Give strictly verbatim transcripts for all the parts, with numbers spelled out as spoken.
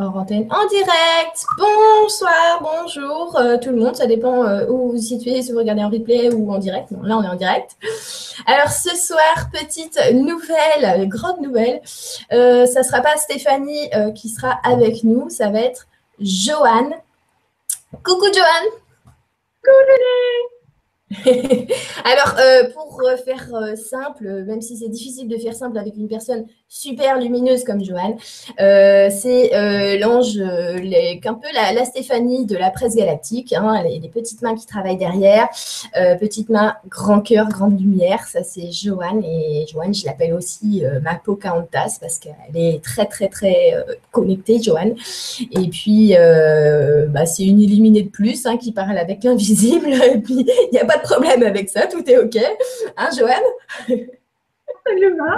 hors antenne, en direct. Bonsoir, bonjour euh, tout le monde. Ça dépend euh, où vous vous situez, si vous regardez en replay ou en direct. Bon, là, on est en direct. Alors, ce soir, petite nouvelle, grande nouvelle. Euh, ça ne sera pas Stéphanie euh, qui sera avec nous. Ça va être Joanne. Coucou, Joanne. Coucou. Alors, euh, pour faire euh, simple, même si c'est difficile de faire simple avec une personne super lumineuse comme Joanne, euh, c'est euh, l'ange, euh, les- un peu la, la Stéphanie de la presse galactique, hein, les, les petites mains qui travaillent derrière, euh, petites mains, grand cœur, grande lumière, ça c'est Joanne. Et Joanne, je l'appelle aussi euh, ma Pocahontas parce qu'elle est très très très euh, connectée, Joanne. Et puis, euh, bah, c'est une illuminée de plus hein, qui parle avec l'invisible. Et puis, il n'y a pas de problème avec ça, tout est OK. Hein, Joanne? Absolument.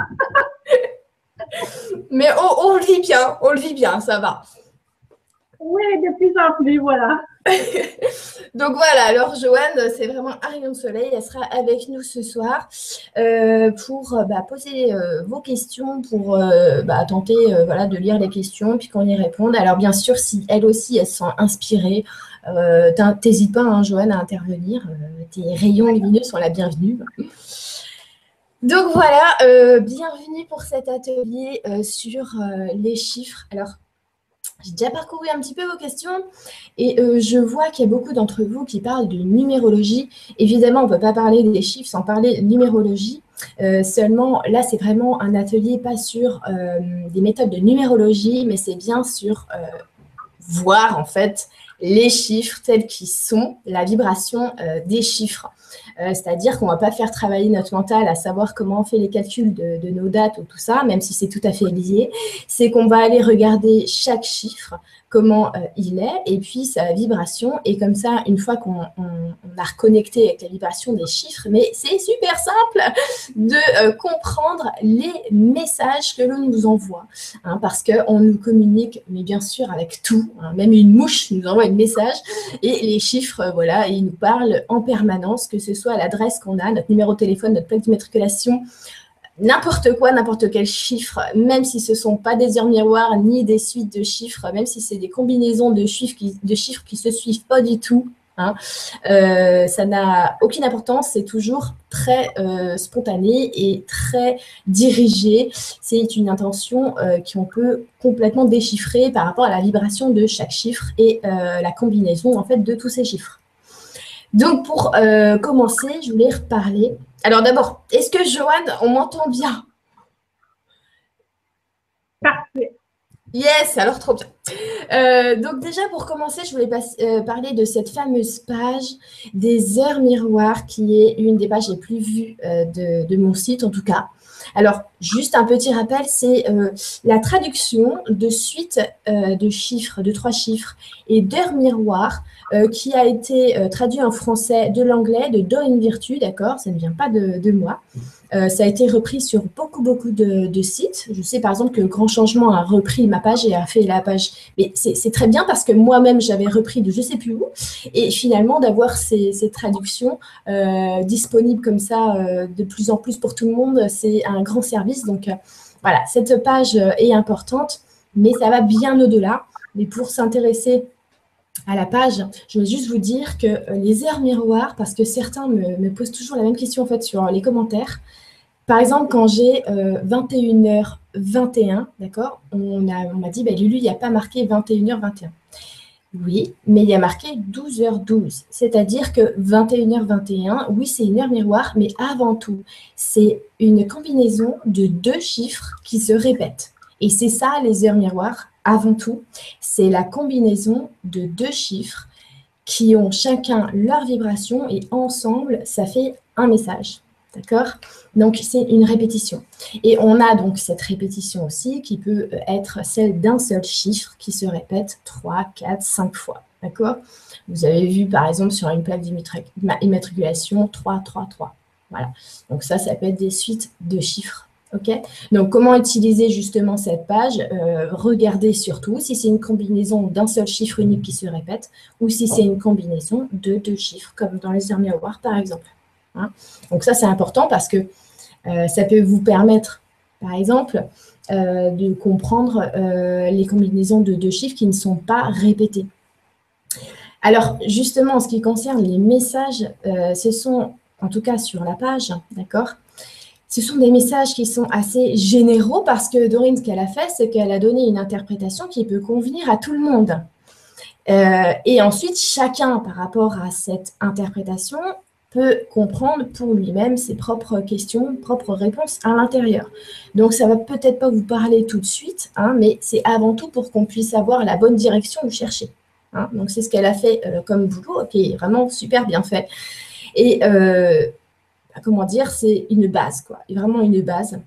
Mais on, on le vit bien, on le vit bien, ça va. Oui, de plus en plus, voilà. Donc voilà, alors Joanne, c'est vraiment un rayon de soleil. Elle sera avec nous ce soir euh, pour euh, bah, poser euh, vos questions, pour euh, bah, tenter euh, voilà, de lire les questions, puis qu'on y réponde. Alors bien sûr, si elle aussi, elle se sent inspirée, euh, t'hésites pas, hein, Joanne, à intervenir. Euh, tes rayons lumineux sont la bienvenue. Donc voilà, euh, bienvenue pour cet atelier euh, sur euh, les chiffres. Alors, j'ai déjà parcouru un petit peu vos questions et euh, je vois qu'il y a beaucoup d'entre vous qui parlent de numérologie. Évidemment, on ne peut pas parler des chiffres sans parler de numérologie. Euh, seulement, là, c'est vraiment un atelier pas sur euh, des méthodes de numérologie, mais c'est bien sur euh, voir en fait les chiffres tels qu'ils sont, la vibration euh, des chiffres. Euh, C'est-à-dire qu'on ne va pas faire travailler notre mental à savoir comment on fait les calculs de, de nos dates ou tout ça, même si c'est tout à fait lié. C'est qu'on va aller regarder chaque chiffre, comment euh, il est, et puis sa vibration. Et comme ça, une fois qu'on on, on a reconnecté avec la vibration des chiffres, mais c'est super simple de euh, comprendre les messages que l'on nous envoie. Hein, parce qu'on nous communique, mais bien sûr, avec tout. Hein, même une mouche nous envoie un message. Et les chiffres, euh, voilà, ils nous parlent en permanence, que ce soit l'adresse qu'on a, notre numéro de téléphone, notre plaque d'immatriculation, n'importe quoi, n'importe quel chiffre, même si ce ne sont pas des heures miroirs ni des suites de chiffres, même si c'est des combinaisons de chiffres qui ne se suivent pas du tout. Hein, euh, ça n'a aucune importance, c'est toujours très euh, spontané et très dirigé. C'est une intention euh, qu'on peut complètement déchiffrer par rapport à la vibration de chaque chiffre et euh, la combinaison en fait de tous ces chiffres. Donc pour euh, commencer, je voulais reparler. Alors d'abord, est-ce que Joanne, on m'entend bien? Parfait. Yes, alors trop bien. Euh, donc déjà pour commencer, je voulais pas, euh, parler de cette fameuse page des heures miroirs qui est une des pages les plus vues euh, de, de mon site en tout cas. Alors juste un petit rappel, c'est euh, la traduction de suite euh, de chiffres, de trois chiffres et d'heures miroirs euh, qui a été euh, traduit en français de l'anglais de Do in Virtu, d'accord, ça ne vient pas de, de moi. Euh, ça a été repris sur beaucoup, beaucoup de, de sites. Je sais par exemple que Grand Changement a repris ma page et a fait la page. Mais c'est très bien parce que moi-même, j'avais repris de je ne sais plus où. Et finalement, d'avoir ces, ces traductions euh, disponibles comme ça euh, de plus en plus pour tout le monde, c'est un grand service. Donc euh, voilà, cette page est importante, mais ça va bien au-delà. Mais pour s'intéresser à la page, je veux juste vous dire que les heures miroirs, parce que certains me, me posent toujours la même question en fait sur les commentaires. Par exemple, quand j'ai euh, vingt et une heures vingt et un, d'accord, on a- on m'a dit, bah, Lulu, il n'y a pas marqué vingt et une heures vingt et un. Oui, mais il y a marqué douze heures douze. C'est-à-dire que vingt et une heures vingt et un, oui, c'est une heure miroir, mais avant tout, c'est une combinaison de deux chiffres qui se répètent. Et c'est ça, les heures miroirs, avant tout. C'est la combinaison de deux chiffres qui ont chacun leur vibration et ensemble, ça fait un message. D'accord? Donc, c'est une répétition. Et on a donc cette répétition aussi qui peut être celle d'un seul chiffre qui se répète trois, quatre, cinq fois. D'accord? Vous avez vu, par exemple, sur une plaque d'immatriculation, trois, trois, trois. Voilà. Donc, ça, ça peut être des suites de chiffres. OK? Donc, comment utiliser justement cette page? euh, Regardez surtout si c'est une combinaison d'un seul chiffre unique qui se répète ou si c'est une combinaison de deux chiffres, comme dans les heures miroirs, par exemple. Hein? Donc ça, c'est important parce que euh, ça peut vous permettre, par exemple, euh, de comprendre euh, les combinaisons de deux chiffres qui ne sont pas répétées. Alors, justement, en ce qui concerne les messages, euh, ce sont, en tout cas sur la page, d'accord, ce sont des messages qui sont assez généraux parce que Dorine, ce qu'elle a fait, c'est qu'elle a donné une interprétation qui peut convenir à tout le monde. Euh, et ensuite, chacun, par rapport à cette interprétation, peut comprendre pour lui-même ses propres questions, propres réponses à l'intérieur. Donc, ça va peut-être pas vous parler tout de suite, hein, mais c'est avant tout pour qu'on puisse avoir la bonne direction où chercher. Hein. Donc, c'est ce qu'elle a fait euh, comme boulot, qui est vraiment super bien fait. Et euh, comment dire, c'est une base, quoi, vraiment une base.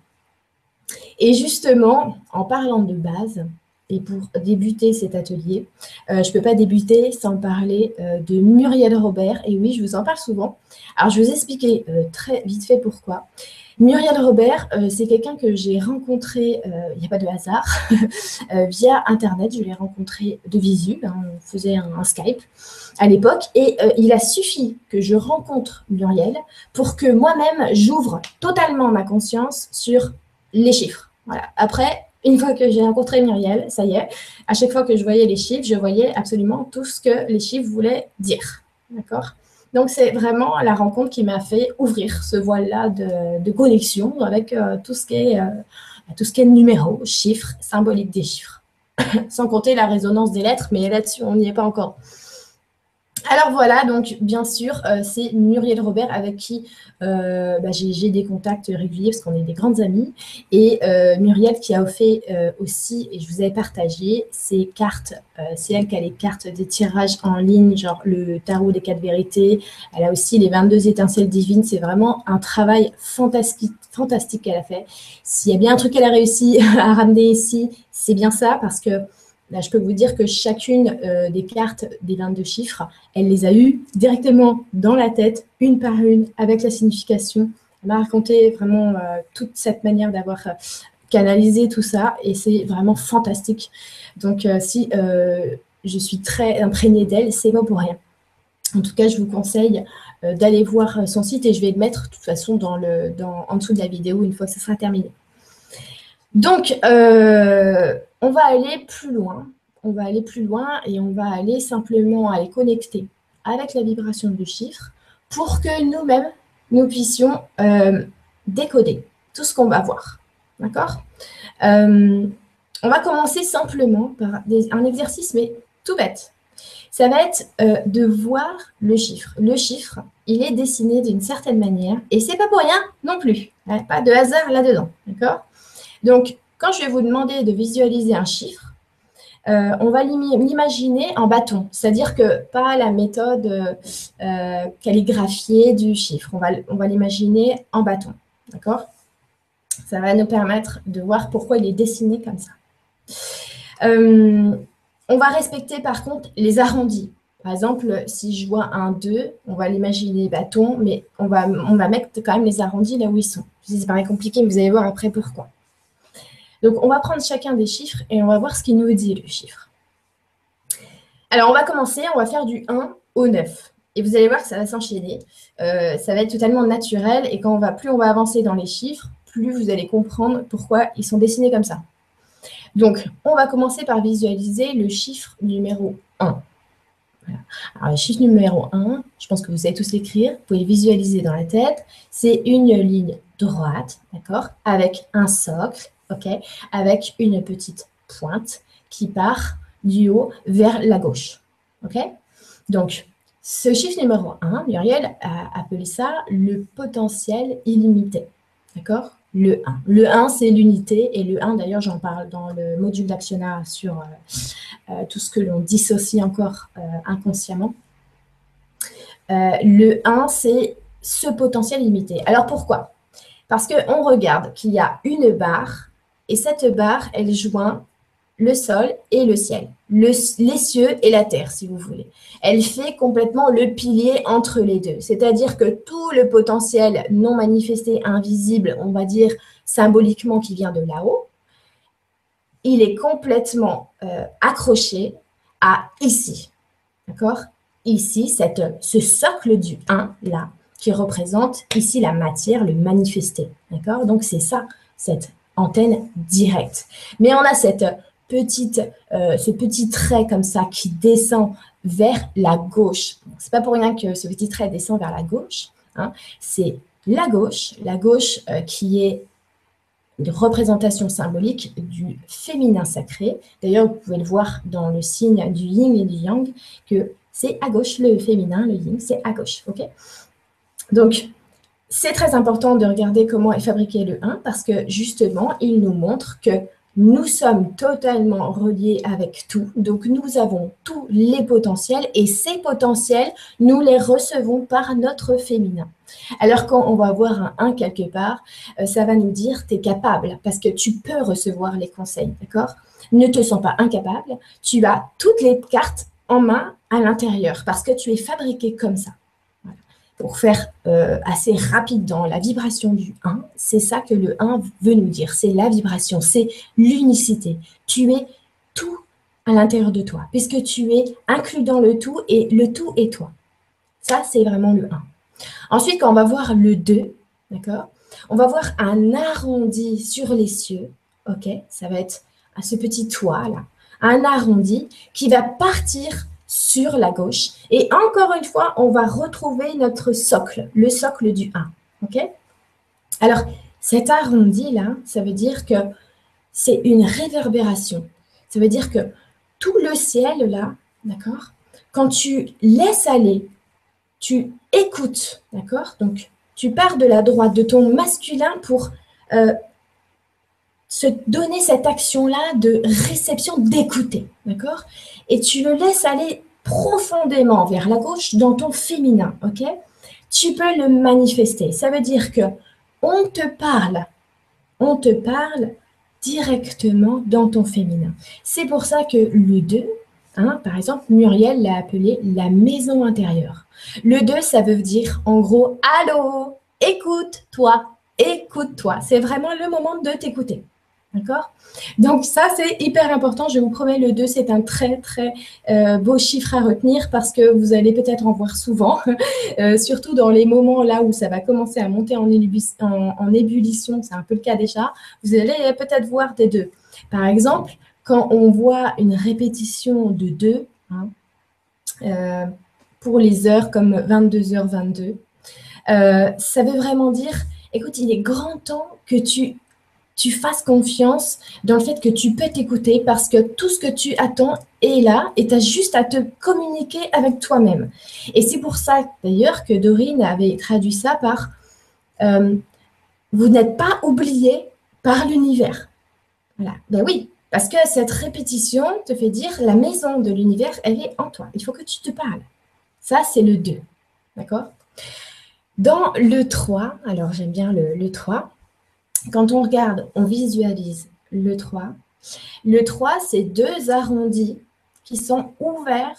Et justement, en parlant de base, et pour débuter cet atelier, euh, je ne peux pas débuter sans parler euh, de Muriel Robert. Et oui, je vous en parle souvent. Alors, je vais vous expliquer euh, très vite fait pourquoi. Muriel Robert, euh, c'est quelqu'un que j'ai rencontré, il euh, n'y a pas de hasard, euh, via Internet. Je l'ai rencontré de visu, hein, on faisait un, un Skype à l'époque. Et euh, il a suffi que je rencontre Muriel pour que moi-même, j'ouvre totalement ma conscience sur les chiffres. Voilà. Après, une fois que j'ai rencontré Muriel, ça y est, à chaque fois que je voyais les chiffres, je voyais absolument tout ce que les chiffres voulaient dire. D'accord ? Donc, c'est vraiment la rencontre qui m'a fait ouvrir ce voile-là de, de connexion avec euh, tout ce qui est, euh, tout ce qui est numéros, chiffres, symbolique des chiffres. Sans compter la résonance des lettres, mais là-dessus, on n'y est pas encore. Alors voilà, donc bien sûr, euh, c'est Muriel Robert avec qui euh, bah, j'ai des contacts réguliers parce qu'on est des grandes amies. Et euh, Muriel qui a fait euh, aussi, et je vous avais partagé, ses cartes. Euh, c'est elle qui a les cartes des tirages en ligne, genre le tarot des quatre vérités. Elle a aussi les vingt-deux étincelles divines. C'est vraiment un travail fantastique, fantastique qu'elle a fait. S'il y a bien un truc qu'elle a réussi à ramener ici, c'est bien ça parce que là, je peux vous dire que chacune euh, des cartes des vingt-deux chiffres, elle les a eues directement dans la tête, une par une, avec la signification. Elle m'a raconté vraiment euh, toute cette manière d'avoir euh, canalisé tout ça et c'est vraiment fantastique. Donc, euh, si euh, je suis très imprégnée d'elle, c'est pas pour rien. En tout cas, je vous conseille euh, d'aller voir son site et je vais le mettre de toute façon dans le, dans, en dessous de la vidéo une fois que ce sera terminé. Donc, euh, on va aller plus loin. On va aller plus loin et on va aller simplement aller connecter avec la vibration du chiffre pour que nous-mêmes, nous puissions euh, décoder tout ce qu'on va voir. D'accord ? euh, On va commencer simplement par des, un exercice, mais tout bête. Ça va être euh, de voir le chiffre. Le chiffre, il est dessiné d'une certaine manière et c'est pas pour rien non plus. Hein, pas de hasard là-dedans. D'accord ? Donc, quand je vais vous demander de visualiser un chiffre, euh, on va l'imaginer en bâton, c'est-à-dire que pas la méthode euh, calligraphiée du chiffre, on va, on va l'imaginer en bâton, d'accord? Ça va nous permettre de voir pourquoi il est dessiné comme ça. Euh, on va respecter par contre les arrondis. Par exemple, si je vois un deux, on va l'imaginer bâton, mais on va, on va mettre quand même les arrondis là où ils sont. Je sais, c'est paraît compliqué, mais vous allez voir après pourquoi. Donc, on va prendre chacun des chiffres et on va voir ce qu'il nous dit, le chiffre. Alors, on va commencer, on va faire du un au neuf. Et vous allez voir que ça va s'enchaîner. Euh, ça va être totalement naturel. Et quand on va, plus on va avancer dans les chiffres, plus vous allez comprendre pourquoi ils sont dessinés comme ça. Donc, on va commencer par visualiser le chiffre numéro un. Voilà. Alors, le chiffre numéro un, je pense que vous savez tous l'écrire. Vous pouvez le visualiser dans la tête. C'est une ligne droite, d'accord, avec un socle. Ok, avec une petite pointe qui part du haut vers la gauche. Ok, donc ce chiffre numéro un, Muriel a appelé ça le potentiel illimité. D'accord, le un. Le un, c'est l'unité et le un, d'ailleurs, j'en parle dans le module d'actionnat sur euh, euh, tout ce que l'on dissocie encore euh, inconsciemment. Euh, le un, c'est ce potentiel illimité. Alors pourquoi ? Parce qu'on regarde qu'il y a une barre. Et cette barre, elle joint le sol et le ciel, le, les cieux et la terre, si vous voulez. Elle fait complètement le pilier entre les deux. C'est-à-dire que tout le potentiel non manifesté, invisible, on va dire symboliquement qui vient de là-haut, il est complètement euh, accroché à ici. D'accord ? Ici, cette, ce socle du un, là, qui représente ici la matière, le manifesté. D'accord ? Donc, c'est ça, cette antenne directe. Mais on a cette petite, euh, ce petit trait comme ça qui descend vers la gauche. C'est pas pour rien que ce petit trait descend vers la gauche. Hein. C'est la gauche, la gauche euh, qui est une représentation symbolique du féminin sacré. D'ailleurs, vous pouvez le voir dans le signe du yin et du yang, que c'est à gauche le féminin, le yin, c'est à gauche. Ok. Donc, c'est très important de regarder comment est fabriqué le un parce que justement, il nous montre que nous sommes totalement reliés avec tout. Donc, nous avons tous les potentiels et ces potentiels, nous les recevons par notre féminin. Alors, quand on va voir un un quelque part, euh, ça va nous dire tu es capable parce que tu peux recevoir les conseils, d'accord? Ne te sens pas incapable. Tu as toutes les cartes en main à l'intérieur parce que tu es fabriqué comme ça. Pour faire euh, assez rapide dans la vibration du un, c'est ça que le un veut nous dire. C'est la vibration, c'est l'unicité. Tu es tout à l'intérieur de toi, puisque tu es inclus dans le tout et le tout est toi. Ça, c'est vraiment le un. Ensuite, quand on va voir le deux, d'accord, on va voir un arrondi sur les cieux, ok, ça va être à ce petit toit là, un arrondi qui va partir sur la gauche. Et encore une fois, on va retrouver notre socle, le socle du un. Ok. Alors, cet arrondi-là, ça veut dire que c'est une réverbération. Ça veut dire que tout le ciel, là, d'accord, quand tu laisses aller, tu écoutes, d'accord, donc tu pars de la droite, de ton masculin pour euh, se donner cette action-là de réception, d'écouter, d'accord? Et tu le laisses aller profondément vers la gauche dans ton féminin, ok? Tu peux le manifester. Ça veut dire que on te parle, on te parle directement dans ton féminin. C'est pour ça que le deux, hein, par exemple, Muriel l'a appelé la maison intérieure. Le deux, ça veut dire en gros, allô, écoute-toi, écoute-toi. C'est vraiment le moment de t'écouter. D'accord? Donc ça, c'est hyper important. Je vous promets, le deux, c'est un très, très euh, beau chiffre à retenir parce que vous allez peut-être en voir souvent, euh, surtout dans les moments là où ça va commencer à monter en, ébullition, en, en ébullition, c'est un peu le cas déjà, vous allez peut-être voir des deux. Par exemple, quand on voit une répétition de deux, hein, euh, pour les heures comme vingt-deux heures vingt-deux, euh, ça veut vraiment dire, écoute, il est grand temps que tu... tu fasses confiance dans le fait que tu peux t'écouter parce que tout ce que tu attends est là et tu as juste à te communiquer avec toi-même. Et c'est pour ça d'ailleurs que Dorine avait traduit ça par euh, « vous n'êtes pas oublié par l'univers ». Voilà. Ben oui, parce que cette répétition te fait dire la maison de l'univers, elle est en toi. Il faut que tu te parles. Ça, c'est le deux. D'accord? Dans le trois, alors j'aime bien le, le trois, quand on regarde, on visualise le trois. Le trois, c'est deux arrondis qui sont ouverts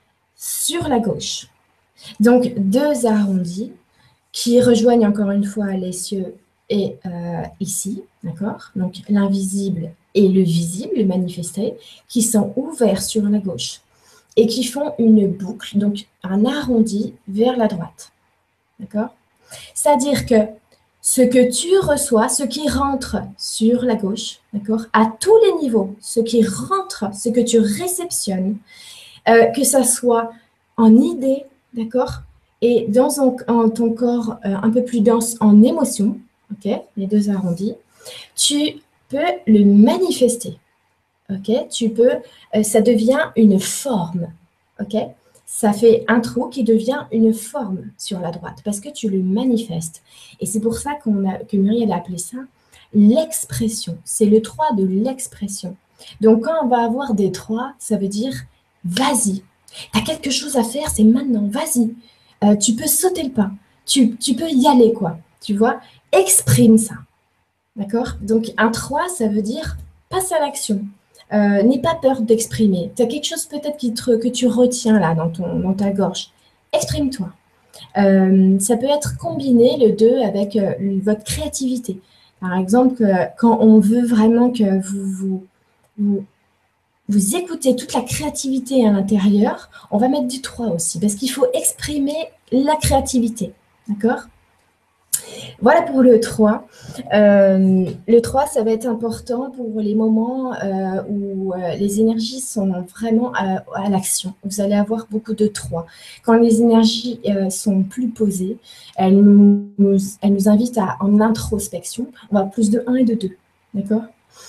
sur la gauche. Donc, deux arrondis qui rejoignent encore une fois les cieux et euh, ici, d'accord? Donc, l'invisible et le visible, le manifesté, qui sont ouverts sur la gauche et qui font une boucle, donc un arrondi vers la droite, d'accord? C'est-à-dire que ce que tu reçois, ce qui rentre sur la gauche, d'accord, à tous les niveaux, ce qui rentre, ce que tu réceptionnes, euh, que ça soit en idée, d'accord, et dans un, en ton corps euh, un peu plus dense en émotion, ok, les deux arrondis, tu peux le manifester, ok, tu peux, euh, ça devient une forme, ok. Ça fait un trou qui devient une forme sur la droite parce que tu le manifestes. Et c'est pour ça qu'on a, que Muriel a appelé ça l'expression. C'est le trois de l'expression. Donc, quand on va avoir des trois, ça veut dire vas-y. Tu as quelque chose à faire, c'est maintenant, vas-y. Euh, tu peux sauter le pas. Tu, tu peux y aller, quoi. Tu vois, exprime ça. D'accord? Donc, un trois, ça veut dire passe à l'action. Euh, n'aie pas peur d'exprimer. Tu as quelque chose peut-être qui te, que tu retiens là dans, ton, dans ta gorge. Exprime-toi. Euh, ça peut être combiné le deux avec euh, votre créativité. Par exemple, euh, quand on veut vraiment que vous, vous, vous, vous écoutez toute la créativité à l'intérieur, on va mettre du trois aussi parce qu'il faut exprimer la créativité. D'accord? Voilà pour le trois. Euh, le trois, ça va être important pour les moments euh, où euh, les énergies sont vraiment à, à l'action. Vous allez avoir beaucoup de trois. Quand les énergies euh, sont plus posées, elles nous, elles nous invitent à, en introspection. On va plus de un et de deux. D'accord.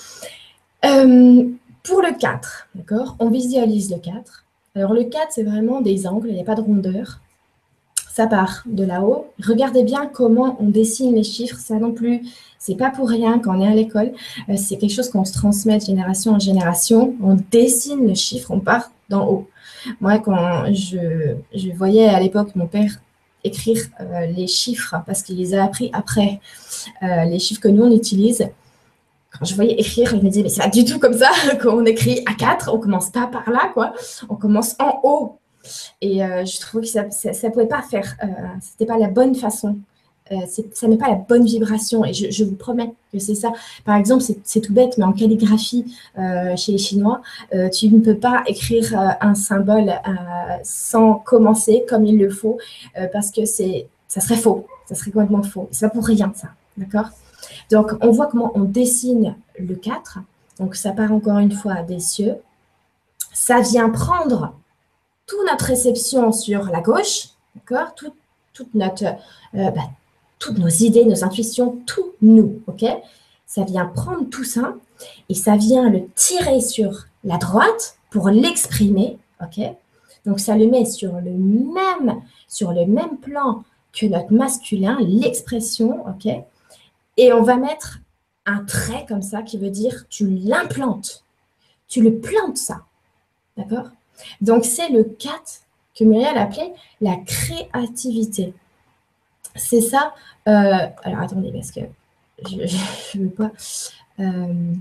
euh, Pour le quatre, d'accord, on visualise le quatre. Alors le quatre, c'est vraiment des angles, il n'y a pas de rondeur. Ça part de là-haut. Regardez bien comment on dessine les chiffres. Ça non plus, c'est pas pour rien quand on est à l'école. Euh, c'est quelque chose qu'on se transmet de génération en génération. On dessine le chiffre, on part d'en haut. Moi, quand je, je voyais à l'époque mon père écrire euh, les chiffres, parce qu'il les a appris après, euh, les chiffres que nous, on utilise, quand je voyais écrire, je me disais, mais c'est pas du tout comme ça qu'on écrit à quatre. On commence pas par là, quoi. On commence en haut. Et euh, je trouvais que ça ne pouvait pas faire, euh, c'était pas la bonne façon. Euh, ça n'est pas la bonne vibration. Et je, je vous promets que c'est ça. Par exemple, c'est tout bête, mais en calligraphie, euh, chez les Chinois, euh, tu ne peux pas écrire euh, un symbole euh, sans commencer comme il le faut, euh, parce que ça serait faux. Ça serait complètement faux. C'est pas pour rien, ça. D'accord? Donc, on voit comment on dessine le quatre. Donc, ça part encore une fois des cieux. Ça vient prendre toute notre réception sur la gauche, d'accord, tout, toute notre, euh, bah, toutes nos idées, nos intuitions, tout nous, ok. Ça vient prendre tout ça et ça vient le tirer sur la droite pour l'exprimer, ok. Donc ça le met sur le même, sur le même plan que notre masculin, l'expression, ok. Et on va mettre un trait comme ça qui veut dire tu l'implantes, tu le plantes ça, d'accord. Donc, c'est le quatre que Muriel appelait la créativité. C'est ça. Euh, alors, attendez, parce que je ne veux pas. Euh,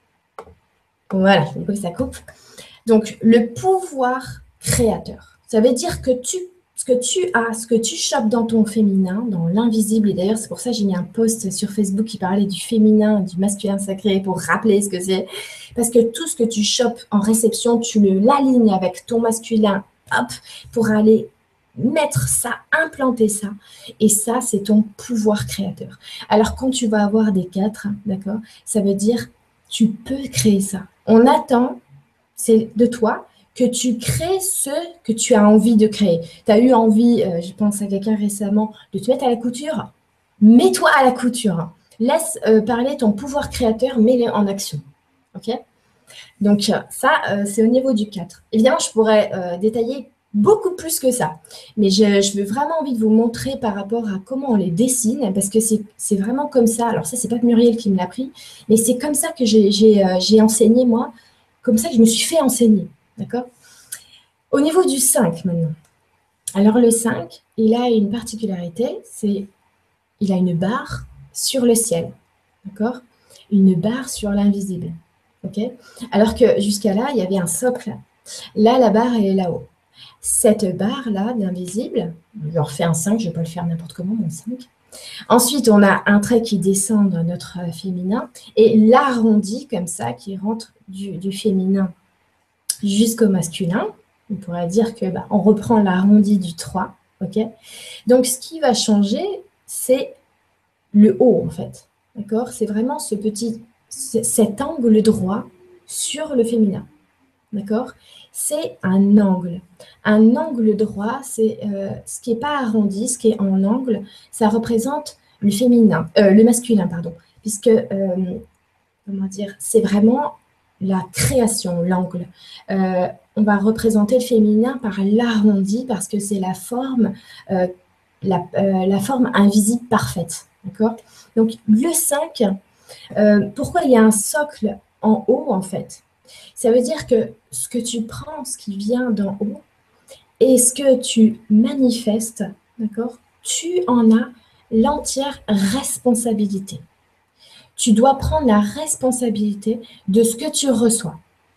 voilà, je veux pas que ça coupe. Donc, le pouvoir créateur. Ça veut dire que tu, ce que tu as, ce que tu chopes dans ton féminin, dans l'invisible, et d'ailleurs, c'est pour ça que j'ai mis un post sur Facebook qui parlait du féminin, du masculin sacré, pour rappeler ce que c'est. Parce que tout ce que tu chopes en réception, tu le l'alignes avec ton masculin, hop, pour aller mettre ça, implanter ça. Et ça, c'est ton pouvoir créateur. Alors, quand tu vas avoir des quatre, d'accord, ça veut dire tu peux créer ça. On attend, c'est de toi, que tu crées ce que tu as envie de créer. Tu as eu envie, euh, je pense à quelqu'un récemment, de te mettre à la couture. Mets-toi à la couture. Laisse euh, parler ton pouvoir créateur, mets-le en action. OK? Donc, ça, euh, c'est au niveau du quatre. Évidemment, je pourrais euh, détailler beaucoup plus que ça. Mais je, je veux vraiment envie de vous montrer par rapport à comment on les dessine, parce que c'est vraiment comme ça. Alors ça, c'est pas Muriel qui me l'a appris, mais c'est comme ça que j'ai euh, enseigné, moi. Comme ça que je me suis fait enseigner. D'accord? Au niveau du cinq, maintenant. Alors, le cinq, il a une particularité, c'est il a une barre sur le ciel. D'accord? Une barre sur l'invisible. OK? Alors que jusqu'à là, il y avait un socle. Là, la barre, elle est là-haut. Cette barre-là, d'invisible, je leur fais un cinq, je ne vais pas le faire n'importe comment, mon cinq. Ensuite, on a un trait qui descend dans notre féminin et l'arrondi, comme ça, qui rentre du, du féminin jusqu'au masculin. On pourrait dire que bah, on reprend l'arrondi du trois. Okay. Donc, ce qui va changer, c'est le haut, en fait. D'accord? C'est vraiment ce petit, cet angle droit sur le féminin. D'accord? C'est un angle. Un angle droit, c'est euh, ce qui n'est pas arrondi, ce qui est en angle, ça représente le féminin, euh, le masculin, pardon, puisque, euh, comment dire, c'est vraiment la création, l'angle. Euh, on va représenter le féminin par l'arrondi parce que c'est la forme, euh, la, euh, la forme invisible parfaite. D'accord? Donc, le cinq, euh, pourquoi il y a un socle en haut, en fait? Ça veut dire que ce que tu prends, ce qui vient d'en haut, et ce que tu manifestes, d'accord, tu en as l'entière responsabilité. Tu dois prendre la responsabilité de ce que tu reçois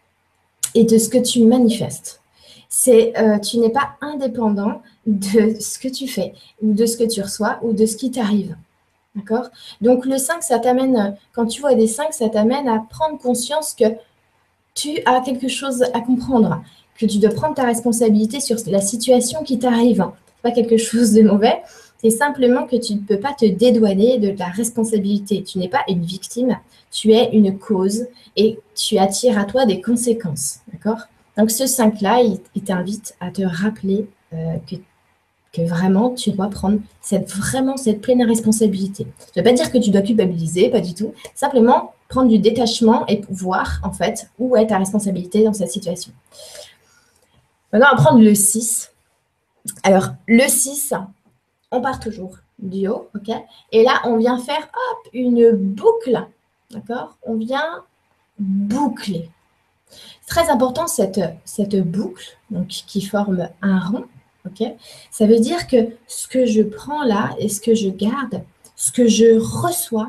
et de ce que tu manifestes. C'est, euh, tu n'es pas indépendant de ce que tu fais, ou de ce que tu reçois, ou de ce qui t'arrive. D'accord? Donc, le cinq, ça t'amène, quand tu vois des cinq, ça t'amène à prendre conscience que tu as quelque chose à comprendre, que tu dois prendre ta responsabilité sur la situation qui t'arrive. Ce n'est pas quelque chose de mauvais, C'est simplement que tu ne peux pas te dédouaner de ta responsabilité. Tu n'es pas une victime, tu es une cause et tu attires à toi des conséquences. D'accord? Donc, ce cinq-là, il, il t'invite à te rappeler euh, que, que vraiment, tu dois prendre cette, vraiment cette pleine responsabilité. Ça ne veut pas dire que tu dois culpabiliser, pas du tout. Simplement, prendre du détachement et voir, en fait, où est ta responsabilité dans cette situation. Maintenant, on va prendre le six. Alors, le six, on part toujours du haut, ok? Et là, on vient faire, hop, une boucle, d'accord? On vient boucler. C'est très important, cette, cette boucle, donc, qui forme un rond, ok? Ça veut dire que ce que je prends là et ce que je garde, ce que je reçois,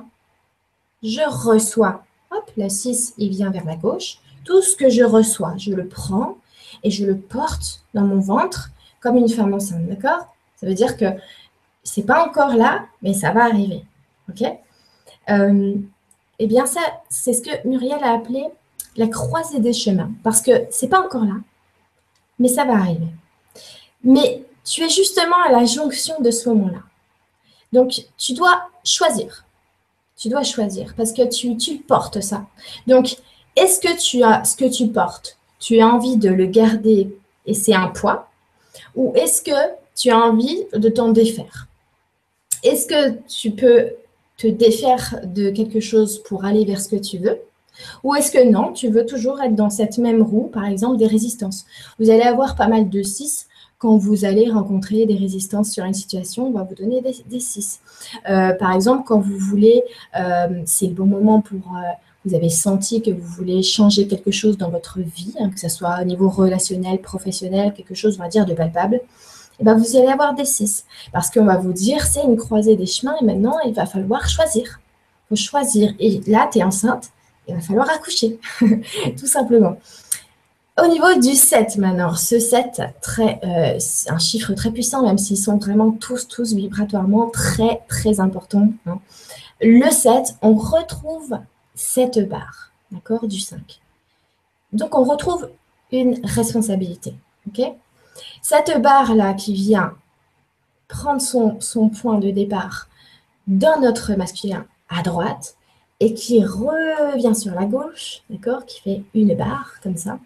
je reçois. Hop, le six, il vient vers la gauche. Tout ce que je reçois, je le prends et je le porte dans mon ventre comme une femme enceinte, d'accord? Ça veut dire que c'est pas encore là, mais ça va arriver, ok? euh, Eh bien, ça, c'est ce que Muriel a appelé la croisée des chemins, parce que c'est pas encore là, mais ça va arriver. Mais tu es justement à la jonction de ce moment-là. Donc, tu dois choisir. Tu dois choisir parce que tu, tu portes ça. Donc, est-ce que tu as ce que tu portes, tu as envie de le garder et c'est un poids, ou est-ce que tu as envie de t'en défaire? Est-ce que tu peux te défaire de quelque chose pour aller vers ce que tu veux? Ou est-ce que non, tu veux toujours être dans cette même roue, par exemple, des résistances? Vous allez avoir pas mal de six quand vous allez rencontrer des résistances sur une situation, on va vous donner des, des six. Euh, par exemple, quand vous voulez, euh, c'est le bon moment pour... Euh, vous avez senti que vous voulez changer quelque chose dans votre vie, hein, que ce soit au niveau relationnel, professionnel, quelque chose, on va dire, de palpable. Et ben, vous allez avoir des six. Parce qu'on va vous dire, c'est une croisée des chemins et maintenant, il va falloir choisir. Il faut choisir. Et là, tu es enceinte, il va falloir accoucher, tout simplement. Au niveau du sept maintenant, ce sept, très, euh, c'est un chiffre très puissant, même s'ils sont vraiment tous, tous vibratoirement très, très importants. Hein. Le sept, on retrouve cette barre, d'accord, du cinq. Donc, on retrouve une responsabilité, ok? Cette barre-là qui vient prendre son, son point de départ dans notre masculin à droite et qui revient sur la gauche, d'accord, qui fait une barre comme ça,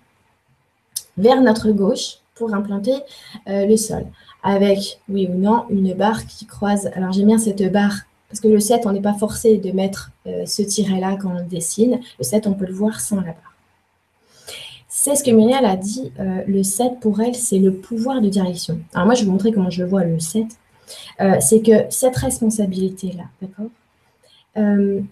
vers notre gauche pour implanter euh, le sol. Avec, oui ou non, une barre qui croise. Alors, j'aime bien cette barre parce que le sept, on n'est pas forcé de mettre euh, ce tiret-là quand on le dessine. Le sept, on peut le voir sans la barre. C'est ce que Muriel a dit, euh, le sept, pour elle, c'est le pouvoir de direction. Alors moi, je vais vous montrer comment je vois le sept. Euh, c'est que cette responsabilité-là, d'accord, euh,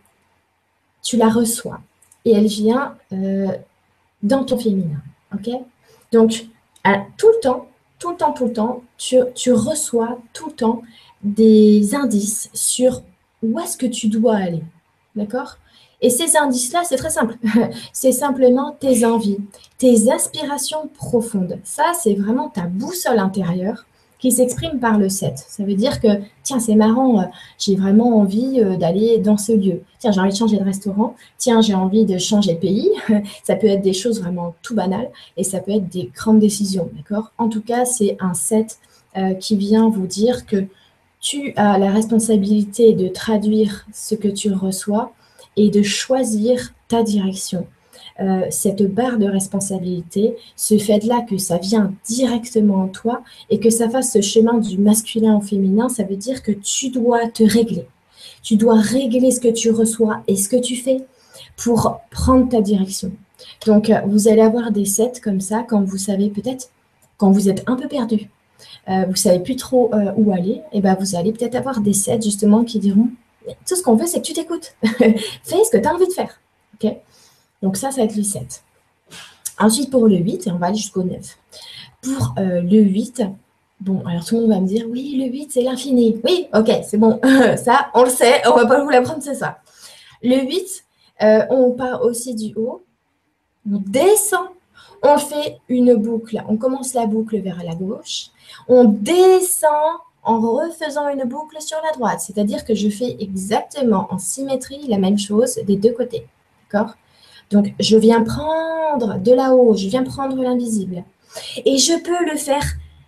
tu la reçois et elle vient euh, dans ton féminin, ok? Donc, à, tout le temps, tout le temps, tout le temps, tu, tu reçois tout le temps des indices sur où est-ce que tu dois aller, d'accord? Et ces indices-là, c'est très simple. C'est simplement tes envies, tes aspirations profondes. Ça, c'est vraiment ta boussole intérieure qui s'exprime par le sept. Ça veut dire que, tiens, c'est marrant, euh, j'ai vraiment envie euh, d'aller dans ce lieu. Tiens, j'ai envie de changer de restaurant. Tiens, j'ai envie de changer de pays. Ça peut être des choses vraiment tout banales et ça peut être des grandes décisions, d'accord? En tout cas, c'est un sept euh, qui vient vous dire que tu as la responsabilité de traduire ce que tu reçois et de choisir ta direction. Euh, cette barre de responsabilité, ce fait-là que ça vient directement en toi et que ça fasse ce chemin du masculin au féminin, ça veut dire que tu dois te régler. Tu dois régler ce que tu reçois et ce que tu fais pour prendre ta direction. Donc, euh, vous allez avoir des sets comme ça quand vous savez peut-être, quand vous êtes un peu perdu, euh, vous ne savez plus trop euh, où aller, et ben vous allez peut-être avoir des sets justement qui diront tout ce qu'on veut, c'est que tu t'écoutes. Fais ce que tu as envie de faire. Okay, donc ça, ça va être le sept. Ensuite, pour le huit, et on va aller jusqu'au neuf. Pour euh, le huit, bon, alors tout le monde va me dire, oui, le huit, c'est l'infini. Oui, ok, c'est bon. Ça, on le sait, on ne va pas vous l'apprendre, c'est ça. Le huit, euh, on part aussi du haut, on descend, on fait une boucle. On commence la boucle vers la gauche, on descend en refaisant une boucle sur la droite. C'est-à-dire que je fais exactement en symétrie la même chose des deux côtés. D'accord ? Donc, je viens prendre de là-haut, je viens prendre l'invisible. Et je peux le faire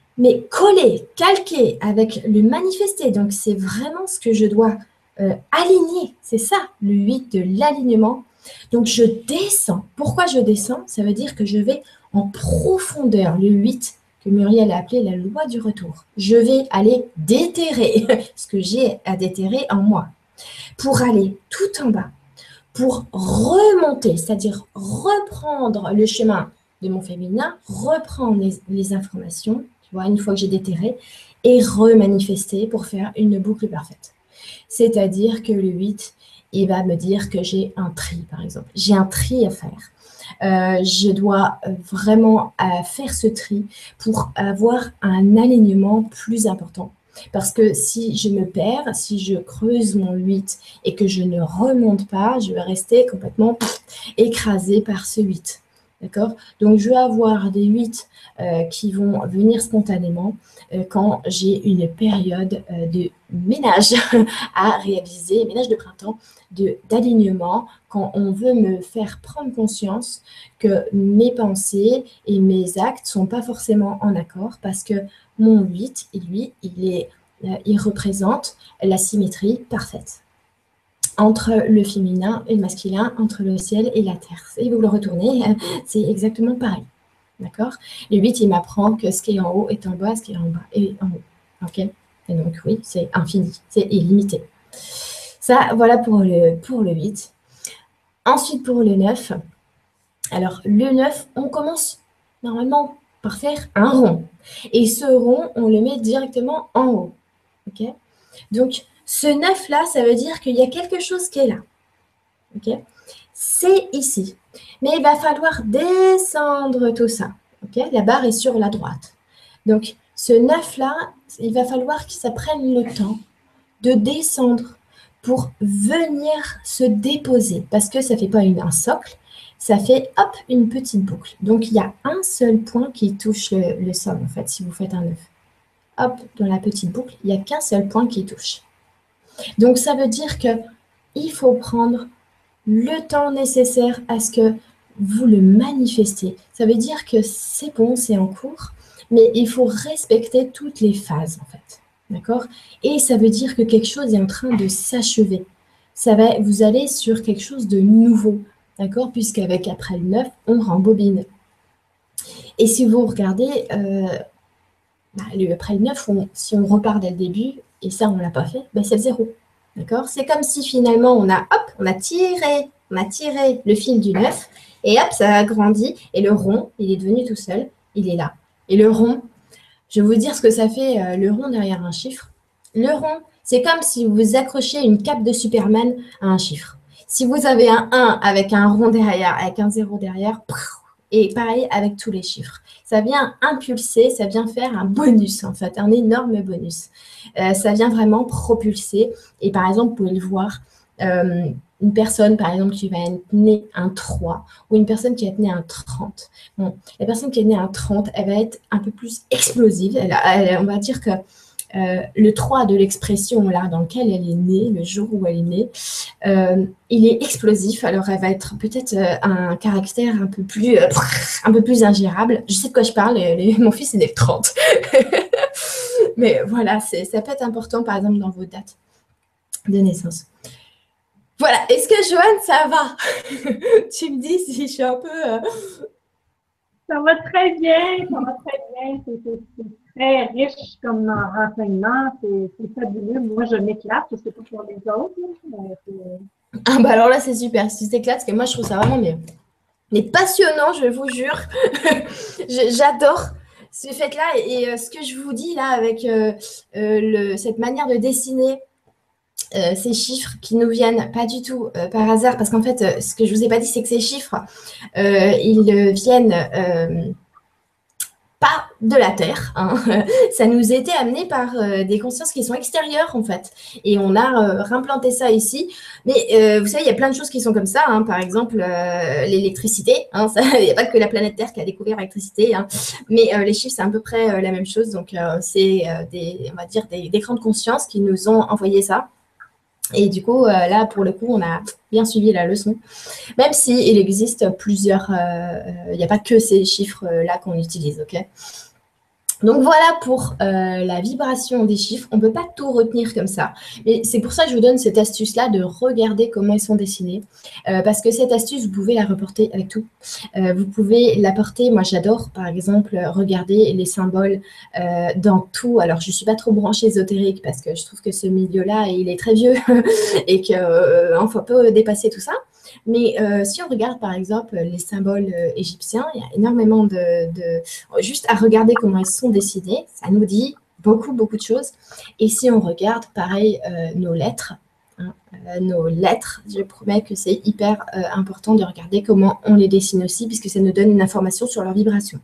mais collé, calqué avec le manifesté. Donc, c'est vraiment ce que je dois euh, aligner. C'est ça, le huit de l'alignement. Donc, je descends. Pourquoi je descends? Ça veut dire que je vais en profondeur. Le huit que Muriel a appelé la loi du retour. Je vais aller déterrer ce que j'ai à déterrer en moi pour aller tout en bas, pour remonter, c'est-à-dire reprendre le chemin de mon féminin, reprendre les, les informations, tu vois, une fois que j'ai déterré, et remanifester pour faire une boucle parfaite. C'est-à-dire que le huit, il va me dire que j'ai un tri, par exemple. J'ai un tri à faire. Euh, je dois vraiment euh, faire ce tri pour avoir un alignement plus important. Parce que si je me perds, si je creuse mon huit et que je ne remonte pas, je vais rester complètement écrasée par ce huit. D'accord? Donc, je vais avoir des huit euh, qui vont venir spontanément euh, quand j'ai une période euh, de ménage à réaliser, ménage de printemps, de, d'alignement, quand on veut me faire prendre conscience que mes pensées et mes actes ne sont pas forcément en accord parce que mon huit, lui, il, est, euh, il représente la symétrie parfaite entre le féminin et le masculin, entre le ciel et la terre. Et vous le retournez, c'est exactement pareil. D'accord? Le huit, il m'apprend que ce qui est en haut est en bas, ce qui est en bas est en haut. OK? Et donc, oui, c'est infini, c'est illimité. Ça, voilà pour le, pour le huit. Ensuite, pour le neuf. Alors, le neuf, on commence normalement par faire un rond. Et ce rond, on le met directement en haut. OK? Donc, ce neuf-là, ça veut dire qu'il y a quelque chose qui est là. OK? C'est ici. Mais il va falloir descendre tout ça. OK? La barre est sur la droite. Donc, ce neuf-là, il va falloir que ça prenne le temps de descendre pour venir se déposer. Parce que ça ne fait pas une, un socle, ça fait, hop, une petite boucle. Donc, il y a un seul point qui touche le, le sol, en fait, si vous faites un neuf. Hop, dans la petite boucle, il n'y a qu'un seul point qui touche. Donc, ça veut dire qu'il faut prendre le temps nécessaire à ce que vous le manifestiez. Ça veut dire que c'est bon, c'est en cours, mais il faut respecter toutes les phases, en fait. D'accord? Et ça veut dire que quelque chose est en train de s'achever. Ça va, vous allez sur quelque chose de nouveau. D'accord? Puisqu'avec après le neuf, on rembobine. Et si vous regardez, euh, bah, le, après le neuf, on, si on repart dès le début, et ça, on ne l'a pas fait, bah, c'est le zéro. D'accord? C'est comme si finalement, on a, hop, on a tiré, on a tiré le fil du neuf, et hop, ça a grandi, et le rond, il est devenu tout seul, il est là. Et le rond, je vais vous dire ce que ça fait, euh, le rond derrière un chiffre. Le rond, c'est comme si vous accrochiez une cape de Superman à un chiffre. Si vous avez un un avec un rond derrière, avec un zéro derrière, et pareil avec tous les chiffres. Ça vient impulser, ça vient faire un bonus, en fait, un énorme bonus. Euh, ça vient vraiment propulser. Et par exemple, vous pouvez le voir, euh, une personne, par exemple, qui va être née un trois ou une personne qui va être née un trente. Bon, la personne qui est née un trente, elle va être un peu plus explosive. Elle, elle, on va dire que euh, le trois de l'expression là dans lequel elle est née, le jour où elle est née, euh, il est explosif. Alors, elle va être peut-être euh, un caractère un peu plus, euh, un peu plus ingérable. Je sais de quoi je parle. Les, les, mon fils est né le trente. Mais voilà, c'est, ça peut être important, par exemple, dans vos dates de naissance. Voilà. Est-ce que, Joanne, ça va? Tu me dis si je suis un peu... Euh... Ça va très bien, ça va très bien. C'est, c'est, c'est très riche comme renseignement. C'est, c'est fabuleux. Moi, je m'éclate. Je ne sais pas pour les autres. Mais c'est... Ah bah alors là, c'est super. Si tu t'éclates, parce que moi, je trouve ça vraiment bien. Mais passionnant, je vous jure. J'adore ce fait-là. Et, et euh, ce que je vous dis là, avec euh, euh, le, cette manière de dessiner euh, ces chiffres qui nous viennent pas du tout euh, par hasard, parce qu'en fait, euh, ce que je vous ai pas dit, c'est que ces chiffres, euh, ils viennent euh, pas de la Terre. Hein. Ça nous a été amené par euh, des consciences qui sont extérieures, en fait. Et on a euh, réimplanté ça ici. Mais euh, vous savez, il y a plein de choses qui sont comme ça. Hein. Par exemple, euh, l'électricité. Hein. Il n'y a pas que la planète Terre qui a découvert l'électricité. Hein. Mais euh, les chiffres, c'est à peu près euh, la même chose. Donc, euh, c'est euh, des, on va dire des, des grandes consciences qui nous ont envoyé ça. Et du coup, euh, là, pour le coup, on a bien suivi la leçon. Même s'il existe plusieurs... Il euh, n'y a pas que ces chiffres-là qu'on utilise, OK? Donc voilà pour euh, la vibration des chiffres. On ne peut pas tout retenir comme ça. Mais c'est pour ça que je vous donne cette astuce-là de regarder comment ils sont dessinés. Euh, parce que cette astuce, vous pouvez la reporter avec tout. Euh, vous pouvez l'apporter. Moi, j'adore, par exemple, regarder les symboles euh, dans tout. Alors, je ne suis pas trop branchée ésotérique parce que je trouve que ce milieu-là, il est très vieux et qu'il euh, faut un peu dépasser tout ça. Mais euh, si on regarde par exemple les symboles euh, égyptiens, il y a énormément de, de... Juste à regarder comment ils sont dessinés, ça nous dit beaucoup, beaucoup de choses. Et si on regarde, pareil, euh, nos lettres, hein, euh, nos lettres, je promets que c'est hyper euh, important de regarder comment on les dessine aussi, puisque ça nous donne une information sur leur vibration.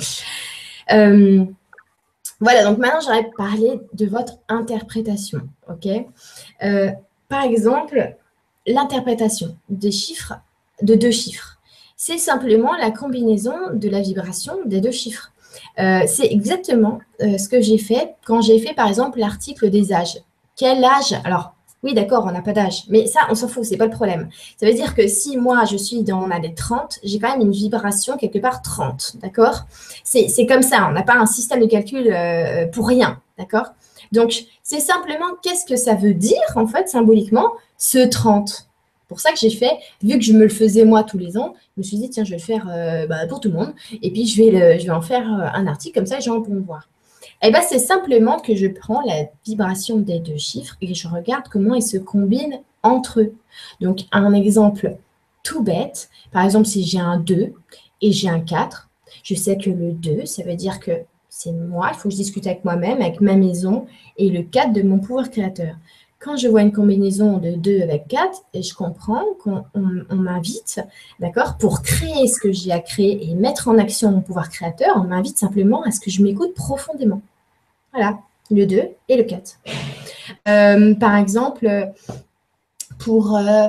Euh, voilà, donc maintenant, j'aurais parlé de votre interprétation, ok euh, Par exemple, l'interprétation des chiffres, de deux chiffres. C'est simplement la combinaison de la vibration des deux chiffres. Euh, c'est exactement euh, ce que j'ai fait quand j'ai fait, par exemple, l'article des âges. Quel âge? Alors, oui, d'accord, on n'a pas d'âge, mais ça, on s'en fout, c'est pas le problème. Ça veut dire que si moi, je suis dans mon année trente, j'ai quand même une vibration quelque part trente, d'accord? C'est comme ça, on n'a pas un système de calcul euh, pour rien, d'accord? Donc, c'est simplement qu'est-ce que ça veut dire, en fait, symboliquement, ce trente. Pour ça que j'ai fait, vu que je me le faisais moi tous les ans, je me suis dit, tiens, je vais le faire euh, bah, pour tout le monde. Et puis, je vais, le, je vais en faire euh, un article, comme ça, les gens pourront voir. Et bien, c'est simplement que je prends la vibration des deux chiffres et que je regarde comment ils se combinent entre eux. Donc, un exemple tout bête, par exemple, si j'ai un deux et j'ai un quatre, je sais que le deux, ça veut dire que c'est moi, il faut que je discute avec moi-même, avec ma maison, et le quatre de mon pouvoir créateur. Quand je vois une combinaison de deux avec quatre, et je comprends qu'on on, on m'invite, d'accord, pour créer ce que j'ai à créer et mettre en action mon pouvoir créateur, on m'invite simplement à ce que je m'écoute profondément. Voilà, le deux et le quatre. Euh, par exemple, pour... Euh,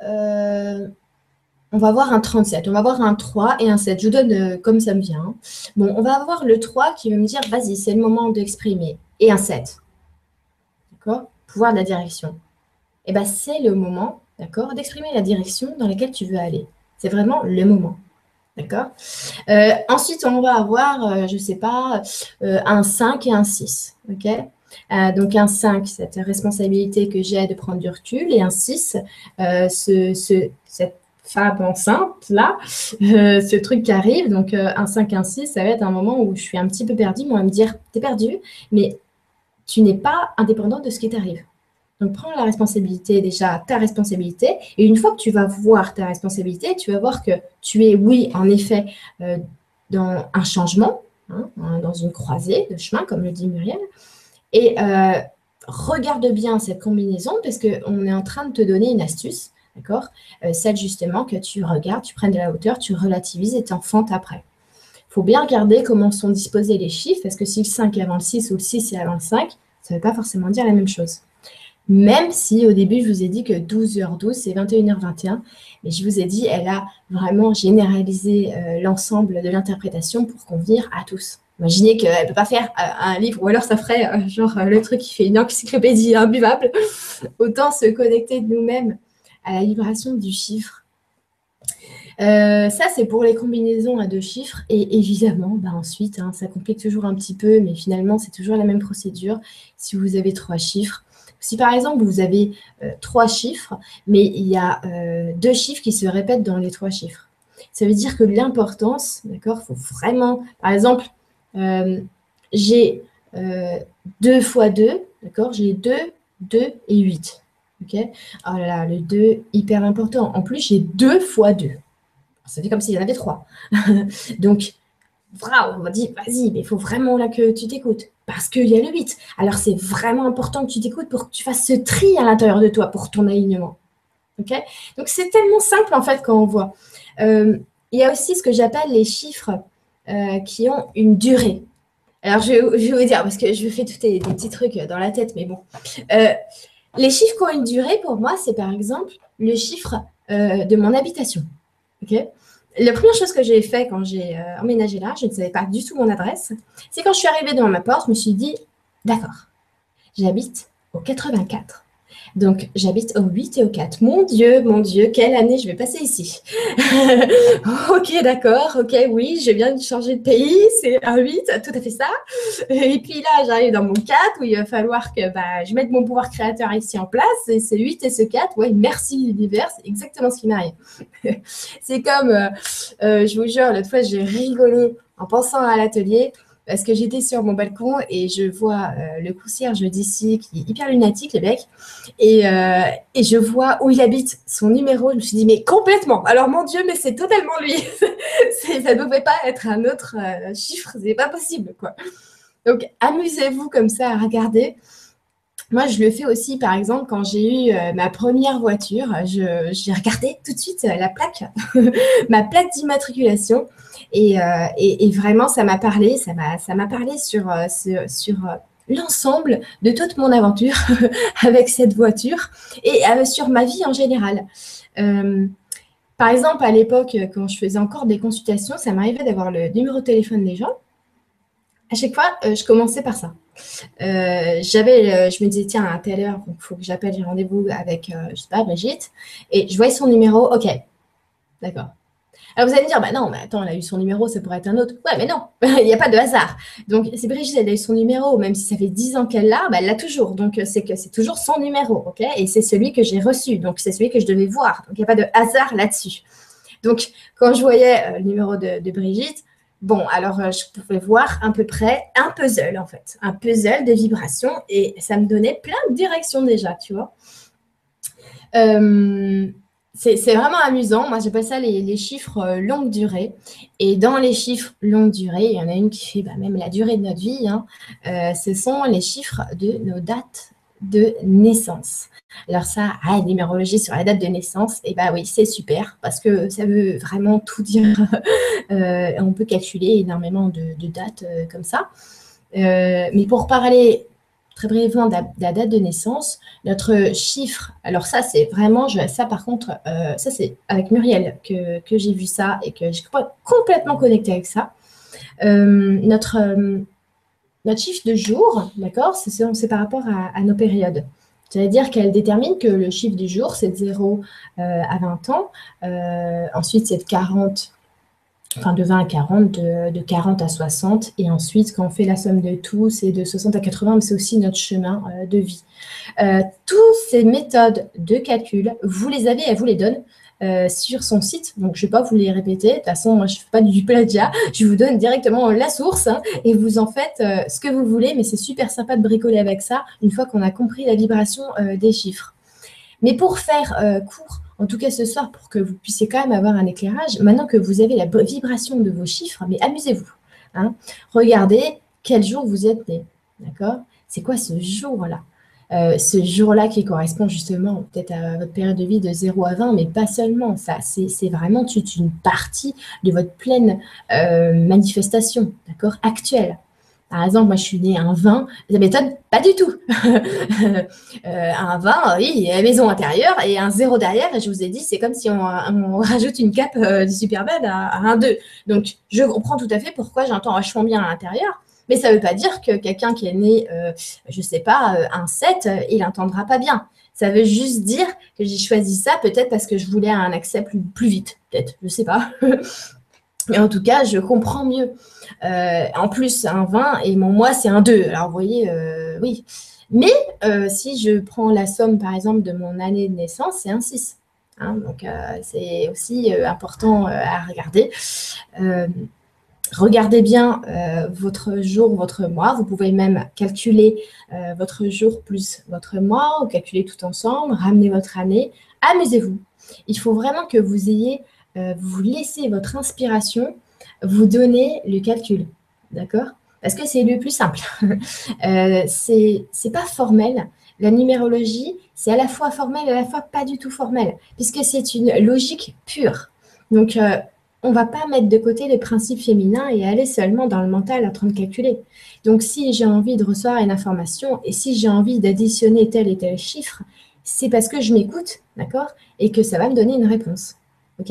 euh, on va avoir un trente-sept, on va avoir un trois et un sept. Je donne euh, comme ça me vient. Bon, on va avoir le trois qui va me dire, vas-y, c'est le moment d'exprimer. Et un sept. D'accord? Pouvoir de la direction. Et bien, c'est le moment, d'accord, d'exprimer la direction dans laquelle tu veux aller. C'est vraiment le moment. D'accord? euh, Ensuite, on va avoir, euh, je ne sais pas, euh, un cinq et un six. OK? Euh, donc, un cinq, cette responsabilité que j'ai de prendre du recul. Et un six, euh, ce, ce, cette femme enceinte, là, euh, ce truc qui arrive. Donc, euh, un cinq, un six, ça va être un moment où je suis un petit peu perdue. Mais on va me dire, t'es perdue, mais tu n'es pas indépendant de ce qui t'arrive. Donc, prends la responsabilité, déjà ta responsabilité. Et une fois que tu vas voir ta responsabilité, tu vas voir que tu es, oui, en effet, euh, dans un changement, hein, dans une croisée de chemin, comme le dit Muriel. Et euh, regarde bien cette combinaison parce qu'on est en train de te donner une astuce, d'accord? euh, Celle justement que tu regardes, tu prennes de la hauteur, tu relativises et tu enfantes après. Il faut bien regarder comment sont disposés les chiffres parce que si le cinq est avant le six ou le six est avant le cinq, ça ne veut pas forcément dire la même chose. Même si au début, je vous ai dit que douze heures douze, c'est vingt et une heures vingt et un. Mais je vous ai dit, elle a vraiment généralisé euh, l'ensemble de l'interprétation pour convenir à tous. Imaginez qu'elle ne peut pas faire euh, un livre, ou alors ça ferait euh, genre euh, le truc qui fait une encyclopédie imbuvable. Autant se connecter de nous-mêmes à la vibration du chiffre. Euh, ça, c'est pour les combinaisons à deux chiffres. Et évidemment, bah ensuite, hein, ça complique toujours un petit peu, mais finalement, c'est toujours la même procédure. Si vous avez trois chiffres, si par exemple, vous avez euh, trois chiffres, mais il y a euh, deux chiffres qui se répètent dans les trois chiffres, ça veut dire que l'importance, d'accord, il faut vraiment, par exemple, euh, j'ai euh, deux fois deux, d'accord, j'ai deux, deux et huit. Ok. Oh là là, le deux, hyper important. En plus, j'ai deux fois deux. Ça fait comme s'il y en avait trois. Donc, on va dire, vas-y, mais il faut vraiment là que tu t'écoutes. Parce qu'il y a le huit. Alors, c'est vraiment important que tu t'écoutes pour que tu fasses ce tri à l'intérieur de toi pour ton alignement. OK? Donc, c'est tellement simple, en fait, quand on voit. Euh, il y a aussi ce que j'appelle les chiffres euh, qui ont une durée. Alors, je, je vais vous dire, parce que je fais tous des, des petits trucs dans la tête, mais bon. Euh, les chiffres qui ont une durée, pour moi, c'est par exemple le chiffre euh, de mon habitation. OK? La première chose que j'ai fait quand j'ai euh, emménagé là, je ne savais pas du tout mon adresse, c'est quand je suis arrivée devant ma porte, je me suis dit, d'accord, j'habite au quatre-vingt-quatre. Donc, j'habite au huit et au quatre. Mon Dieu, mon Dieu, quelle année je vais passer ici. Ok, d'accord, ok, oui, je viens de changer de pays, c'est un huit, tout à fait ça. Et puis là, j'arrive dans mon quatre où il va falloir que bah, je mette mon pouvoir créateur ici en place. Et ce huit et ce quatre, ouais, merci l'univers, c'est exactement ce qui m'arrive. C'est comme, euh, euh, je vous jure, l'autre fois, j'ai rigolé en pensant à l'atelier parce que j'étais sur mon balcon et je vois euh, le concierge d'ici qui est hyper lunatique, le mec, et, euh, et je vois où il habite, son numéro. Je me suis dit, mais complètement. Alors, mon Dieu, mais c'est totalement lui. C'est- ça ne pouvait pas être un autre euh, chiffre, c'est pas possible, quoi. Donc, amusez-vous comme ça à regarder. Moi, je le fais aussi, par exemple, quand j'ai eu euh, ma première voiture, je- j'ai regardé tout de suite euh, la plaque, ma plaque d'immatriculation. Et, euh, et- et vraiment, ça m'a parlé, ça m'a, ça m'a parlé sur, euh, sur, sur, euh, l'ensemble de toute mon aventure avec cette voiture et euh, sur ma vie en général. Euh, Par exemple, à l'époque, quand je faisais encore des consultations, ça m'arrivait d'avoir le numéro de téléphone des gens. À chaque fois, euh, je commençais par ça. Euh, j'avais, euh, je me disais, tiens, à telle heure, il faut que j'appelle, j'ai rendez-vous avec, euh, je sais pas, Brigitte. Et je voyais son numéro, ok, d'accord. Alors vous allez me dire, bah non, mais attends, elle a eu son numéro, ça pourrait être un autre. Ouais, mais non, il n'y a pas de hasard. Donc, c'est Brigitte, elle a eu son numéro, même si ça fait dix ans qu'elle l'a, bah, elle l'a toujours. Donc, euh, c'est que c'est toujours son numéro, ok? Et c'est celui que j'ai reçu, donc c'est celui que je devais voir. Donc, il n'y a pas de hasard là-dessus. Donc, quand je voyais euh, le numéro de, de Brigitte, bon, alors euh, je pouvais voir à peu près un puzzle, en fait. Un puzzle de vibrations, et ça me donnait plein de directions déjà, tu vois. Euh, c'est c'est vraiment amusant. Moi, j'appelle ça les, les chiffres euh, longue durée. Et dans les chiffres longue durée, il y en a une qui fait bah, même la durée de notre vie, hein. Euh, ce sont les chiffres de nos dates de naissance. Alors ça, ah, numérologie sur la date de naissance, et bah oui, c'est super parce que ça veut vraiment tout dire. Euh, on peut calculer énormément de, de dates euh, comme ça. Euh, mais pour parler très brièvement de la, de la date de naissance, notre chiffre, alors ça c'est vraiment, je, ça par contre, euh, ça c'est avec Muriel que, que j'ai vu ça et que je suis complètement connectée avec ça. Euh, notre, euh, notre chiffre de jour, d'accord, c'est c'est par rapport à, à nos périodes. C'est-à-dire qu'elle détermine que le chiffre du jour, c'est de zéro euh, à vingt ans. Euh, ensuite, c'est de quarante enfin de vingt à quarante, de, de quarante à soixante. Et ensuite, quand on fait la somme de tout, c'est de soixante à quatre-vingts, mais c'est aussi notre chemin euh, de vie. Euh, toutes ces méthodes de calcul, vous les avez, elle vous les donne euh, sur son site. Donc, je ne vais pas vous les répéter. De toute façon, moi, je ne fais pas du plagiat. Je vous donne directement la source hein, et vous en faites euh, ce que vous voulez. Mais c'est super sympa de bricoler avec ça une fois qu'on a compris la vibration euh, des chiffres. Mais pour faire euh, court, en tout cas ce soir, pour que vous puissiez quand même avoir un éclairage, maintenant que vous avez la vibration de vos chiffres, mais amusez-vous. Hein. Regardez quel jour vous êtes né. D'accord? C'est quoi ce jour-là? Euh, ce jour-là qui correspond justement peut-être à votre période de vie de zéro à vingt, mais pas seulement ça. C'est vraiment toute une partie de votre pleine euh, manifestation, d'accord, actuelle. Par exemple, moi, je suis née un vingt, ça m'étonne pas du tout. euh, un vingt, oui, il y a la maison intérieure et un zéro derrière. Et je vous ai dit, c'est comme si on, on rajoute une cape euh, du Superman à, à un deux. Donc, je comprends tout à fait pourquoi j'entends vachement bien à l'intérieur. Mais ça ne veut pas dire que quelqu'un qui est né, euh, je ne sais pas, euh, un sept, euh, il n'entendra pas bien. Ça veut juste dire que j'ai choisi ça peut-être parce que je voulais un accès plus, plus vite. Peut-être, je ne sais pas. Mais en tout cas, je comprends mieux. Euh, en plus, un vingt et mon mois, c'est un deux. Alors, vous voyez, euh, oui. Mais euh, si je prends la somme, par exemple, de mon année de naissance, c'est un six. Hein, donc, euh, c'est aussi euh, important euh, à regarder. Euh, regardez bien euh, votre jour, votre mois. Vous pouvez même calculer euh, votre jour plus votre mois ou calculer tout ensemble, ramener votre année. Amusez-vous. Il faut vraiment que vous ayez, euh, vous laissez votre inspiration vous donner le calcul. D'accord? Parce que c'est le plus simple. euh, c'est c'est pas formel. La numérologie, c'est à la fois formel et à la fois pas du tout formel, puisque c'est une logique pure. Donc, euh, on ne va pas mettre de côté les principes féminins et aller seulement dans le mental en train de calculer. Donc, si j'ai envie de recevoir une information et si j'ai envie d'additionner tel et tel chiffre, c'est parce que je m'écoute, d'accord? Et que ça va me donner une réponse. OK?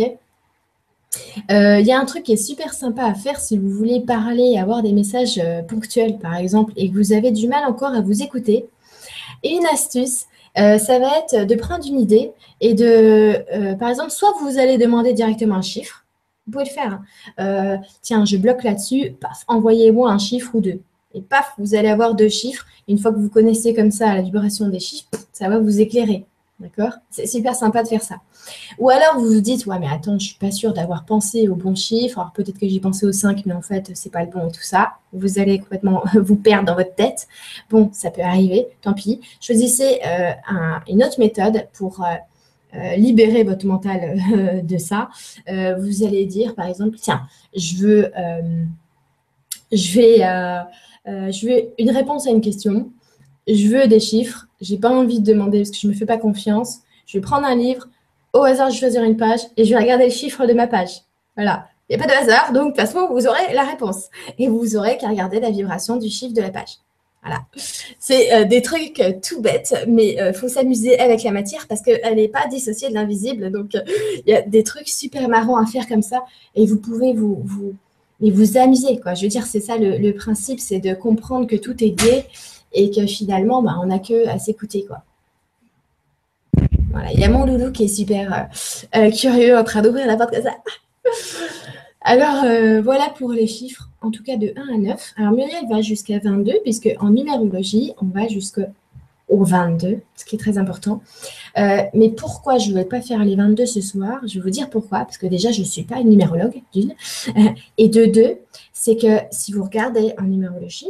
Il euh, y a un truc qui est super sympa à faire si vous voulez parler, avoir des messages euh, ponctuels, par exemple, et que vous avez du mal encore à vous écouter. Et une astuce, Euh, ça va être de prendre une idée et de, euh, par exemple, soit vous allez demander directement un chiffre. Vous pouvez le faire, hein. Euh, tiens, je bloque là-dessus, paf, envoyez-moi un chiffre ou deux. Et paf, vous allez avoir deux chiffres. Une fois que vous connaissez comme ça la vibration des chiffres, ça va vous éclairer. D'accord? C'est super sympa de faire ça. Ou alors vous vous dites, ouais, mais attends, je ne suis pas sûre d'avoir pensé au bon chiffre. Alors peut-être que j'ai pensé au cinq, mais en fait, c'est pas le bon et tout ça. Vous allez complètement vous perdre dans votre tête. Bon, ça peut arriver, tant pis. Choisissez euh, un- une autre méthode pour euh, euh, libérer votre mental euh, de ça. Euh, vous allez dire, par exemple, tiens, je veux, euh, je vais, euh, euh, je veux une réponse à une question. Je veux des chiffres. J'ai pas envie de demander parce que je me fais pas confiance. Je vais prendre un livre. Au hasard, je vais choisir une page et je vais regarder le chiffre de ma page. Voilà. Il n'y a pas de hasard, donc de toute façon, vous aurez la réponse. Et vous aurez qu'à regarder la vibration du chiffre de la page. Voilà. C'est euh, des trucs euh, tout bêtes, mais il euh, faut s'amuser avec la matière parce qu'elle n'est pas dissociée de l'invisible. Donc, il euh, y a des trucs super marrants à faire comme ça et vous pouvez vous, vous, et vous amuser, quoi. Je veux dire, c'est ça le, le principe, c'est de comprendre que tout est gai et que finalement, bah, on n'a que à s'écouter, quoi. Voilà, il y a mon loulou qui est super euh, euh, curieux en train d'ouvrir la porte comme ça. Alors, euh, voilà pour les chiffres, en tout cas de un à neuf. Alors, Muriel va jusqu'à vingt-deux, puisque en numérologie, on va jusqu'au vingt-deux, ce qui est très important. Euh, mais pourquoi je ne vais pas faire les vingt-deux ce soir? Je vais vous dire pourquoi. Parce que déjà, je ne suis pas une numérologue, d'une. Et de deux, c'est que si vous regardez en numérologie,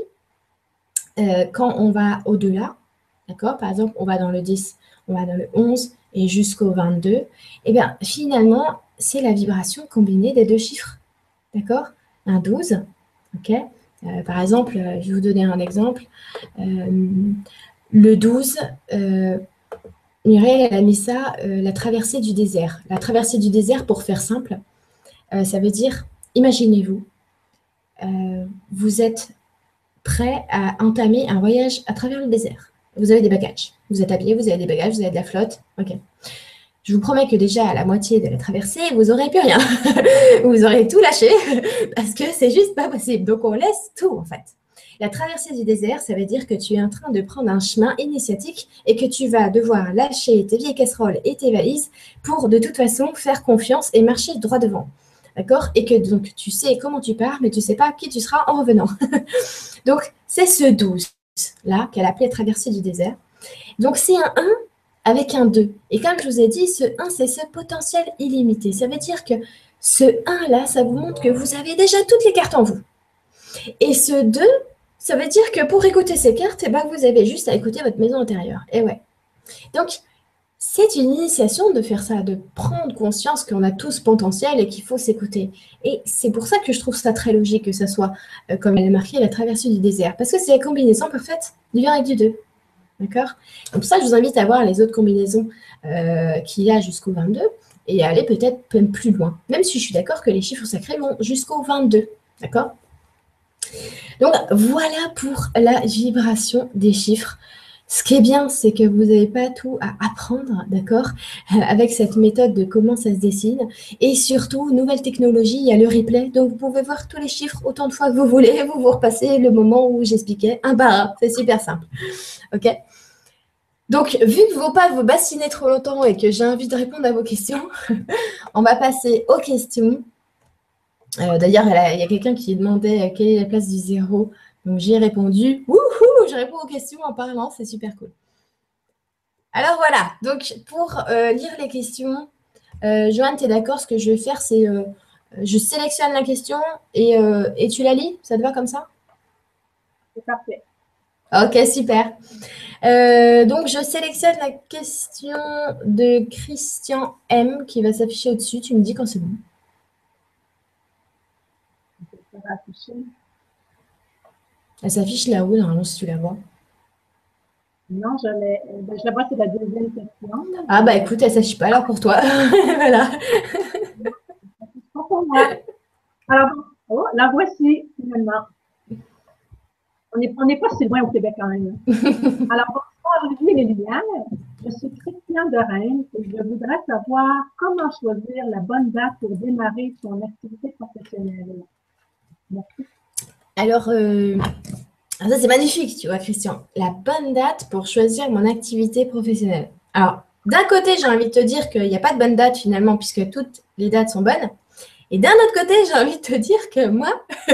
euh, quand on va au-delà, d'accord, par exemple, on va dans le dix, on va dans le onze et jusqu'au vingt-deux, et bien finalement, c'est la vibration combinée des deux chiffres, d'accord? Un douze, ok? Euh, par exemple, euh, je vais vous donner un exemple. Euh, le douze, euh, Muriel, elle a mis ça, euh, la traversée du désert. La traversée du désert, pour faire simple, euh, ça veut dire, imaginez-vous, euh, vous êtes prêt à entamer un voyage à travers le désert. Vous avez des bagages. Vous êtes habillé, vous avez des bagages, vous avez de la flotte. Ok. Je vous promets que déjà à la moitié de la traversée, vous n'aurez plus rien. Vous aurez tout lâché parce que c'est juste pas possible. Donc on laisse tout en fait. La traversée du désert, ça veut dire que tu es en train de prendre un chemin initiatique et que tu vas devoir lâcher tes vieilles casseroles et tes valises pour de toute façon faire confiance et marcher droit devant. D'accord? Et que donc tu sais comment tu pars, mais tu ne sais pas qui tu seras en revenant. Donc c'est ce douze là qu'elle appelait traversée du désert. Donc c'est un un avec un deux. Et comme je vous ai dit, ce un, c'est ce potentiel illimité. Ça veut dire que ce un là, ça vous montre que vous avez déjà toutes les cartes en vous. Et ce deux, ça veut dire que pour écouter ces cartes, eh ben, vous avez juste à écouter votre maison intérieure. Et ouais. Donc, c'est une initiation de faire ça, de prendre conscience qu'on a tous potentiel et qu'il faut s'écouter. Et c'est pour ça que je trouve ça très logique que ça soit, euh, comme elle a marqué, la traversée du désert. Parce que c'est la combinaison parfaite du un et du deux. D'accord? Donc, pour ça, je vous invite à voir les autres combinaisons euh, qu'il y a jusqu'au vingt-deux et à aller peut-être même plus loin. Même si je suis d'accord que les chiffres sacrés vont jusqu'au vingt-deux. D'accord? Donc, voilà pour la vibration des chiffres. Ce qui est bien, c'est que vous n'avez pas tout à apprendre, d'accord, euh, avec cette méthode de comment ça se dessine. Et surtout, nouvelle technologie, il y a le replay. Donc, vous pouvez voir tous les chiffres autant de fois que vous voulez. Vous vous repassez le moment où j'expliquais un par un. C'est super simple. OK? Donc, vu que vous ne pas vous bassiner trop longtemps et que j'ai envie de répondre à vos questions, on va passer aux questions. Euh, D'ailleurs, il y a quelqu'un qui demandait quelle est la place du zéro. Donc, j'ai répondu. Wouhou, je réponds aux questions en parlant, c'est super cool. Alors voilà, donc pour euh, lire les questions, euh, Joanne, tu es d'accord? Ce que je vais faire, c'est euh, je sélectionne la question et, euh, et tu la lis? Ça te va comme ça? C'est parfait. Ok, super. Euh, donc, je sélectionne la question de Christian M qui va s'afficher au-dessus. Tu me dis quand c'est bon. Ça va afficher. Elle s'affiche là-haut, normalement, si tu la vois. Non, je, l'ai, ben, je la vois, c'est la deuxième question. Ah bah écoute, elle s'affiche pas alors pour toi. Voilà. C'est pas pour moi. Alors, oh, la voici, finalement. On n'est on n'est pas si loin au Québec quand même. Alors, bonsoir Olivier et Liliane. Je suis Christiane de Rennes et je voudrais savoir comment choisir la bonne date pour démarrer son activité professionnelle. Merci. Alors, euh, Ah, ça, c'est magnifique, tu vois, Christian. La bonne date pour choisir mon activité professionnelle. Alors, d'un côté, j'ai envie de te dire qu'il n'y a pas de bonne date finalement, puisque toutes les dates sont bonnes. Et d'un autre côté, j'ai envie de te dire que moi,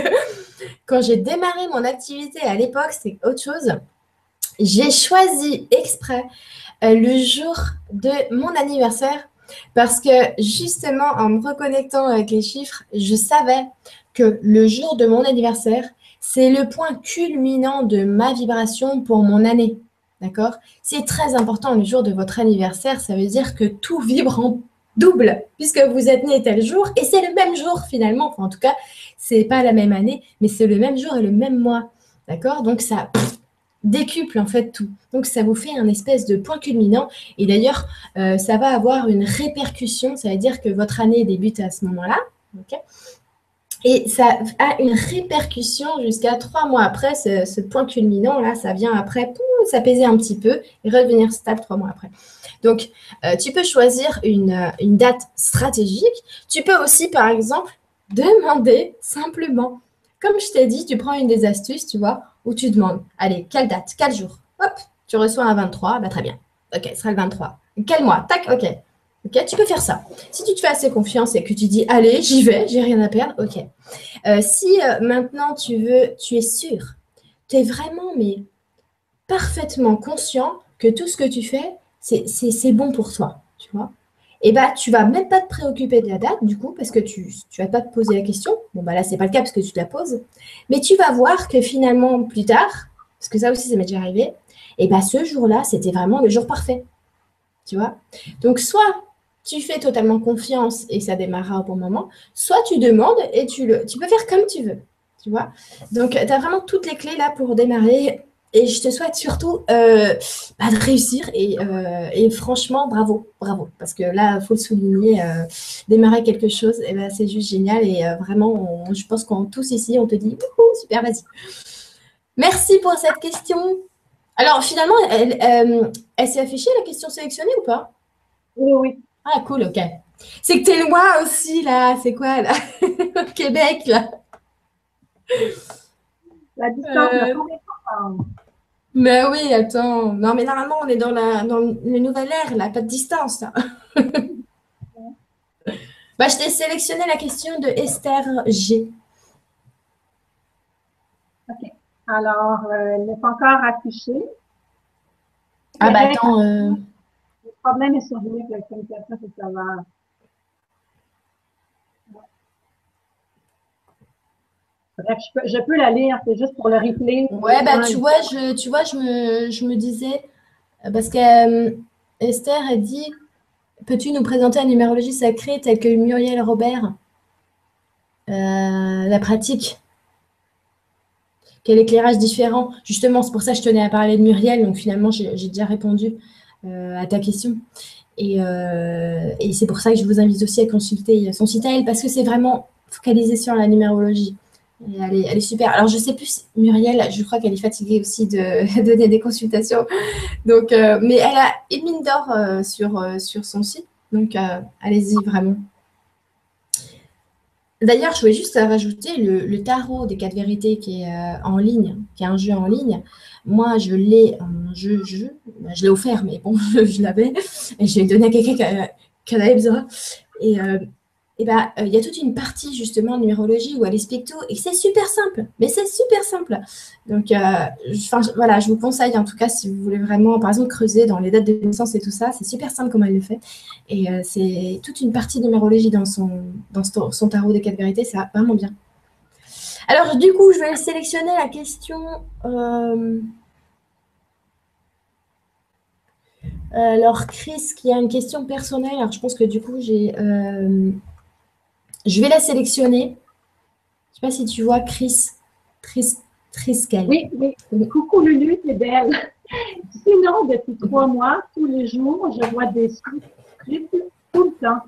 quand j'ai démarré mon activité à l'époque, c'est autre chose. J'ai choisi exprès euh, le jour de mon anniversaire parce que justement, en me reconnectant avec les chiffres, je savais que le jour de mon anniversaire, c'est le point culminant de ma vibration pour mon année. D'accord? C'est très important le jour de votre anniversaire, ça veut dire que tout vibre en double puisque vous êtes né tel jour et c'est le même jour finalement. Enfin, en tout cas, c'est pas la même année, mais c'est le même jour et le même mois. D'accord? Donc ça décuple en fait tout. Donc ça vous fait un espèce de point culminant et d'ailleurs euh, ça va avoir une répercussion, ça veut dire que votre année débute à ce moment-là, okay, et ça a une répercussion jusqu'à trois mois après, ce, ce point culminant là, ça vient après, poum, s'apaiser un petit peu et redevenir stable trois mois après. Donc euh, tu peux choisir une, une date stratégique, tu peux aussi par exemple demander simplement, comme je t'ai dit, tu prends une des astuces, tu vois, où tu demandes, allez, quelle date, quel jour? Hop, tu reçois un vingt-trois, bah très bien. Ok, ce sera le vingt-trois. Quel mois? Tac, ok. Ok, tu peux faire ça. Si tu te fais assez confiance et que tu dis, allez, j'y vais, j'ai rien à perdre, ok. Euh, si euh, maintenant tu veux, tu es sûr, tu es vraiment, mais parfaitement conscient que tout ce que tu fais, c'est bon pour toi, tu vois. Et bah, tu vas même pas te préoccuper de la date, du coup, parce que tu ne vas pas te poser la question. Bon, bah là, c'est pas le cas parce que tu te la poses. Mais tu vas voir que finalement, plus tard, parce que ça aussi, ça m'est déjà arrivé, et bah, ce jour-là, c'était vraiment le jour parfait, tu vois. Donc, soit tu fais totalement confiance et ça démarrera au bon moment, soit tu demandes et tu, le, tu peux faire comme tu veux, tu vois. Donc, tu as vraiment toutes les clés là pour démarrer. Et je te souhaite surtout euh, bah, de réussir et, euh, et, franchement, bravo, bravo. Parce que là, il faut le souligner, euh, démarrer quelque chose, eh ben, c'est juste génial. Et euh, vraiment, on, je pense qu'on tous ici, on te dit, super, vas-y. Merci pour cette question. Alors, finalement, elle, euh, elle s'est affichée, la question sélectionnée ou pas? Oui, oui. Ah, cool, ok. C'est que t'es loin aussi, là. C'est quoi, là? Au Québec, là. La distance, euh... de combien de temps? Mais oui, attends. Non, mais normalement, on est dans, la, dans le nouvel ère, là, pas de distance, là. Bah, je t'ai sélectionné la question de Esther G. OK. Alors, euh, elle n'est pas encore affichée. Ah, bah attends. Euh... Le problème est survenu avec la communication sur le serveur. Bref, je peux, je peux la lire, c'est juste pour le replay. Ouais, bah tu vois, je, tu vois, je me, je me disais, parce que euh, Esther a dit, peux-tu nous présenter un numérologie sacrée tel que Muriel Robert euh, la pratique? Quel éclairage différent? Justement, c'est pour ça que je tenais à parler de Muriel, donc finalement, j'ai déjà répondu euh, à ta question. Et, euh, et c'est pour ça que je vous invite aussi à consulter son site à elle, parce que c'est vraiment focalisé sur la numérologie. Et elle, est, elle est super. Alors, je sais plus, Muriel, je crois qu'elle est fatiguée aussi de donner des consultations. Donc, euh, mais elle a une mine d'or euh, sur, euh, sur son site. Donc, euh, allez-y, vraiment. D'ailleurs, je voulais juste rajouter le, le tarot des quatre vérités qui est euh, en ligne, qui est un jeu en ligne. Moi, je l'ai en jeu, jeu. Je l'ai offert, mais bon, je, je l'avais. Et je l'ai donné à quelqu'un qui, qui en avait besoin. Et, euh, et ben, il y a toute une partie, justement, en numérologie où elle explique tout. Et c'est super simple. Mais c'est super simple. Donc, euh, je, voilà, je vous conseille, en tout cas, si vous voulez vraiment, par exemple, creuser dans les dates de naissance et tout ça, c'est super simple comment elle le fait. Et euh, c'est toute une partie de numérologie dans son, dans son tarot des quatre vérités, ça va vraiment bien. Alors, du coup, je vais sélectionner la question. Euh... Alors, Chris, qui a une question personnelle. Alors, je pense que du coup, j'ai. Euh... Je vais la sélectionner. Je ne sais pas si tu vois Chris. Tris... Triskel. Oui, oui. Coucou Lulu, c'est belle. Sinon, depuis trois mois, tous les jours, je vois des scripts tout le temps.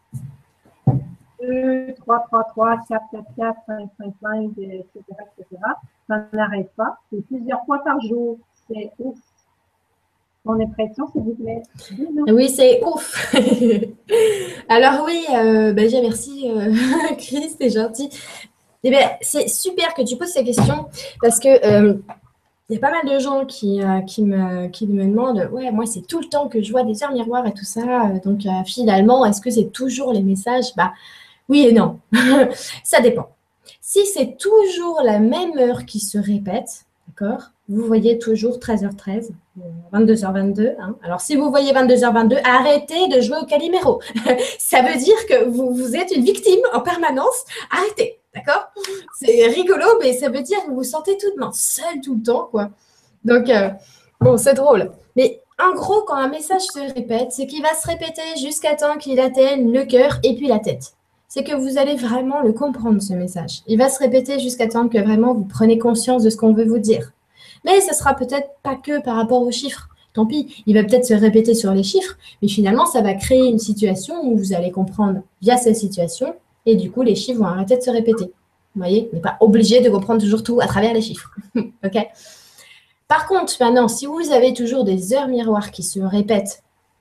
deux, trois, trois, trois, quatre, quatre, quatre, cinq, cinq, cinq, et cetera, et cetera. Ça n'arrête pas. C'est plusieurs fois par jour. C'est ouf. Mon impression, s'il vous plaît. Oui, c'est ouf. Alors oui, euh, ben, déjà merci euh, Chris, c'est gentil. Eh bien, c'est super que tu poses ces questions parce que euh, il y a pas mal de gens qui, euh, qui, me, qui me demandent, ouais, moi, c'est tout le temps que je vois des heures miroirs et tout ça. euh, Donc, euh, finalement, est-ce que c'est toujours les messages? Bah, oui et non. Ça dépend. Si c'est toujours la même heure qui se répète, d'accord? Vous voyez toujours treize heures treize, vingt-deux heures vingt-deux. Hein. Alors, si vous voyez vingt-deux heures vingt-deux, arrêtez de jouer au Calimero. Ça veut dire que vous, vous êtes une victime en permanence. Arrêtez, d'accord? C'est rigolo, mais ça veut dire que vous vous sentez tout de même seul tout le temps, quoi. Donc, euh, bon, c'est drôle. Mais en gros, quand un message se répète, c'est qu'il va se répéter jusqu'à temps qu'il atteigne le cœur et puis la tête. C'est que vous allez vraiment le comprendre, ce message. Il va se répéter jusqu'à temps que vraiment vous prenez conscience de ce qu'on veut vous dire. Mais ce sera peut-être pas que par rapport aux chiffres. Tant pis, il va peut-être se répéter sur les chiffres, mais finalement, ça va créer une situation où vous allez comprendre via cette situation, et du coup, les chiffres vont arrêter de se répéter. Vous voyez, on n'est pas obligé de comprendre toujours tout à travers les chiffres. OK? Par contre, maintenant, si vous avez toujours des heures miroirs qui se répètent,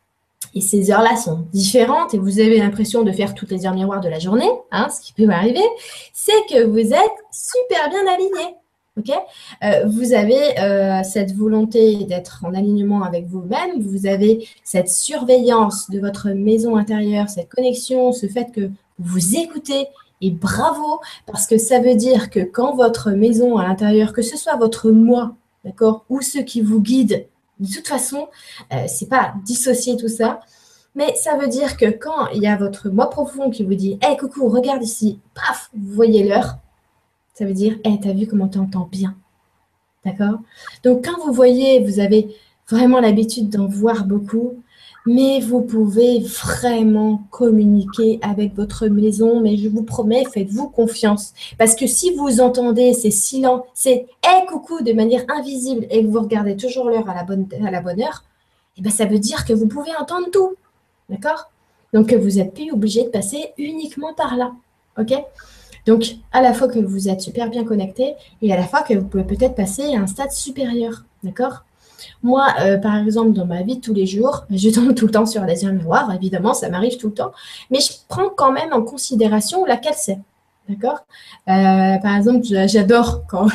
et ces heures-là sont différentes, et vous avez l'impression de faire toutes les heures miroirs de la journée, hein, ce qui peut arriver, c'est que vous êtes super bien aligné. Okay, euh, vous avez euh, cette volonté d'être en alignement avec vous-même, vous avez cette surveillance de votre maison intérieure, cette connexion, ce fait que vous vous écoutez, et bravo, parce que ça veut dire que quand votre maison à l'intérieur, que ce soit votre moi, d'accord, ou ceux qui vous guident, de toute façon, euh, c'est pas dissocier tout ça, mais ça veut dire que quand il y a votre moi profond qui vous dit « Hey, coucou, regarde ici », paf, vous voyez l'heure, ça veut dire « Hey, t'as vu comment t'entends bien ?» D'accord? Donc, quand vous voyez, vous avez vraiment l'habitude d'en voir beaucoup, mais vous pouvez vraiment communiquer avec votre maison, mais je vous promets, faites-vous confiance. Parce que si vous entendez ces silences, c'est « Hey, coucou » de manière invisible et que vous regardez toujours l'heure à la bonne, à la bonne heure, eh ben, ça veut dire que vous pouvez entendre tout. D'accord? Donc, vous n'êtes plus obligé de passer uniquement par là. OK? Donc, à la fois que vous êtes super bien connecté et à la fois que vous pouvez peut-être passer à un stade supérieur. D'accord? Moi, euh, par exemple, dans ma vie de tous les jours, je tombe tout le temps sur les yeux miroirs. Évidemment, ça m'arrive tout le temps. Mais je prends quand même en considération laquelle c'est. D'accord? euh, Par exemple, j'adore quand,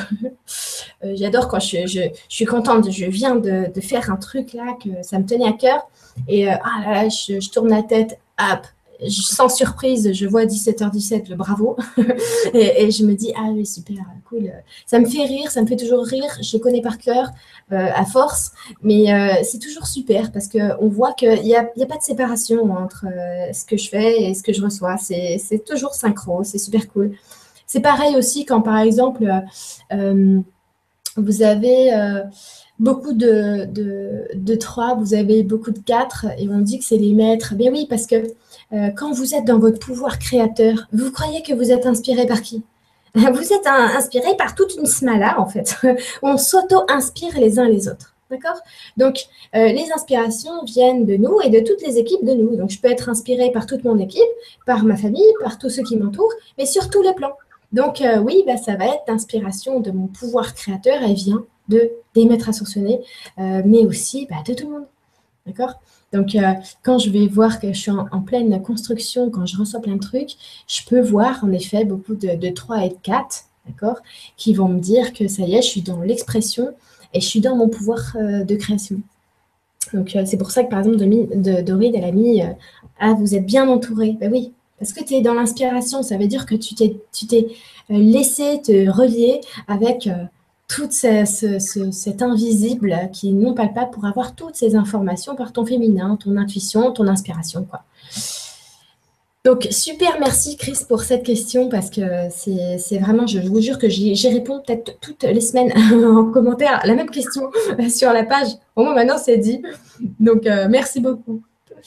euh, j'adore quand je, je, je suis contente. Je viens de, de faire un truc là que ça me tenait à cœur. Et euh, ah là là, je, je tourne la tête. Hop, sans surprise, je vois dix-sept heures dix-sept, le bravo. et, et je me dis, ah oui, super, cool. Ça me fait rire, ça me fait toujours rire. Je le connais par cœur, euh, à force. Mais euh, c'est toujours super parce qu'on voit qu'il n'y a, y a pas de séparation entre euh, ce que je fais et ce que je reçois. C'est toujours synchro, c'est super cool. C'est pareil aussi quand, par exemple, euh, vous avez euh, beaucoup de, de, de trois, vous avez beaucoup de quatre, et on dit que c'est les maîtres. Bien oui, parce que euh, quand vous êtes dans votre pouvoir créateur, vous croyez que vous êtes inspiré par qui? Vous êtes un, inspiré par toute une smala, en fait. On s'auto-inspire les uns les autres. D'accord? Donc, euh, les inspirations viennent de nous et de toutes les équipes de nous. Donc, je peux être inspirée par toute mon équipe, par ma famille, par tous ceux qui m'entourent, mais sur tous les plans. Donc, euh, oui, bah, ça va être l'inspiration de mon pouvoir créateur. Elle vient de, des maîtres ascensionnés, euh, mais aussi bah, de tout le monde. D'accord? Donc, euh, quand je vais voir que je suis en, en pleine construction, quand je reçois plein de trucs, je peux voir en effet beaucoup de, de trois et de quatre, d'accord, qui vont me dire que ça y est, je suis dans l'expression et je suis dans mon pouvoir euh, de création. Donc, euh, c'est pour ça que, par exemple, de, Doride, elle a mis euh, Ah, vous êtes bien entouré. Ben oui, parce que tu es dans l'inspiration. Ça veut dire que tu t'es euh, laissé te relier avec euh, tout ce, ce, ce, cet invisible qui est non palpable pour avoir toutes ces informations par ton féminin, ton intuition, ton inspiration, quoi. Donc, super merci Chris pour cette question parce que c'est vraiment, je vous jure que j'y réponds peut-être toutes les semaines en commentaire la même question sur la page. Au moins maintenant c'est dit. Donc, euh, merci beaucoup.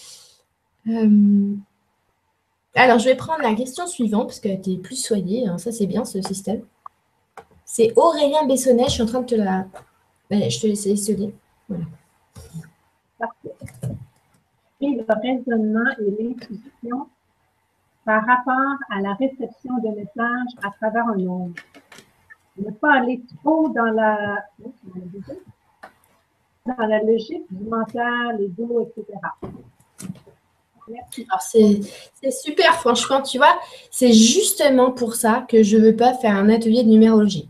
Euh, alors, je vais prendre la question suivante parce qu'elle était plus soignée. Hein, ça, c'est bien ce système. C'est Aurélien Bessonnet. Je suis en train de te la... Allez, je te laisse essayer. Voilà. Parfait. Et le raisonnement et l'intuition par rapport à la réception de messages à travers un monde. Ne pas aller trop dans la, dans la logique du mental, l'ego, et cetera. Alors, c'est super, franchement, tu vois, c'est justement pour ça que je ne veux pas faire un atelier de numérologie.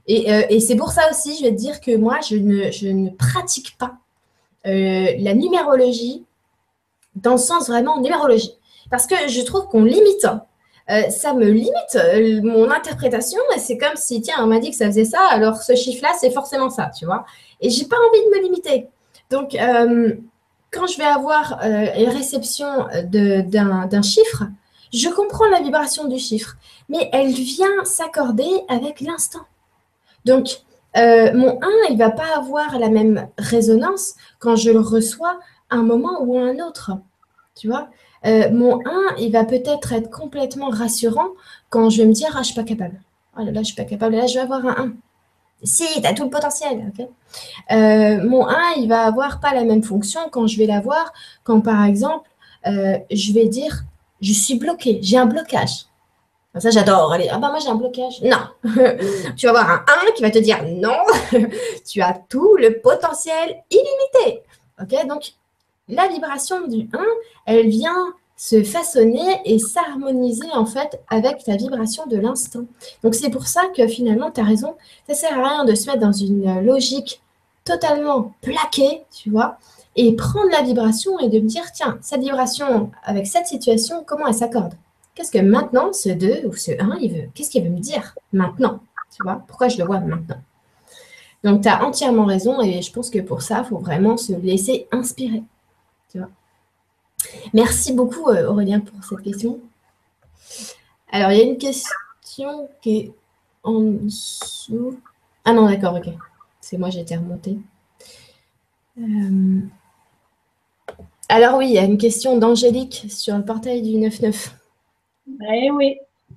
Et, euh, et c'est pour ça aussi, je vais te dire que moi, je ne, je ne pratique pas euh, la numérologie dans le sens vraiment numérologie. Parce que je trouve qu'on limite. Euh, ça me limite euh, mon interprétation et c'est comme si, tiens, on m'a dit que ça faisait ça, alors ce chiffre-là, c'est forcément ça, tu vois. Et j'ai pas envie de me limiter. Donc, euh, quand je vais avoir euh, une réception d'un chiffre, je comprends la vibration du chiffre, mais elle vient s'accorder avec l'instant. Donc, euh, mon un, il ne va pas avoir la même résonance quand je le reçois à un moment ou à un autre. Tu vois, euh, mon un, il va peut-être être complètement rassurant quand je vais me dire, ah, je ne suis pas capable. Oh là là, je ne suis pas capable. Là, je vais avoir un un. Si, tu as tout le potentiel. Okay, euh, mon un, il va avoir pas la même fonction quand je vais l'avoir, quand par exemple, euh, je vais dire, je suis bloqué, j'ai un blocage. Ça, j'adore. Allez, ah bah moi j'ai un blocage. Non. Tu vas avoir un un qui va te dire non, tu as tout le potentiel illimité. Ok, donc la vibration du un, elle vient se façonner et s'harmoniser en fait avec ta vibration de l'instant. Donc c'est pour ça que finalement, tu as raison, ça sert à rien de se mettre dans une logique totalement plaquée, tu vois, et prendre la vibration et de me dire, tiens, cette vibration avec cette situation, comment elle s'accorde? Qu'est-ce que maintenant, ce deux ou ce un, il veut, qu'est-ce qu'il veut me dire maintenant? Tu vois, pourquoi je le vois maintenant? Donc, tu as entièrement raison et je pense que pour ça, il faut vraiment se laisser inspirer. Tu vois. Merci beaucoup, euh, Aurélien, pour cette question. Alors, il y a une question qui est en dessous. Ah non, d'accord, ok. C'est moi, j'ai été remontée. Euh... Alors oui, il y a une question d'Angélique sur le portail du neuf neuf. Eh oui.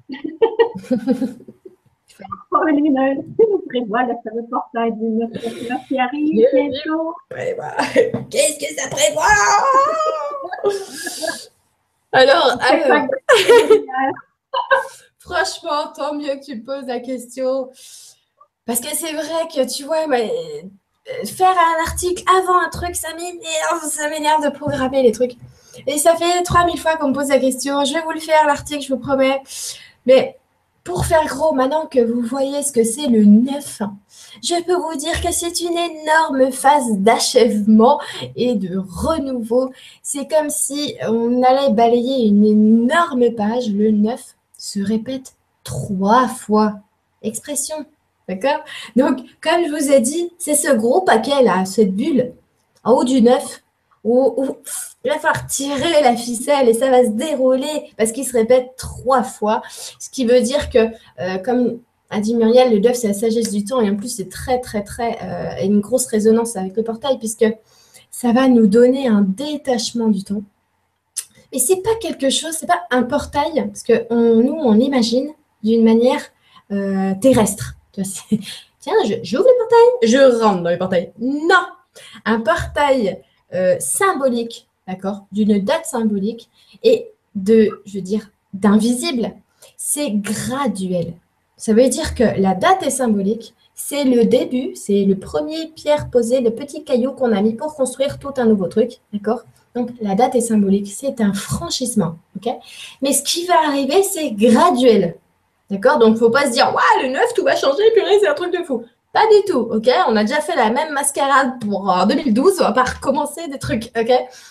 Pauline, on prévoit le fameux portail du neuf neuf qui arrive bientôt. Qu'est-ce que ça prévoit? Alors, alors franchement, tant mieux que tu poses la question. Parce que c'est vrai que, tu vois, mais, faire un article avant un truc, ça m'énerve, ça m'énerve de programmer les trucs. Et ça fait trois mille fois qu'on me pose la question. Je vais vous le faire, l'article, je vous promets. Mais pour faire gros, maintenant que vous voyez ce que c'est le neuf, je peux vous dire que c'est une énorme phase d'achèvement et de renouveau. C'est comme si on allait balayer une énorme page. Le neuf se répète trois fois. Expression. D'accord? Donc, comme je vous ai dit, c'est ce gros paquet là, cette bulle, en haut du neuf, où, où il va falloir tirer la ficelle et ça va se dérouler parce qu'il se répète trois fois. Ce qui veut dire que, euh, comme a dit Muriel, le neuf, c'est la sagesse du temps et en plus, c'est très, très, très, euh, une grosse résonance avec le portail puisque ça va nous donner un détachement du temps. Et c'est pas quelque chose, c'est pas un portail, parce que on, nous, on imagine d'une manière euh, terrestre. Tiens, j'ouvre le portail, je rentre dans le portail. Non, un portail euh, symbolique, d'accord, d'une date symbolique et de, je veux dire, d'invisible, c'est graduel. Ça veut dire que la date est symbolique, c'est le début, c'est le premier pierre posée, le petit caillou qu'on a mis pour construire tout un nouveau truc, d'accord? Donc, la date est symbolique, c'est un franchissement, ok? Mais ce qui va arriver, c'est graduel. D'accord? Donc, il ne faut pas se dire, ouais, le neuf, tout va changer, purée, c'est un truc de fou. Pas du tout, ok? On a déjà fait la même mascarade pour euh, deux mille douze, on va pas recommencer des trucs, ok?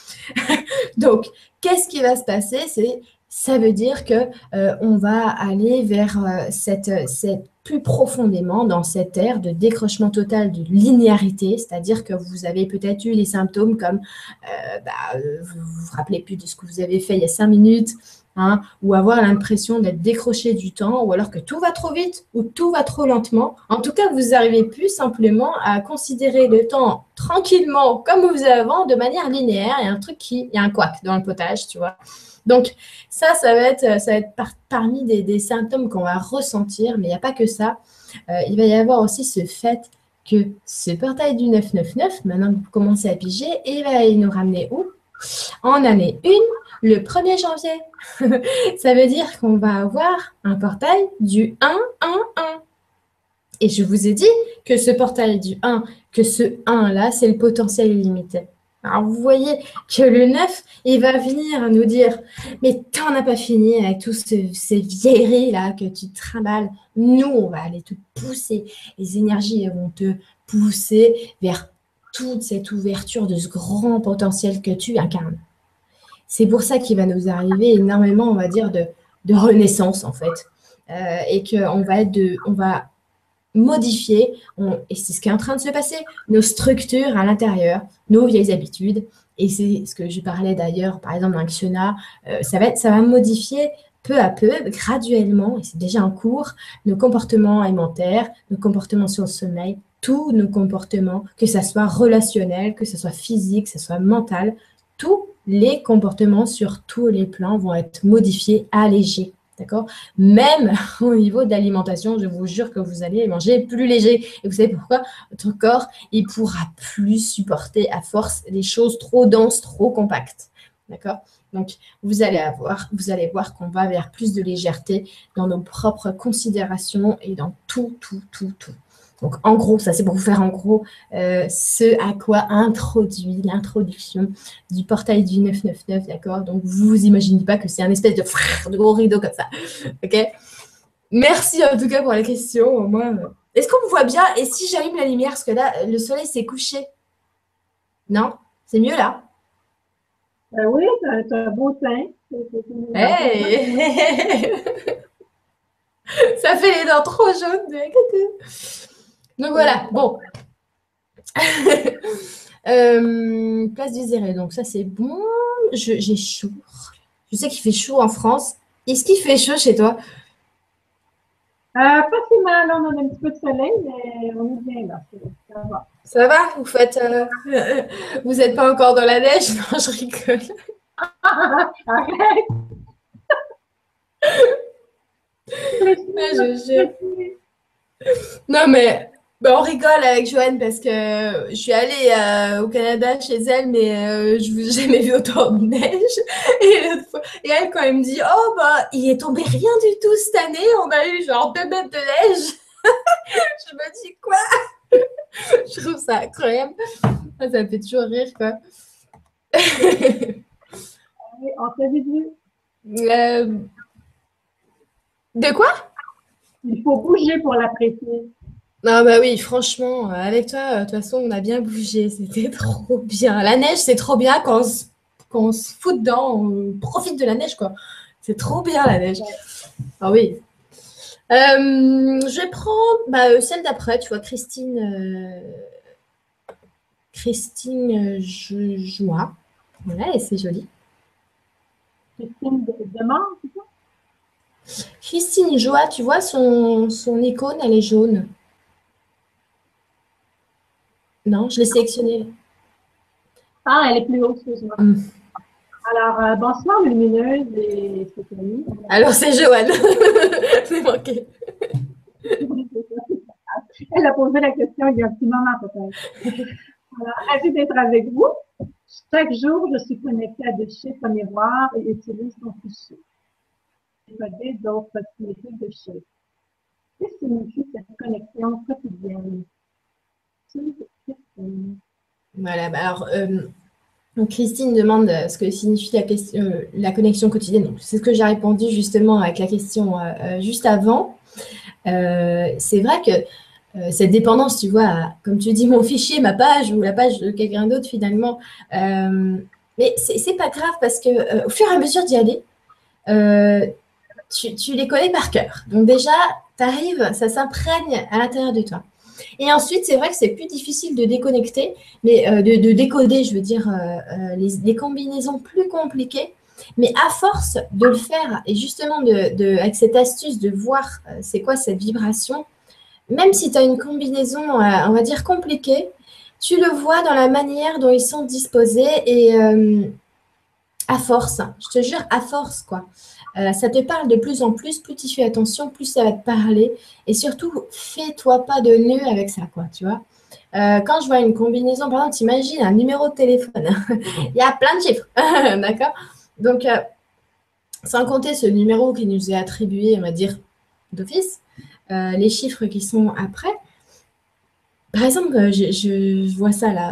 Donc, qu'est-ce qui va se passer? C'est, ça veut dire que euh, on va aller vers euh, cette, cette plus profondément dans cette ère de décrochement total de linéarité, c'est-à-dire que vous avez peut-être eu les symptômes comme euh, bah, euh, vous ne vous rappelez plus de ce que vous avez fait il y a cinq minutes, hein, ou avoir l'impression d'être décroché du temps, ou alors que tout va trop vite, ou tout va trop lentement. En tout cas, vous n'arrivez plus simplement à considérer le temps tranquillement, comme vous faisiez avant, de manière linéaire. Il y a un truc qui, il y a un couac dans le potage, tu vois. Donc, ça, ça va être, ça va être par, parmi des, des symptômes qu'on va ressentir, mais il n'y a pas que ça. Euh, il va y avoir aussi ce fait que ce portail du neuf neuf neuf, maintenant que vous commencez à piger, il va nous ramener où? En année un, le premier janvier. Ça veut dire qu'on va avoir un portail du un un un. Et je vous ai dit que ce portail du un, que ce un-là, c'est le potentiel illimité. Alors, vous voyez que le neuf, il va venir nous dire, mais t'en as pas fini avec tous ce, ces vieilleries-là que tu trimbales. Nous, on va aller te pousser. Les énergies vont te pousser vers toute cette ouverture de ce grand potentiel que tu incarnes. C'est pour ça qu'il va nous arriver énormément, on va dire, de, de renaissance, en fait. Euh, et qu'on va être de, on va modifier, on, et c'est ce qui est en train de se passer, nos structures à l'intérieur, nos vieilles habitudes. Et c'est ce que je parlais d'ailleurs, par exemple, dans Actiona, euh, ça, va être, ça va modifier peu à peu, graduellement, et c'est déjà en cours, nos comportements alimentaires, nos comportements sur le sommeil, tous nos comportements, que ce soit relationnel, que ce soit physique, que ce soit mental, tous les comportements sur tous les plans vont être modifiés, allégés. D'accord? Même au niveau de l'alimentation, je vous jure que vous allez manger plus léger. Et vous savez pourquoi? Votre corps, il ne pourra plus supporter à force des choses trop denses, trop compactes. D'accord? Donc, vous allez avoir, vous allez voir qu'on va vers plus de légèreté dans nos propres considérations et dans tout, tout, tout, tout. Donc, en gros, ça c'est pour vous faire en gros euh, ce à quoi introduit l'introduction du portail du neuf cent quatre-vingt-dix-neuf, d'accord? Donc, vous vous imaginez pas que c'est un espèce de, de gros rideau comme ça, ok? Merci en tout cas pour la question. Au moins, est-ce qu'on me voit bien? Et si j'allume la lumière, parce que là, le soleil s'est couché. Non? C'est mieux là? Euh, oui, t'as un beau teint. Hey! Ça fait les dents trop jaunes. Donc voilà, bon. euh, place du zéro, donc ça c'est bon. J'ai chaud. Je sais qu'il fait chaud en France. Est-ce qu'il fait chaud chez toi? Euh, pas si mal, on a un petit peu de soleil, mais on est bien là. Ça va. Ça va? Vous faites. Euh... Vous n'êtes pas encore dans la neige? Non, je rigole. Arrête! je, je... Non, mais ben, on rigole avec Joanne parce que je suis allée euh, au Canada chez elle, mais euh, je vous ai jamais vu autant de neige. Et, fois... et elle, quand elle me dit, oh, bah, il est tombé rien du tout cette année, on a eu genre deux mètres de neige. Je me dis, quoi? Je trouve ça incroyable. Ça me fait toujours rire, quoi. On t'a vu. Euh... De quoi? Il faut bouger pour l'apprécier. Non, bah oui, franchement, avec toi, de toute façon, on a bien bougé. C'était trop bien. La neige, c'est trop bien quand on, se, quand on se fout dedans, on profite de la neige, quoi. C'est trop bien, la neige. Ah oui. Euh, je vais prendre bah, celle d'après, tu vois, Christine. Euh, Christine Joie. Voilà, et c'est joli. Christine Demande, c'est ça? Christine Joie, tu vois, son, son icône, elle est jaune. Non, je l'ai sélectionnée. Ah, elle est plus haute, excuse-moi. Mm. Alors, euh, bonsoir, lumineuse et Stéphanie. Alors, c'est Joanne. C'est manqué. Elle a posé la question il y a un petit moment, peut-être. Alors, ravi d'être avec vous. Chaque jour, je suis connectée à des chiffres miroirs et utilise mon fichier. J'ai d'autres possibilités de chiffres. Qu'est-ce que signifie cette connexion quotidienne? Voilà, bah alors, euh, donc Christine demande ce que signifie la, question, euh, la connexion quotidienne. C'est ce que j'ai répondu justement avec la question euh, juste avant. Euh, c'est vrai que euh, cette dépendance, tu vois, comme tu dis, mon fichier, ma page ou la page de quelqu'un d'autre finalement, euh, mais c'est pas grave parce que euh, au fur et à mesure d'y aller, euh, tu, tu les connais par cœur. Donc déjà, tu arrives, ça s'imprègne à l'intérieur de toi. Et ensuite, c'est vrai que c'est plus difficile de déconnecter, mais euh, de, de décoder, je veux dire, euh, les, les combinaisons plus compliquées. Mais à force de le faire, et justement de, de, avec cette astuce de voir euh, c'est quoi cette vibration, même si tu as une combinaison, euh, on va dire, compliquée, tu le vois dans la manière dont ils sont disposés et euh, à force, je te jure, à force, quoi. Euh, ça te parle de plus en plus, plus tu fais attention, plus ça va te parler. Et surtout, fais-toi pas de nœud avec ça, quoi, tu vois. Euh, quand je vois une combinaison, par exemple, t'imagines un numéro de téléphone. Il y a plein de chiffres, d'accord? Donc, euh, sans compter ce numéro qui nous est attribué, on va dire, d'office, euh, les chiffres qui sont après. Par exemple, je, je vois ça là.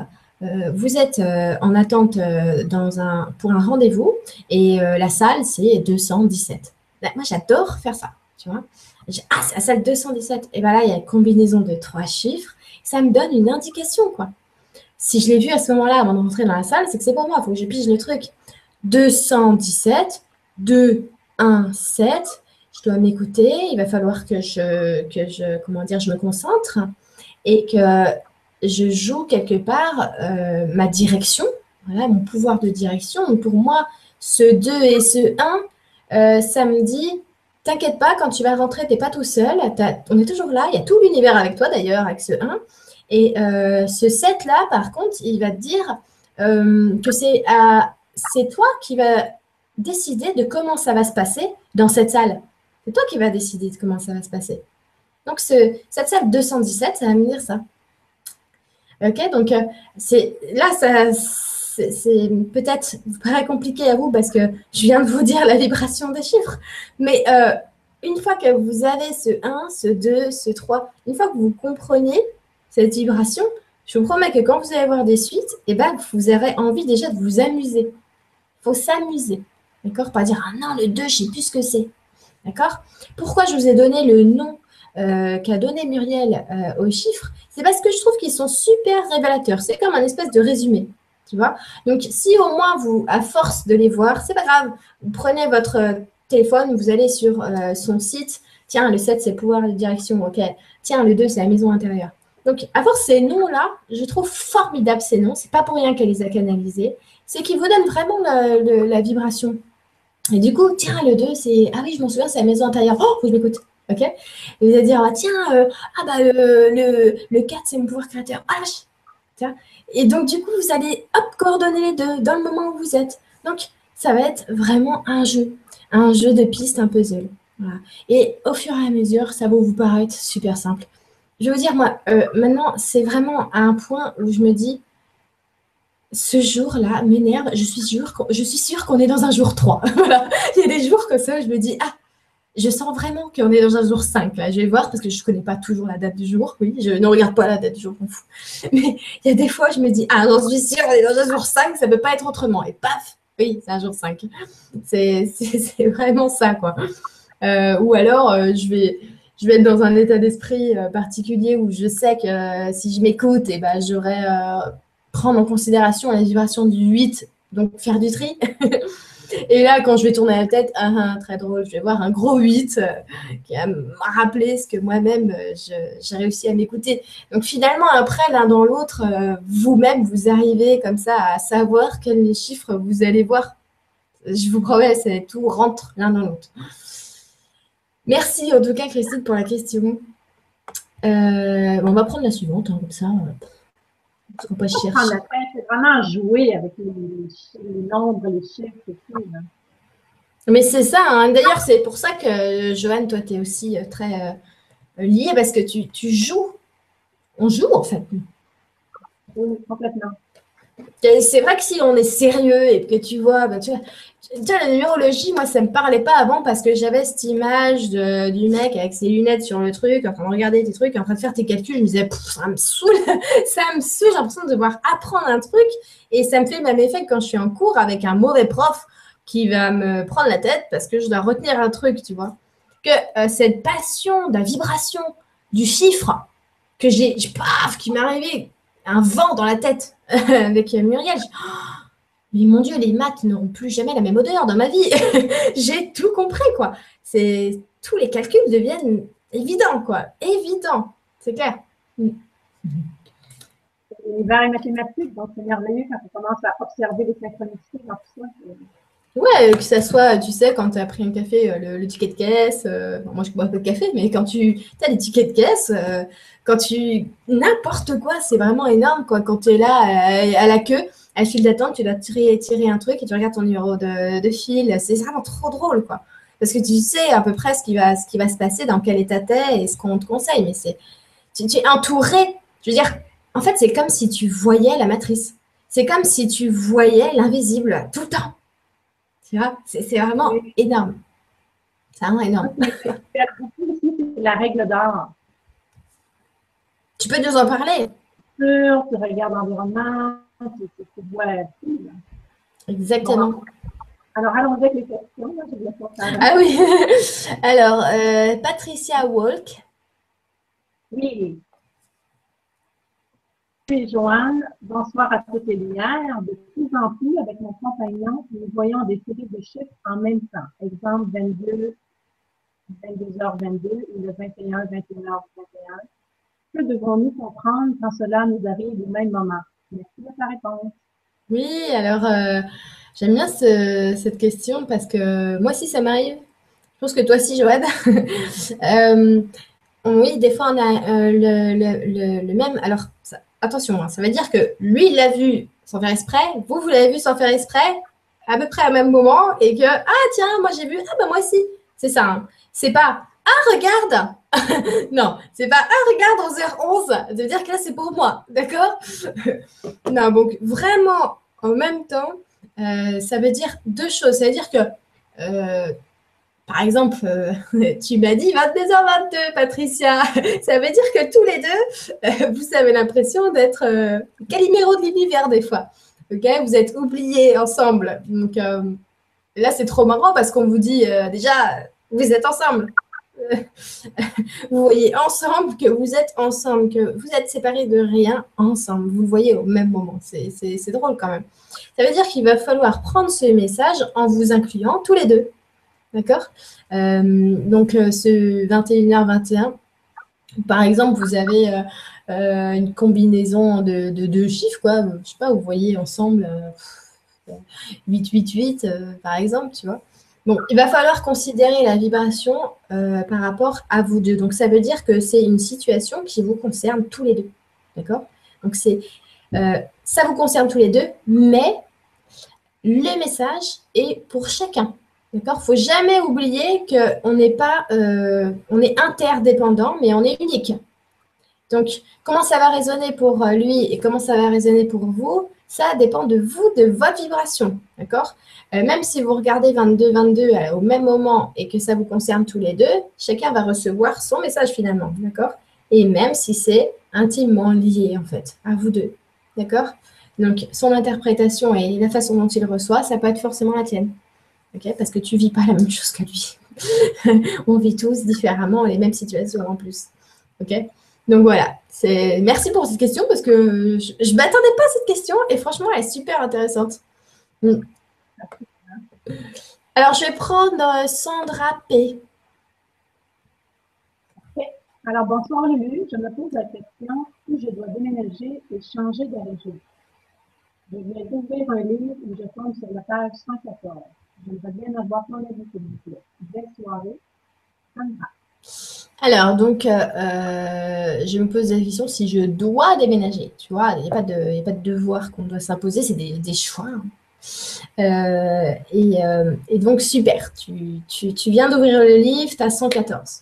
euh, vous êtes euh, en attente euh, dans un, pour un rendez-vous et euh, la salle, c'est deux cent dix-sept. Là, moi, j'adore faire ça, tu vois. J'ai- Ah, c'est la salle deux cent dix-sept. Et bien là, il y a une combinaison de trois chiffres. Ça me donne une indication, quoi. Si je l'ai vu à ce moment-là avant de rentrer dans la salle, c'est que c'est pour moi. Il faut que je pige le truc. deux cent dix-sept, deux, un, sept. Je dois m'écouter. Il va falloir que je, que je, comment dire, je me concentre et que je joue quelque part euh, ma direction, voilà, mon pouvoir de direction. Donc pour moi, ce deux et ce un, euh, ça me dit, t'inquiète pas, quand tu vas rentrer, t'es pas tout seul, t'as- on est toujours là, il y a tout l'univers avec toi d'ailleurs, avec ce un. Et euh, ce sept-là, par contre, il va te dire euh, que c'est à- c'est toi qui vas décider de comment ça va se passer dans cette salle. C'est toi qui vas décider de comment ça va se passer. Donc, ce, cette salle deux cent dix-sept, ça va me dire ça. Ok, donc euh, c'est là, ça, c'est c'est peut-être vous paraît compliqué à vous parce que je viens de vous dire la vibration des chiffres. Mais euh, une fois que vous avez ce un, ce deux, ce trois, une fois que vous comprenez cette vibration, je vous promets que quand vous allez voir des suites, eh ben, vous aurez envie déjà de vous amuser. Il faut s'amuser. D'accord? Pas dire, ah non, le deux, je ne sais plus ce que c'est. D'accord? Pourquoi je vous ai donné le nom euh, qu'a donné Muriel euh, aux chiffres? C'est parce que je trouve qu'ils sont super révélateurs. C'est comme un espèce de résumé. Tu vois? Donc, si au moins vous, à force de les voir, c'est pas grave. Vous prenez votre euh, téléphone, vous allez sur euh, son site. Tiens, le sept, c'est le pouvoir de direction. OK. Tiens, le deux, c'est la maison intérieure. Donc, à force, ces noms-là, je trouve formidables ces noms. C'est pas pour rien qu'elle les a canalisés. C'est qu'ils vous donnent vraiment la, le- la vibration. Et du coup, tiens, le deux, c'est. Ah oui, je m'en souviens, c'est la maison intérieure. Oh, faut que je m'écoute. OK? Et vous allez dire, ah, tiens, euh, ah bah, le, le, le quatre, c'est mon pouvoir créateur. Ah, vache. Tiens. Et donc, du coup, vous allez, hop, coordonner les deux dans le moment où vous êtes. Donc, ça va être vraiment un jeu. Un jeu de pistes, un puzzle. Voilà. Et au fur et à mesure, ça va vous paraître super simple. Je veux dire, moi, euh, maintenant, c'est vraiment à un point où je me dis, ce jour-là m'énerve. Je suis sûre qu'on, je suis sûre qu'on est dans un jour trois. Voilà. Il y a des jours comme ça où je me dis, ah, je sens vraiment qu'on est dans un jour cinq. Là. Je vais voir parce que je ne connais pas toujours la date du jour. Oui, je ne regarde pas la date du jour, je m'en fous. Mais il y a des fois, je me dis, ah, j'en suis sûre, on est dans un jour cinq, ça ne peut pas être autrement. Et paf, oui, c'est un jour cinq. C'est, c'est, c'est vraiment ça, quoi. Euh, ou alors, euh, je vais, je vais être dans un état d'esprit euh, particulier où je sais que euh, si je m'écoute, eh ben, j'aurai euh, prendre en considération la vibration du huit, donc faire du tri. Et là, quand je vais tourner la tête, ah, ah, très drôle, je vais voir un gros huit euh, qui va me rappeler ce que moi-même, euh, je- j'ai réussi à m'écouter. Donc finalement, après, l'un dans l'autre, euh, vous-même, vous arrivez comme ça à savoir quels chiffres vous allez voir. Je vous promets, c'est tout rentre l'un dans l'autre. Merci en tout cas, Christine, pour la question. Euh, bon, on va prendre la suivante, hein, comme ça. On va pas Pas prendre chercher. la tête, c'est vraiment jouer avec les, les, les nombres, les chiffres et tout. Là. Mais c'est ça, hein. D'ailleurs, c'est pour ça que, Joanne, toi, tu es aussi euh, très euh, liée, parce que tu, tu joues. On joue, en fait. Oui, complètement. Et c'est vrai que si on est sérieux et que tu vois, bah, tu vois, tu vois, la numérologie, moi, ça ne me parlait pas avant parce que j'avais cette image de- du mec avec ses lunettes sur le truc, en train de regarder tes trucs, en train de faire tes calculs. Je me disais, pff, ça me saoule, ça me saoule, j'ai l'impression de devoir apprendre un truc. Et ça me fait le même effet que quand je suis en cours avec un mauvais prof qui va me prendre la tête parce que je dois retenir un truc, tu vois. Que euh, cette passion de la vibration, du chiffre, que j'ai, paf, qui m'est arrivé, un vent dans la tête avec Muriel. Je, oh, mais mon Dieu, les maths n'auront plus jamais la même odeur dans ma vie. J'ai tout compris, quoi. C'est tous les calculs deviennent évidents, quoi. Évidents, c'est clair. L'univers est mathématique, donc c'est merveilleux quand on commence à observer les synchronicités dans tout ça. Ouais, que ça soit, tu sais, quand tu as pris un café, euh, le, le ticket de caisse, euh, bon, moi je bois pas de café, mais quand tu as les tickets de caisse, euh, quand tu. N'importe quoi, c'est vraiment énorme, quoi. Quand tu es là euh, à la queue, à la file d'attente, tu dois tirer, tirer un truc et tu regardes ton numéro de, de file. C'est vraiment trop drôle, quoi. Parce que tu sais à peu près ce qui va, ce qui va se passer, dans quel état t'es et ce qu'on te conseille. Mais c'est, tu, tu es entouré. Je veux dire, en fait, c'est comme si tu voyais la matrice. C'est comme si tu voyais l'invisible tout le temps. Tu vois, c'est c'est vraiment Oui. énorme. C'est vraiment énorme. C'est beaucoup aussi, c'est la règle d'or. Tu peux nous en parler? Sûr, tu regardes l'environnement, tu, tu, tu vois tout. Là. Exactement. Bon. Alors, allons-y avec les questions. Là, je vais faire Ah oui. Alors, euh, Patricia Walk. Oui. Oui, Joanne, bonsoir à toutes les lumières. De plus en plus, avec mon compagnon, nous voyons des séries de chiffres en même temps. Exemple vingt-deux, vingt-deux heures vingt-deux ou le vingt et un, vingt et une heures vingt et un. Que devons-nous comprendre quand cela nous arrive au même moment? Merci de ta réponse. Oui, alors euh, j'aime bien ce- cette question parce que moi aussi ça m'arrive. Je pense que toi aussi, Joanne. Euh, oui, des fois on a euh, le, le- le- le même. Alors ça- attention, hein, ça veut dire que lui il l'a vu sans faire exprès, vous vous l'avez vu sans faire exprès, à peu près au même moment, et que ah tiens, moi j'ai vu, ah bah moi aussi. C'est ça. Hein. C'est pas ah regarde. Non, c'est pas ah regarde onze heures onze de dire que là c'est pour moi, d'accord? Non, donc vraiment en même temps, euh, ça veut dire deux choses. Ça veut dire que, euh, par exemple, euh, tu m'as dit vingt-deux heures vingt-deux, Patricia. Ça veut dire que tous les deux, euh, vous avez l'impression d'être euh, Calimero de l'univers des fois. Ok, vous êtes oubliés ensemble. Donc euh, là, c'est trop marrant parce qu'on vous dit euh, déjà, vous êtes ensemble. Vous voyez ensemble que vous êtes ensemble, que vous êtes séparés de rien ensemble. Vous le voyez au même moment. C'est drôle quand même. Ça veut dire qu'il va falloir prendre ce message en vous incluant tous les deux. D'accord euh, Donc, euh, ce vingt et une heures vingt et un, par exemple, vous avez euh, euh, une combinaison de, de deux chiffres, quoi. Je sais pas, vous voyez ensemble euh, huit huit huit, euh, par exemple, tu vois. Bon, il va falloir considérer la vibration euh, par rapport à vous deux. Donc, ça veut dire que c'est une situation qui vous concerne tous les deux. D'accord? Donc, c'est euh, ça vous concerne tous les deux, mais le message est pour chacun. D'accord? Il ne faut jamais oublier qu'on n'est pas, euh, on est interdépendant, mais on est unique. Donc, comment ça va résonner pour lui et comment ça va résonner pour vous, ça dépend de vous, de votre vibration. D'accord? euh, Même si vous regardez vingt-deux vingt-deux euh, au même moment et que ça vous concerne tous les deux, chacun va recevoir son message finalement. D'accord? Et même si c'est intimement lié, en fait, à vous deux. D'accord? Donc, son interprétation et la façon dont il reçoit, ça peut être forcément la tienne. Okay? Parce que tu ne vis pas la même chose que lui. On vit tous différemment les mêmes situations en plus. Ok? Donc voilà, merci pour cette question parce que je ne m'attendais pas à cette question et franchement, elle est super intéressante. Mm. Alors, je vais prendre Sandra P. Okay. Alors, bonsoir Lulu. Je me pose la question si je dois déménager et changer de région. Je viens d'ouvrir un livre où je tombe sur la page cent quatorze. J'aimerais bien avoir ton avis, s'il vous plaît. Belle soirée. Sandra. Alors, donc, euh, je me pose la question si je dois déménager. Tu vois, il n'y a, a pas de devoir qu'on doit s'imposer, c'est des, des choix. Hein. Euh, et, euh, et, donc, super, tu, tu, tu viens d'ouvrir le livre, tu as cent quatorze.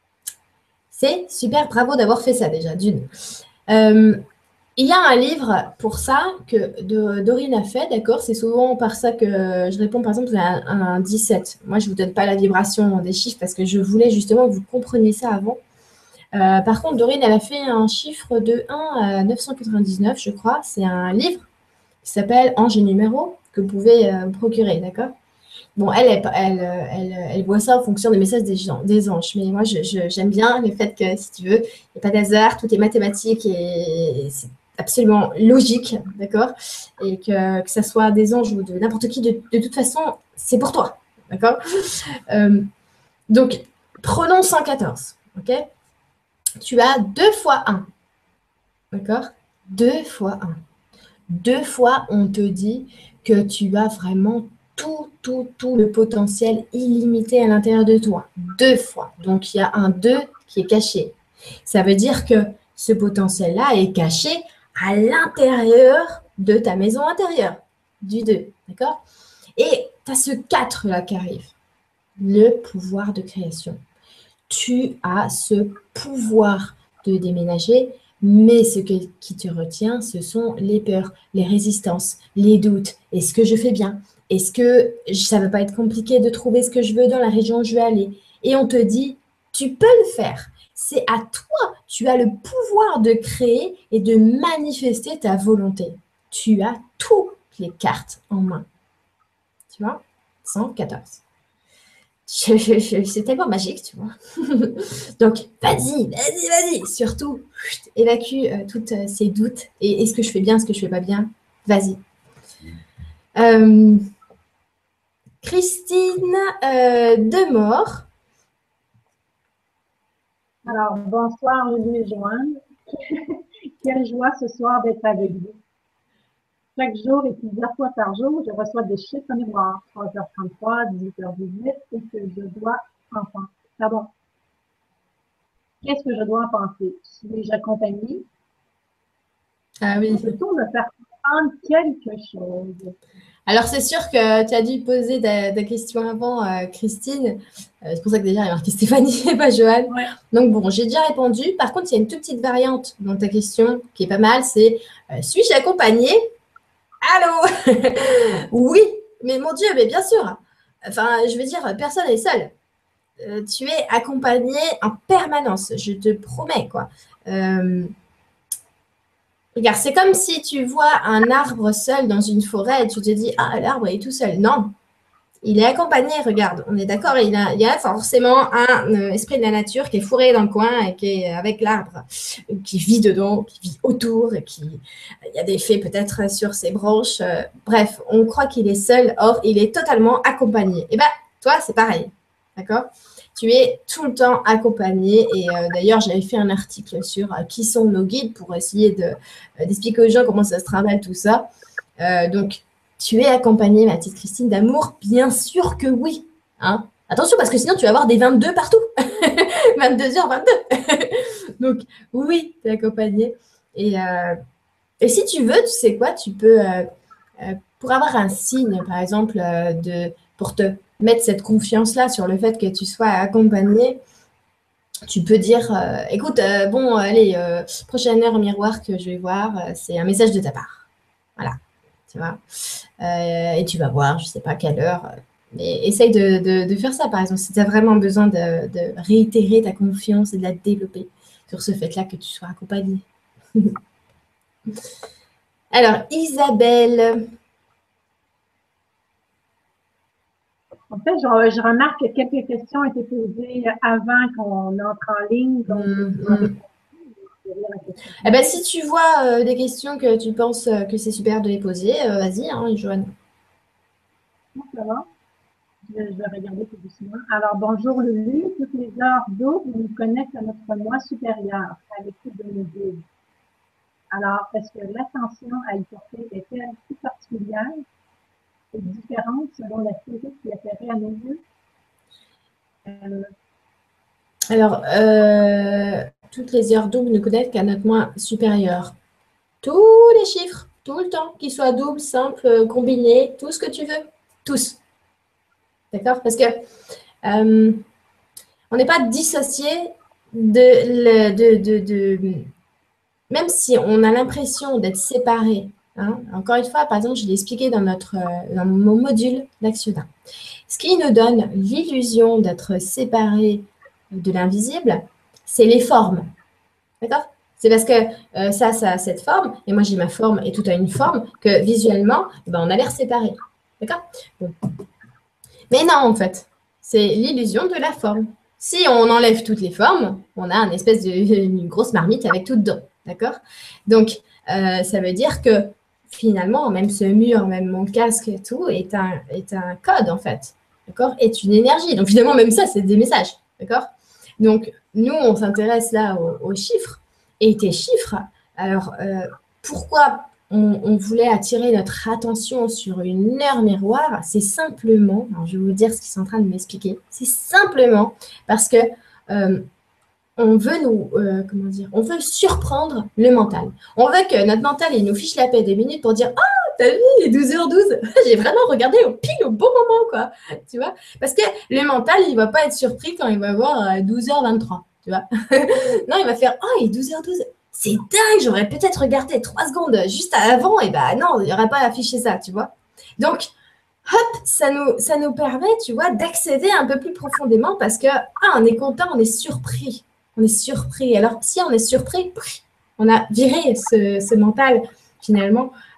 C'est super, bravo d'avoir fait ça déjà, d'une. Euh, il y a un livre pour ça que de, Dorine a fait, d'accord? C'est souvent par ça que je réponds, par exemple, à un, un dix-sept. Moi, je ne vous donne pas la vibration des chiffres parce que je voulais justement que vous compreniez ça avant. Euh, par contre, Dorine, elle a fait un chiffre de un à neuf cent quatre-vingt-dix-neuf, je crois. C'est un livre qui s'appelle Ange et numéro que vous pouvez euh, procurer, d'accord? Bon, elle, elle, elle, elle, elle voit ça en fonction des messages des, gens, des anges. Mais moi, j'aime je, je, bien le fait que, si tu veux, il n'y a pas d'hasard, tout est mathématique et c'est absolument logique, d'accord? Et que, que ça soit des anges ou de n'importe qui, de, de toute façon, c'est pour toi, d'accord? euh, Donc, prenons cent quatorze, ok? Tu as deux fois un, d'accord? deux fois un. Deux fois, on te dit que tu as vraiment tout, tout, tout le potentiel illimité à l'intérieur de toi. Deux fois. Donc, il y a un deux qui est caché. Ça veut dire que ce potentiel-là est caché à l'intérieur de ta maison intérieure, du deux. D'accord? Et tu as ce quatre-là qui arrive. Le pouvoir de création. Tu as ce pouvoir de déménager, mais ce que, qui te retient, ce sont les peurs, les résistances, les doutes. Est-ce que je fais bien? Est-ce que ça ne va pas être compliqué de trouver ce que je veux dans la région où je veux aller? Et on te dit, tu peux le faire. C'est à toi. Tu as le pouvoir de créer et de manifester ta volonté. tu as toutes les cartes en main. Tu vois, cent quatorze. Je, je, je, c'est tellement magique, tu vois. Donc, vas-y, vas-y, vas-y. Surtout, chut, évacue euh, tous euh, ces doutes. Et est-ce que je fais bien, est-ce que je fais pas bien? Vas-y. Euh, Christine euh, Demort. Alors, bonsoir, Lulu et Joanne. Quelle joie ce soir d'être avec vous. Chaque jour et plusieurs fois par jour, je reçois des chiffres en mémoire. trois heures trente-trois, dix-huit heures dix-huit, qu'est-ce que je dois en penser? D'abord, qu'est-ce que je dois en penser? Suis-je accompagnée? Ah oui. Peut-on me faire comprendre quelque chose? Alors, c'est sûr que tu as dû poser des, des questions avant, euh, Christine. Euh, c'est pour ça que déjà, il y a marqué Stéphanie et pas Joanne. Ouais. Donc, bon, j'ai déjà répondu. Par contre, il y a une toute petite variante dans ta question qui est pas mal. C'est euh, suis-je accompagnée? Allô? Oui, mais mon Dieu, mais bien sûr. Enfin, je veux dire, personne n'est seul. Euh, tu es accompagné en permanence, je te promets, quoi. Euh, regarde, c'est comme si tu vois un arbre seul dans une forêt et tu te dis, ah, l'arbre est tout seul. Non, il est accompagné, regarde, on est d'accord, il, il y a forcément un euh, esprit de la nature qui est fourré dans le coin et qui est avec l'arbre, qui vit dedans, qui vit autour, et qui, il y a des fées peut-être sur ses branches. Euh, bref, on croit qu'il est seul, or il est totalement accompagné. Et bien, toi, c'est pareil, d'accord? Tu es tout le temps accompagné et euh, d'ailleurs, j'avais fait un article sur euh, qui sont nos guides pour essayer de, euh, d'expliquer aux gens comment ça se travaille, tout ça. Euh, donc, tu es accompagnée, ma petite Christine, d'amour? Bien sûr que oui. Hein, attention, parce que sinon, tu vas avoir des vingt-deux partout. vingt-deux heures vingt-deux. Donc, oui, tu es accompagnée. Et, euh, et si tu veux, tu sais quoi, tu peux, euh, euh, pour avoir un signe, par exemple, euh, de, pour te mettre cette confiance-là sur le fait que tu sois accompagnée, tu peux dire, euh, écoute, euh, bon, allez, euh, prochaine heure au miroir que je vais voir, euh, c'est un message de ta part. Voilà, tu vois. Euh, et tu vas voir, je ne sais pas à quelle heure. Mais essaye de, de, de faire ça, par exemple, si tu as vraiment besoin de, de réitérer ta confiance et de la développer sur ce fait-là que tu sois accompagnée. Alors, Isabelle. En fait, je, je remarque que quelques questions ont été posées avant qu'on entre en ligne. Donc, Mmh, eh ben, si tu vois euh, des questions que tu penses euh, que c'est super de les poser, euh, vas-y, hein, Joanne. Ça va? Je, je vais regarder tout doucement. Alors, bonjour Lulu. Toutes les heures d'eau nous connectent à notre moi supérieur, à l'écoute de nos guides. Alors, est-ce que l'attention à y porter est-elle plus particulière et différente selon la physique qui apparaît à nos yeux? Euh, Alors, euh, toutes les heures doubles nous connectent qu'à notre moi supérieur. Tous les chiffres, tout le temps, qu'ils soient doubles, simples, combinés, tout ce que tu veux, tous. D'accord? Parce que euh, on n'est pas dissocié de, de, de, de, même si on a l'impression d'être séparé. Hein, encore une fois, par exemple, je l'ai expliqué dans, notre, dans mon module d'Actiona. Ce qui nous donne l'illusion d'être séparé de l'invisible, c'est les formes. D'accord? C'est parce que euh, ça, ça a cette forme, et moi j'ai ma forme, et tout a une forme, que visuellement, ben, on a l'air séparé. D'accord? Bon. Mais non, en fait, c'est l'illusion de la forme. Si on enlève toutes les formes, on a une espèce de une grosse marmite avec tout dedans. D'accord? Donc, euh, ça veut dire que finalement, même ce mur, même mon casque et tout, est un, est un code, en fait. D'accord? Est une énergie. Donc, finalement, même ça, c'est des messages. D'accord? Donc, nous, on s'intéresse là aux, aux chiffres. Et tes chiffres, alors, euh, pourquoi on, on voulait attirer notre attention sur une heure miroir? C'est simplement, alors je vais vous dire ce qu'ils sont en train de m'expliquer, c'est simplement parce que euh, on veut nous, euh, comment dire, on veut surprendre le mental. On veut que notre mental, il nous fiche la paix des minutes pour dire « Ah, t'as vu, il est douze heures douze, j'ai vraiment regardé au pile au bon moment, quoi. » Tu vois? Parce que le mental, il ne va pas être surpris quand il va voir douze heures vingt-trois, tu vois? Non, il va faire « Oh, il est douze heures douze, c'est dingue, j'aurais peut-être regardé trois secondes juste avant, et ben non, il n'y aurait pas affiché ça, tu vois? » Donc, hop, ça nous, ça nous permet, tu vois, d'accéder un peu plus profondément parce que, ah, on est content, on est surpris. On est surpris. Alors, si on est surpris, on a viré ce, ce mental, finalement,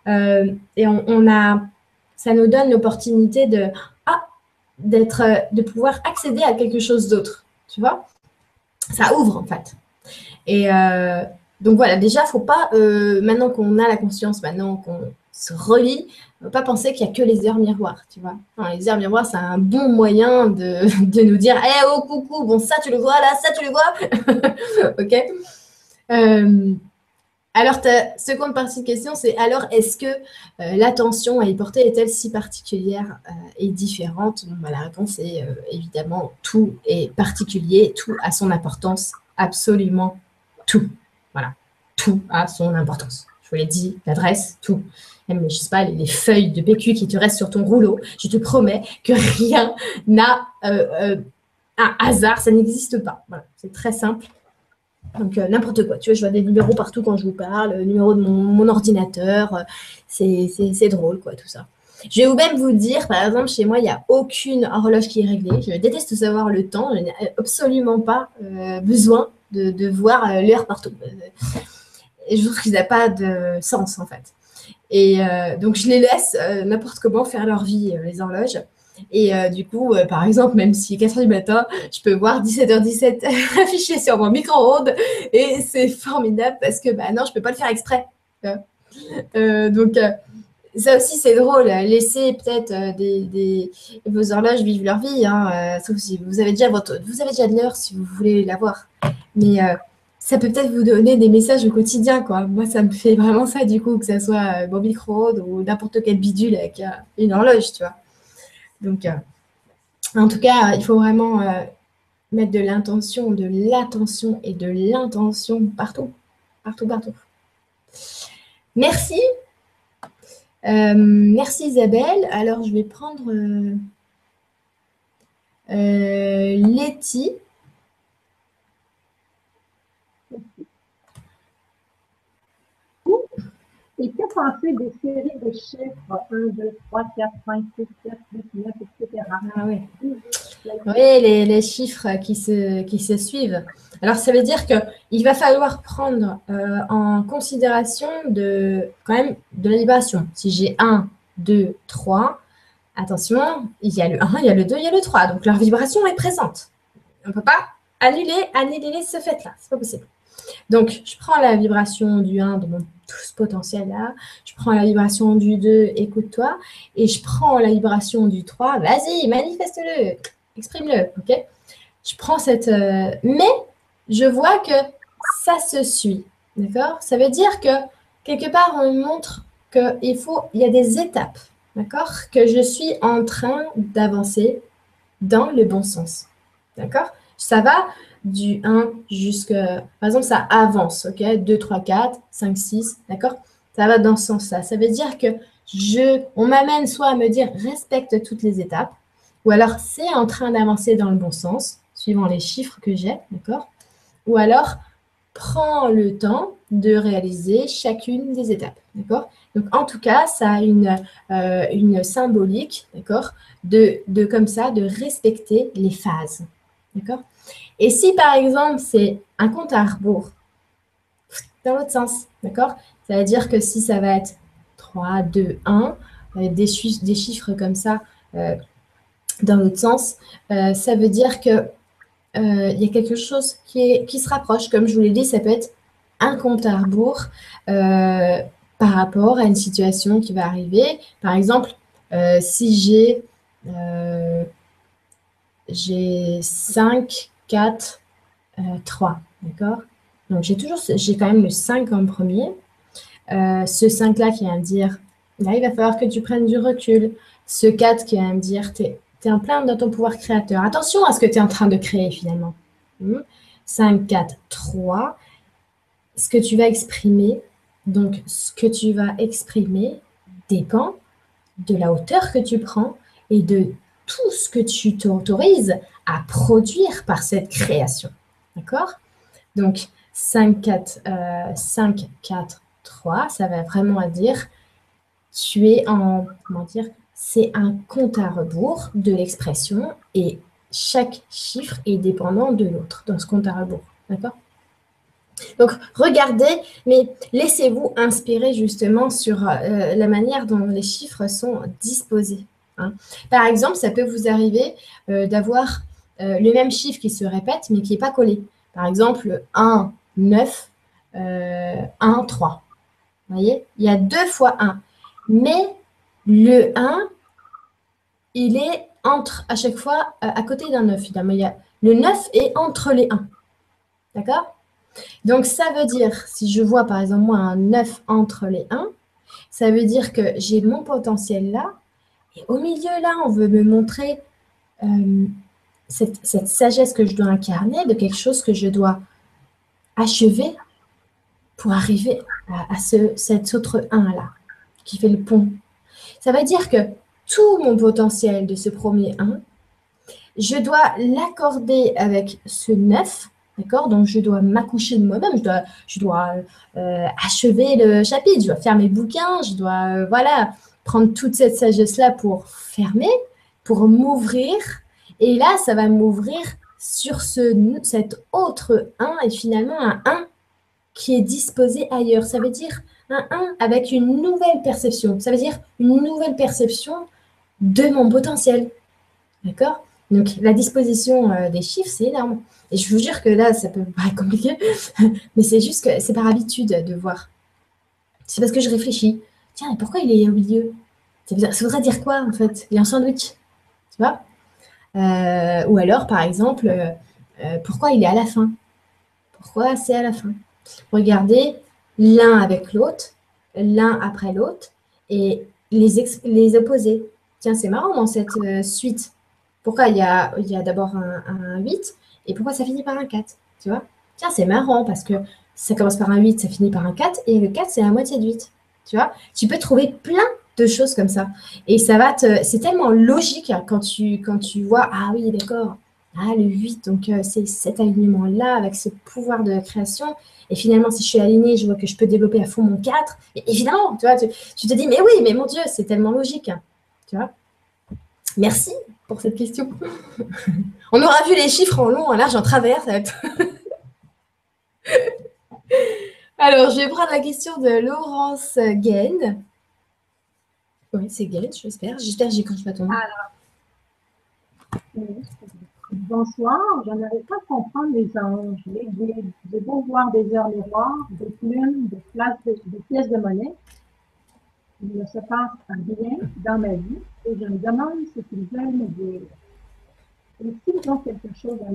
Euh, et on, on a, ça nous donne l'opportunité de, ah, d'être, de pouvoir accéder à quelque chose d'autre, tu vois. Ça ouvre, en fait. Et euh, donc voilà, déjà, faut pas, euh, maintenant qu'on a la conscience, maintenant qu'on se relie, faut pas penser qu'il y a que les heures miroirs, tu vois. Non, les heures miroirs, c'est un bon moyen de, de nous dire, eh oh coucou, bon ça tu le vois, là ça tu le vois, ok. Euh, alors ta seconde partie de question, c'est alors est-ce que euh, l'attention à y porter est-elle si particulière euh, et différente? Bon, bah, la réponse est euh, évidemment tout est particulier, tout a son importance, absolument tout. Voilà, tout a son importance. Je vous l'ai dit, l'adresse, tout. Même, je sais pas, les, les feuilles de P Q qui te restent sur ton rouleau, je te promets que rien n'a euh, euh, un hasard, ça n'existe pas. Voilà, c'est très simple. Donc, euh, n'importe quoi. Tu vois, je vois des numéros partout quand je vous parle, le numéro de mon, mon ordinateur. Euh, c'est, c'est, c'est drôle, quoi, tout ça. Je vais même vous dire, par exemple, chez moi, il n'y a aucune horloge qui est réglée. Je déteste savoir le temps. Je n'ai absolument pas euh, besoin de, de voir euh, l'heure partout. Et je trouve qu'ils n'ont pas de sens, en fait. Et euh, donc, je les laisse euh, n'importe comment faire leur vie, euh, les horloges. Et euh, du coup, euh, par exemple, même si quatre heures du matin, je peux voir dix-sept heures dix-sept affiché sur mon micro-ondes. Et c'est formidable parce que, bah non, je ne peux pas le faire exprès. Euh, donc, euh, ça aussi, c'est drôle. Laissez peut-être euh, des, des, vos horloges vivre leur vie. Hein, euh, sauf si vous avez déjà, votre, vous avez déjà de l'heure si vous voulez l'avoir. Mais euh, ça peut peut-être vous donner des messages au quotidien, quoi. Moi, ça me fait vraiment ça, du coup, que ça soit euh, mon micro-ondes ou n'importe quel bidule avec euh, une horloge, tu vois. Donc, euh, en tout cas, il faut vraiment euh, mettre de l'intention, de l'attention et de l'intention partout. Partout, partout. Merci. Euh, merci Isabelle. Alors, je vais prendre euh, euh, Letty. Et que penser des séries de chiffres un, deux, trois, quatre, cinq, six, sept, huit, neuf, et cetera. Ah oui, oui les, les chiffres qui se, qui se suivent. Alors, ça veut dire qu'il va falloir prendre euh, en considération de, quand même de la vibration. Si j'ai un, deux, trois, attention, il y a le un, il y a le deux, il y a le trois. Donc, leur vibration est présente. On ne peut pas annuler, annuler ce fait-là. Ce n'est pas possible. Donc, je prends la vibration du un de mon tous potentiel là, je prends la vibration du deux, écoute-toi, et je prends la vibration du trois, vas-y, manifeste-le, exprime-le, ok? Je prends cette... Euh, mais je vois que ça se suit, d'accord? Ça veut dire que, quelque part, on montre qu'il faut... Il y a des étapes, d'accord? Que je suis en train d'avancer dans le bon sens, d'accord? Ça va du un jusqu'à, par exemple, ça avance, ok? deux, trois, quatre, cinq, six, d'accord? Ça va dans ce sens-là. Ça veut dire que je, on m'amène soit à me dire respecte toutes les étapes, ou alors c'est en train d'avancer dans le bon sens, suivant les chiffres que j'ai, d'accord? Ou alors prends le temps de réaliser chacune des étapes, d'accord? Donc, en tout cas, ça a une, euh, une symbolique, d'accord? De, de comme ça, de respecter les phases, d'accord? Et si, par exemple, c'est un compte à rebours, dans l'autre sens, d'accord? Ça veut dire que si ça va être trois, deux, un, euh, des, chiffres, des chiffres comme ça, euh, dans l'autre sens, euh, ça veut dire que euh, il y a quelque chose qui, est, qui se rapproche. Comme je vous l'ai dit, ça peut être un compte à rebours euh, par rapport à une situation qui va arriver. Par exemple, euh, si j'ai euh, j'ai cinq, quatre, trois, d'accord? Donc, j'ai toujours, j'ai quand même le cinq en premier. Euh, ce cinq-là qui va me dire, là, il va falloir que tu prennes du recul. Ce quatre qui va me dire, tu es en plein dans ton pouvoir créateur. Attention à ce que tu es en train de créer finalement. cinq, quatre, trois. Ce que tu vas exprimer, donc ce que tu vas exprimer dépend de la hauteur que tu prends et de tout ce que tu t'autorises à produire par cette création. D'accord? Donc, cinq, quatre, euh, cinq, quatre, trois, ça va vraiment dire, tu es en, comment dire, c'est un compte à rebours de l'expression et chaque chiffre est dépendant de l'autre dans ce compte à rebours. D'accord? Donc, regardez, mais laissez-vous inspirer justement sur euh, la manière dont les chiffres sont disposés. Hein. Par exemple, ça peut vous arriver euh, d'avoir euh, le même chiffre qui se répète, mais qui n'est pas collé. Par exemple, un, neuf, euh, un, trois. Vous voyez, il y a deux fois un. Mais le un, il est entre, à chaque fois, euh, à côté d'un neuf. Finalement. Il y a, le neuf est entre les un. D'accord? Donc, ça veut dire, si je vois par exemple moi un neuf entre les un, ça veut dire que j'ai mon potentiel là, et au milieu là, on veut me montrer euh, cette, cette sagesse que je dois incarner, de quelque chose que je dois achever pour arriver à, à ce, cet autre un là, qui fait le pont. Ça veut dire que tout mon potentiel de ce premier un, je dois l'accorder avec ce neuf. D'accord? Donc, je dois m'accoucher de moi-même, je dois, je dois euh, achever le chapitre, je dois faire mes bouquins, je dois euh, voilà, prendre toute cette sagesse-là pour fermer, pour m'ouvrir. Et là, ça va m'ouvrir sur ce, cet autre un et finalement un un qui est disposé ailleurs. Ça veut dire un un avec une nouvelle perception. Ça veut dire une nouvelle perception de mon potentiel. D'accord? Donc, la disposition euh, des chiffres, c'est énorme. Et je vous jure que là, ça peut paraître compliqué, mais c'est juste que c'est par habitude de voir. C'est parce que je réfléchis. Tiens, et pourquoi il est au milieu? Ça voudrait dire quoi, en fait? Il y a un sandwich, tu vois? Euh, ou alors, par exemple, euh, euh, pourquoi il est à la fin? Pourquoi c'est à la fin? Regardez l'un avec l'autre, l'un après l'autre, et les, les opposer. Tiens, c'est marrant dans cette euh, suite. Pourquoi il y a, il y a d'abord un, un huit et pourquoi ça finit par un quatre, tu vois? Tiens, c'est marrant parce que ça commence par un huit, ça finit par un quatre et le quatre, c'est la moitié de huit, tu vois? Tu peux trouver plein de choses comme ça. Et ça va te... C'est tellement logique hein, quand, tu, quand tu vois, ah oui, d'accord, ah, le huit, donc euh, c'est cet alignement-là avec ce pouvoir de création. Et finalement, si je suis alignée, je vois que je peux développer à fond mon quatre. Et évidemment, tu vois, tu, tu te dis, mais oui, mais mon Dieu, c'est tellement logique, tu vois? Merci pour cette question. On aura vu les chiffres en long, en large, en travers. Ça va être... Alors, je vais prendre la question de Laurence Gaine. Oui, c'est Gaine, j'espère. J'espère que j'écris pas ton nom. Alors, bonsoir, je n'arrive pas à comprendre les anges, les guides. J'ai beau voir des heures miroirs, des plumes, des, places de, des pièces de monnaie. Il ne se passe rien dans ma vie et je me demande ce qu'ils veulent me dire. Est-ce qu'ils ont quelque chose à me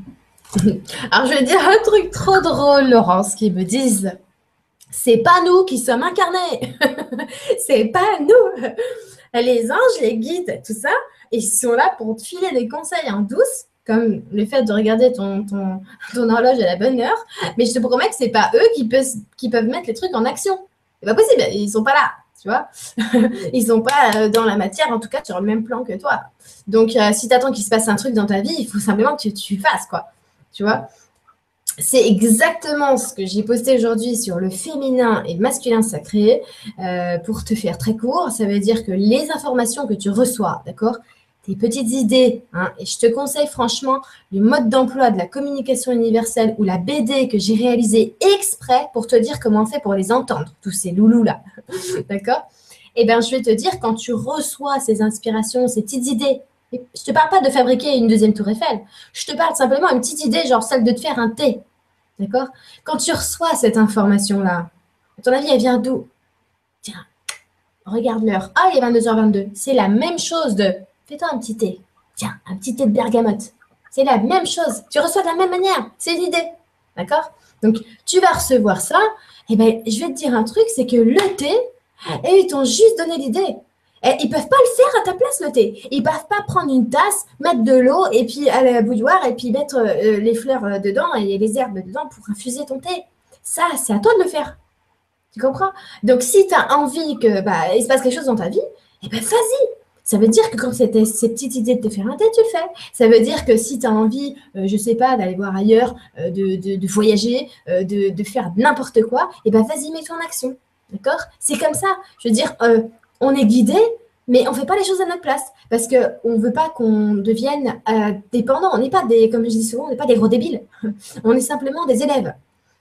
dire? Alors, je vais dire un truc trop drôle, Laurence, qu'ils me disent. C'est pas nous qui sommes incarnés. C'est pas nous. Les anges, les guides, tout ça, ils sont là pour te filer des conseils en douce, comme le fait de regarder ton, ton, ton horloge à la bonne heure. Mais je te promets que c'est pas eux qui peuvent, qui peuvent mettre les trucs en action. C'est pas possible. Ils sont pas là, tu vois. Ils sont pas dans la matière, en tout cas sur le même plan que toi. Donc, euh, si tu attends qu'il se passe un truc dans ta vie, il faut simplement que tu, tu fasses, quoi. Tu vois. C'est exactement ce que j'ai posté aujourd'hui sur le féminin et le masculin sacré. Euh, pour te faire très court, ça veut dire que les informations que tu reçois, d'accord, tes petites idées, hein, et je te conseille franchement le mode d'emploi de la communication universelle ou la B D que j'ai réalisée exprès pour te dire comment on fait pour les entendre, tous ces loulous-là, d'accord? Eh bien, je vais te dire, quand tu reçois ces inspirations, ces petites idées, je ne te parle pas de fabriquer une deuxième tour Eiffel. Je te parle simplement d'une petite idée, genre celle de te faire un thé. D'accord? Quand tu reçois cette information-là, à ton avis, elle vient d'où? Tiens, regarde l'heure. Ah, il est vingt-deux heures vingt-deux. C'est la même chose de fais-toi un petit thé. Tiens, un petit thé de bergamote. C'est la même chose. Tu reçois de la même manière. C'est l'idée. D'accord? Donc, tu vas recevoir ça. Eh bien, je vais te dire un truc, c'est que le thé, et ils t'ont juste donné l'idée. Et ils ne peuvent pas le faire à ta place, le thé. Ils ne peuvent pas prendre une tasse, mettre de l'eau et puis aller à la bouilloire et puis mettre euh, les fleurs euh, dedans et les herbes dedans pour infuser ton thé. Ça, c'est à toi de le faire. Tu comprends? Donc, si tu as envie que bah, il se passe quelque chose dans ta vie, eh ben vas-y. Ça veut dire que quand c'était ces petites idées de te faire un thé, tu le fais. Ça veut dire que si tu as envie, euh, je ne sais pas, d'aller voir ailleurs, euh, de, de, de voyager, euh, de, de faire n'importe quoi, eh ben vas-y, mets-toi en action. D'accord? C'est comme ça. Je veux dire, euh, on est guidé, mais on ne fait pas les choses à notre place parce qu'on ne veut pas qu'on devienne euh, dépendant. On n'est pas des, comme je dis souvent, on n'est pas des gros débiles. On est simplement des élèves.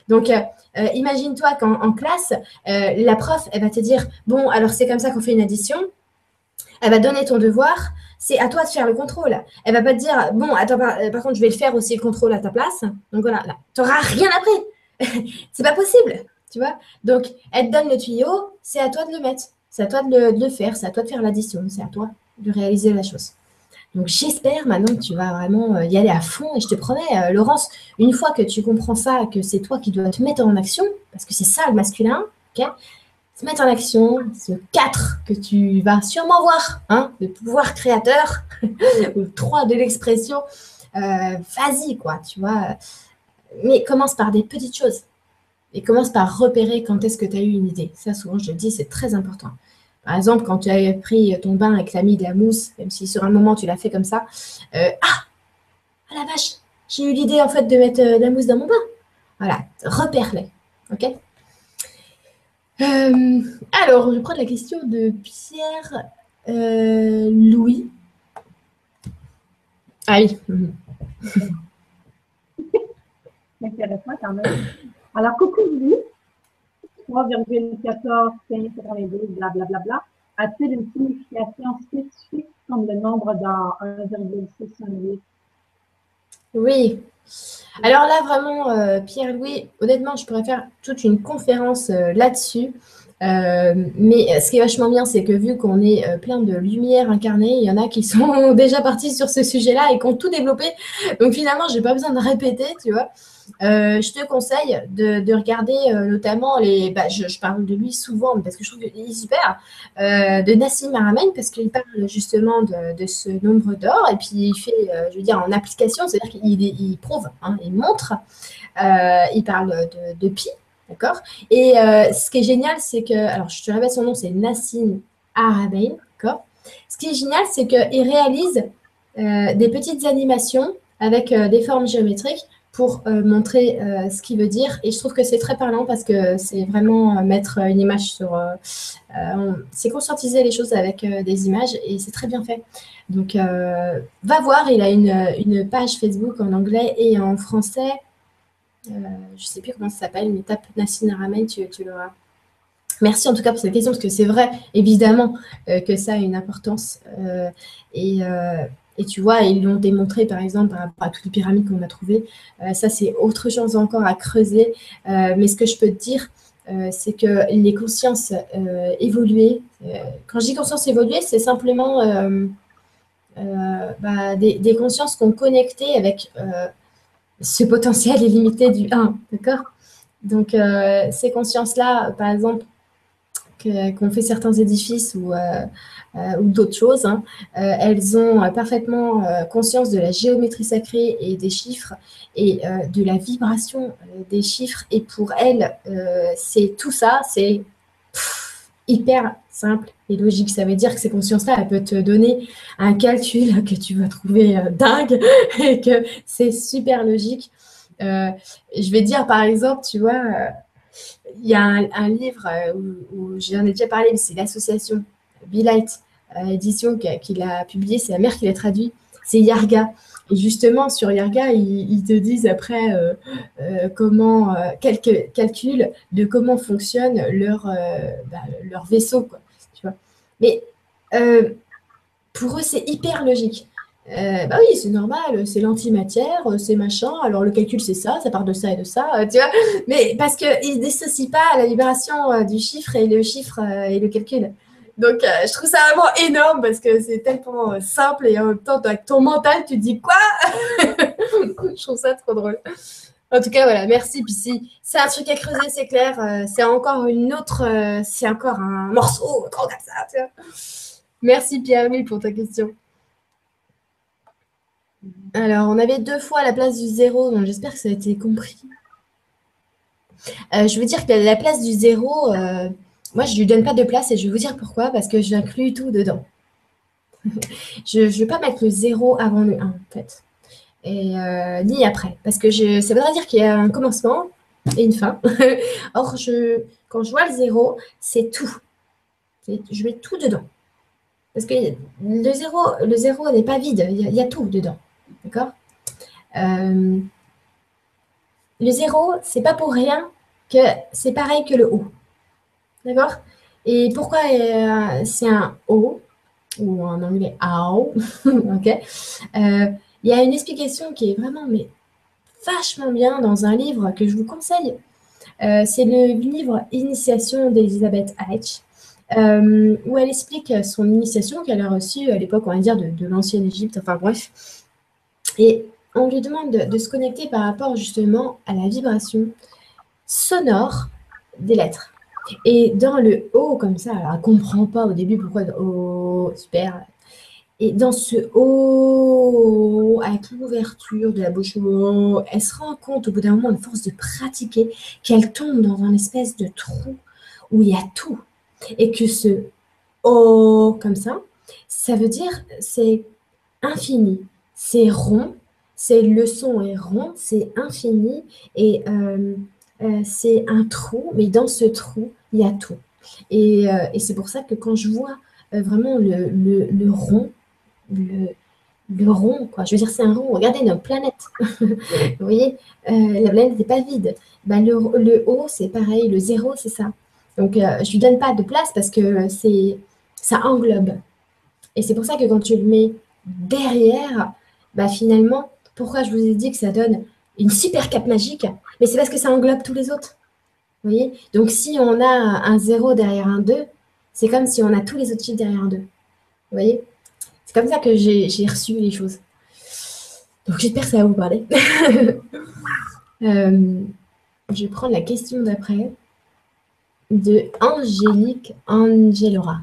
Donc, euh, euh, imagine-toi qu'en en classe, euh, la prof, elle va te dire, bon, alors c'est comme ça qu'on fait une addition. Elle va donner ton devoir. C'est à toi de faire le contrôle. Elle va pas te dire, bon, attends, par, par contre, je vais le faire aussi le contrôle à ta place. Donc voilà, tu n'auras rien appris. C'est pas possible, tu vois. Donc, elle te donne le tuyau, c'est à toi de le mettre. C'est à toi de le, de le faire. C'est à toi de faire l'addition. C'est à toi de réaliser la chose. Donc, j'espère maintenant que tu vas vraiment y aller à fond. Et je te promets, euh, Laurence, une fois que tu comprends ça, que c'est toi qui dois te mettre en action, parce que c'est ça le masculin, ok, se mettre en action, ce quatre que tu vas sûrement voir, hein, le pouvoir créateur, ou le trois de l'expression, euh, vas-y, quoi, tu vois. Mais commence par des petites choses. Et commence par repérer quand est-ce que tu as eu une idée. Ça, souvent, je le dis, c'est très important. Par exemple, quand tu as pris ton bain et que tu as mis de la mousse, même si sur un moment tu l'as fait comme ça, euh, ah, ah la vache, j'ai eu l'idée en fait de mettre de la mousse dans mon bain. Voilà, repère-les. Ok. Euh, alors, je prends la question de Pierre euh, Louis. Ah oui. Intéressant quand même. Alors, coucou Louis, trois virgule quatorze cinq quatre-vingt-douze, blablabla. A-t-il une signification spécifique comme le nombre d'or, un virgule six cent huit? Oui. Alors là, vraiment, euh, Pierre-Louis, honnêtement, je pourrais faire toute une conférence euh, là-dessus. Euh, mais ce qui est vachement bien, c'est que vu qu'on est euh, plein de lumière incarnée, il y en a qui sont déjà partis sur ce sujet-là et qui ont tout développé. Donc finalement, j'ai pas besoin de répéter, tu vois. Euh, je te conseille de, de regarder euh, notamment les. Bah, je, je parle de lui souvent parce que je trouve qu'il est super. Euh, de Nassim Haramein parce qu'il parle justement de, de ce nombre d'or et puis il fait, euh, je veux dire, en application, c'est-à-dire qu'il il prouve, hein, il montre. Euh, il parle de, de pi, d'accord. Et euh, ce qui est génial, c'est que, alors je te répète son nom, c'est Nassim Haramein, d'accord. Ce qui est génial, c'est qu'il réalise euh, des petites animations avec euh, des formes géométriques pour euh, montrer euh, ce qu'il veut dire. Et je trouve que c'est très parlant parce que c'est vraiment euh, mettre une image sur... Euh, euh, c'est conscientiser les choses avec euh, des images et c'est très bien fait. Donc, euh, va voir, il a une, une page Facebook en anglais et en français. Euh, je ne sais plus comment ça s'appelle, mais tape Nassim Haramein, tu, tu l'auras. Merci en tout cas pour cette question, parce que c'est vrai, évidemment, euh, que ça a une importance. Euh, et, euh, et tu vois, ils l'ont démontré, par exemple, par rapport à toutes les pyramides qu'on a trouvées. Euh, ça, c'est autre chose encore à creuser. Euh, mais ce que je peux te dire, euh, c'est que les consciences euh, évoluées, euh, quand je dis conscience évoluée, c'est simplement euh, euh, bah, des, des consciences qu'on connectait avec euh, ce potentiel illimité du un, d'accord. Donc, euh, ces consciences-là, par exemple, qu'on fait certains édifices ou, euh, euh, ou d'autres choses, hein, euh, elles ont parfaitement euh, conscience de la géométrie sacrée et des chiffres et euh, de la vibration euh, des chiffres. Et pour elles, euh, c'est tout ça, c'est hyper simple et logique. Ça veut dire que ces consciences-là, elles peuvent te donner un calcul que tu vas trouver euh, dingue et que c'est super logique. Euh, je vais dire, par exemple, tu vois, euh, il y a un, un livre euh, où, où j'en ai déjà parlé, mais c'est l'association Be Light euh, Édition qui, qui l'a publié, c'est la mère qui l'a traduit, c'est Yarga. Et justement, sur Yarga, ils, ils te disent après euh, euh, comment, euh, quelques calculs de comment fonctionne leur, euh, bah, leur vaisseau, quoi, tu vois. Mais euh, pour eux, c'est hyper logique. Euh, bah oui, c'est normal, c'est l'antimatière, c'est machin, alors le calcul c'est ça, ça part de ça et de ça, euh, tu vois, mais parce qu'ils ne dissocient pas la vibration euh, du chiffre et le chiffre euh, et le calcul. Donc euh, je trouve ça vraiment énorme parce que c'est tellement euh, simple et en même temps, avec ton mental, tu te dis quoi? Je trouve ça trop drôle. En tout cas, voilà, merci. Puis si c'est un truc à creuser, c'est clair, euh, c'est encore une autre, euh, c'est encore un morceau trop comme ça, tu vois. Merci Pierre-Louis pour ta question. Alors, on avait deux fois la place du zéro, donc j'espère que ça a été compris. Euh, je veux dire que la place du zéro, euh, moi, je ne lui donne pas de place et je vais vous dire pourquoi, parce que j'inclus tout dedans. Je ne veux pas mettre le zéro avant le un, en fait, et euh, ni après, parce que je, ça voudrait dire qu'il y a un commencement et une fin. Or, je, quand je vois le zéro, c'est tout. Je mets tout dedans. Parce que le zéro, le zéro n'est pas vide, il y, a, il y a tout dedans. D'accord. euh, le zéro, c'est pas pour rien que c'est pareil que le O. D'accord? Et pourquoi euh, c'est un O, ou en anglais A O, ok? Euh, Il y a une explication qui est vraiment mais, vachement bien dans un livre que je vous conseille. Euh, c'est le livre Initiation d'Elizabeth H. Euh, où elle explique son initiation qu'elle a reçue à l'époque, on va dire, de, de l'ancienne Égypte, enfin bref. Et on lui demande de, de se connecter par rapport justement à la vibration sonore des lettres. Et dans le O, comme ça, alors elle ne comprend pas au début pourquoi O, super. Et dans ce O, avec l'ouverture de la bouche, O, elle se rend compte au bout d'un moment, à force de pratiquer, qu'elle tombe dans un espèce de trou où il y a tout. Et que ce O, comme ça, ça veut dire c'est infini, c'est rond, c'est le son est rond, c'est infini et euh, euh, c'est un trou, mais dans ce trou, il y a tout. Et, euh, et c'est pour ça que quand je vois euh, vraiment le, le, le rond, le, le rond, quoi. Je veux dire, c'est un rond. Regardez notre planète. Vous voyez, euh, la planète n'est pas vide. Ben, le, le haut, c'est pareil. Le zéro, c'est ça. Donc, euh, je lui donne pas de place parce que c'est, ça englobe. Et c'est pour ça que quand tu le mets derrière, bah finalement, pourquoi je vous ai dit que ça donne une super cape magique? Mais c'est parce que ça englobe tous les autres. Vous voyez? Donc, si on a un zéro derrière un deux, c'est comme si on a tous les autres chiffres derrière un deux. Vous voyez? C'est comme ça que j'ai j'ai reçu les choses. Donc, j'espère que ça va vous parler. euh, je vais prendre la question d'après de Angélique Angelora.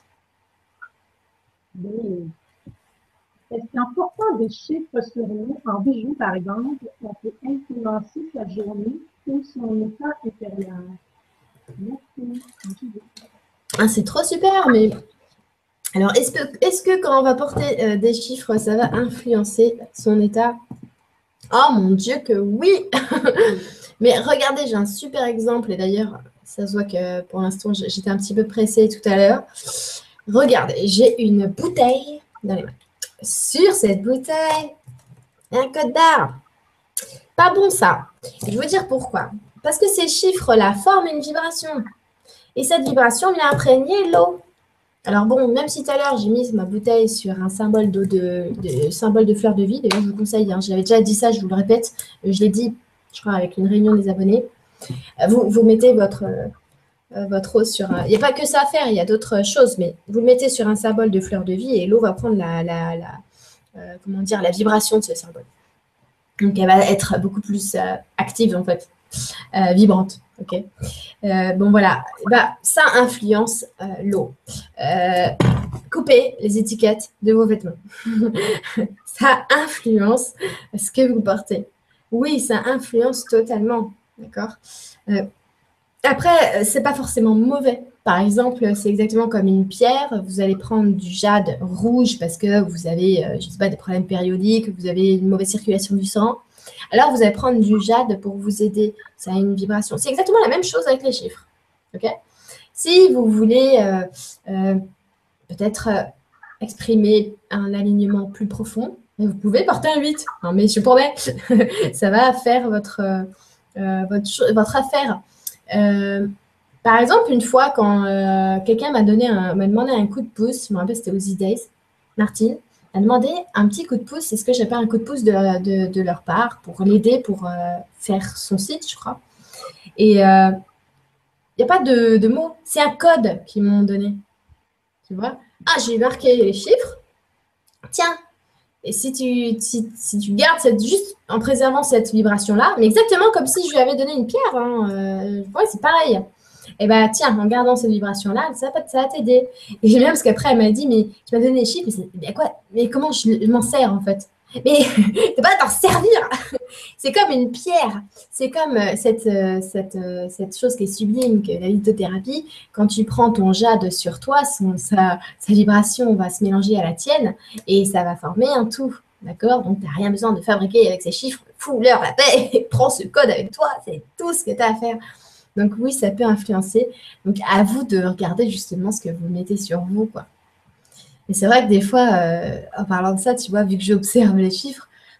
Oui. Est-ce qu'en portant des chiffres sur nous, en bijoux par exemple, on peut influencer sa journée ou son état intérieur? Merci. Ah, c'est trop super, mais alors, est-ce que, est-ce que quand on va porter euh, des chiffres, ça va influencer son état? Oh mon Dieu que oui. Mais regardez, j'ai un super exemple, et d'ailleurs, ça se voit que pour l'instant, j'étais un petit peu pressée tout à l'heure. Regardez, j'ai une bouteille dans les mains. Sur cette bouteille, il y a un code barre. Pas bon ça. Je vais vous dire pourquoi. Parce que ces chiffres-là forment une vibration. Et cette vibration vient imprégner l'eau. Alors bon, même si tout à l'heure, j'ai mis ma bouteille sur un symbole de, de, de, symbole de fleur de vie, d'ailleurs, je vous conseille, hein, j'avais déjà dit ça, je vous le répète, je l'ai dit, je crois, avec une réunion des abonnés. Vous, vous mettez votre, euh, votre eau sur un... Il n'y a pas que ça à faire, il y a d'autres choses, mais vous le mettez sur un symbole de fleur de vie et l'eau va prendre la, la, la euh, comment dire, la vibration de ce symbole. Donc, elle va être beaucoup plus euh, active, en fait, euh, vibrante. Ok. Euh, bon, voilà. Bah, ça influence euh, l'eau. Euh, coupez les étiquettes de vos vêtements. Ça influence ce que vous portez. Oui, ça influence totalement. D'accord. euh, Après, c'est pas forcément mauvais. Par exemple, c'est exactement comme une pierre. Vous allez prendre du jade rouge parce que vous avez, euh, je sais pas, des problèmes périodiques, vous avez une mauvaise circulation du sang. Alors, vous allez prendre du jade pour vous aider. Ça a une vibration. C'est exactement la même chose avec les chiffres. Ok. Si vous voulez euh, euh, peut-être euh, exprimer un alignement plus profond, vous pouvez porter un huit. Non, mais je promets, ça va faire votre, euh, votre, votre affaire. Euh, par exemple, une fois, quand euh, quelqu'un m'a donné un, m'a demandé un coup de pouce, je me rappelle, c'était aux E-Days, Martine a demandé un petit coup de pouce. C'est ce que j'appelle un coup de pouce de, de, de leur part pour l'aider pour euh, faire son site, je crois. Et il euh, n'y a pas de, de mots. C'est un code qu'ils m'ont donné. Tu vois? Ah, j'ai marqué les chiffres. Tiens, et si tu, si, si tu gardes cette, juste en préservant cette vibration-là, mais exactement comme si je lui avais donné une pierre, hein, euh, ouais, c'est pareil. Et bien, tiens, en gardant cette vibration-là, ça va, ça va t'aider. Et j'aime bien parce qu'après, elle m'a dit, mais tu m'as donné les chiffres, mais, mais, quoi, mais comment je, je m'en sers en fait? Mais t'es pas à t'en servir. C'est comme une pierre. C'est comme euh, cette, euh, cette, euh, cette chose qui est sublime, que la lithothérapie. Quand tu prends ton jade sur toi, son, sa, sa vibration va se mélanger à la tienne et ça va former un tout. D'accord? Donc, tu n'as rien besoin de fabriquer avec ces chiffres. Fous-leur la paix et prends ce code avec toi. C'est tout ce que tu as à faire. Donc, oui, ça peut influencer. Donc, à vous de regarder justement ce que vous mettez sur vous, quoi. Et c'est vrai que des fois, euh, en parlant de ça, tu vois, vu que j'observe les chiffres,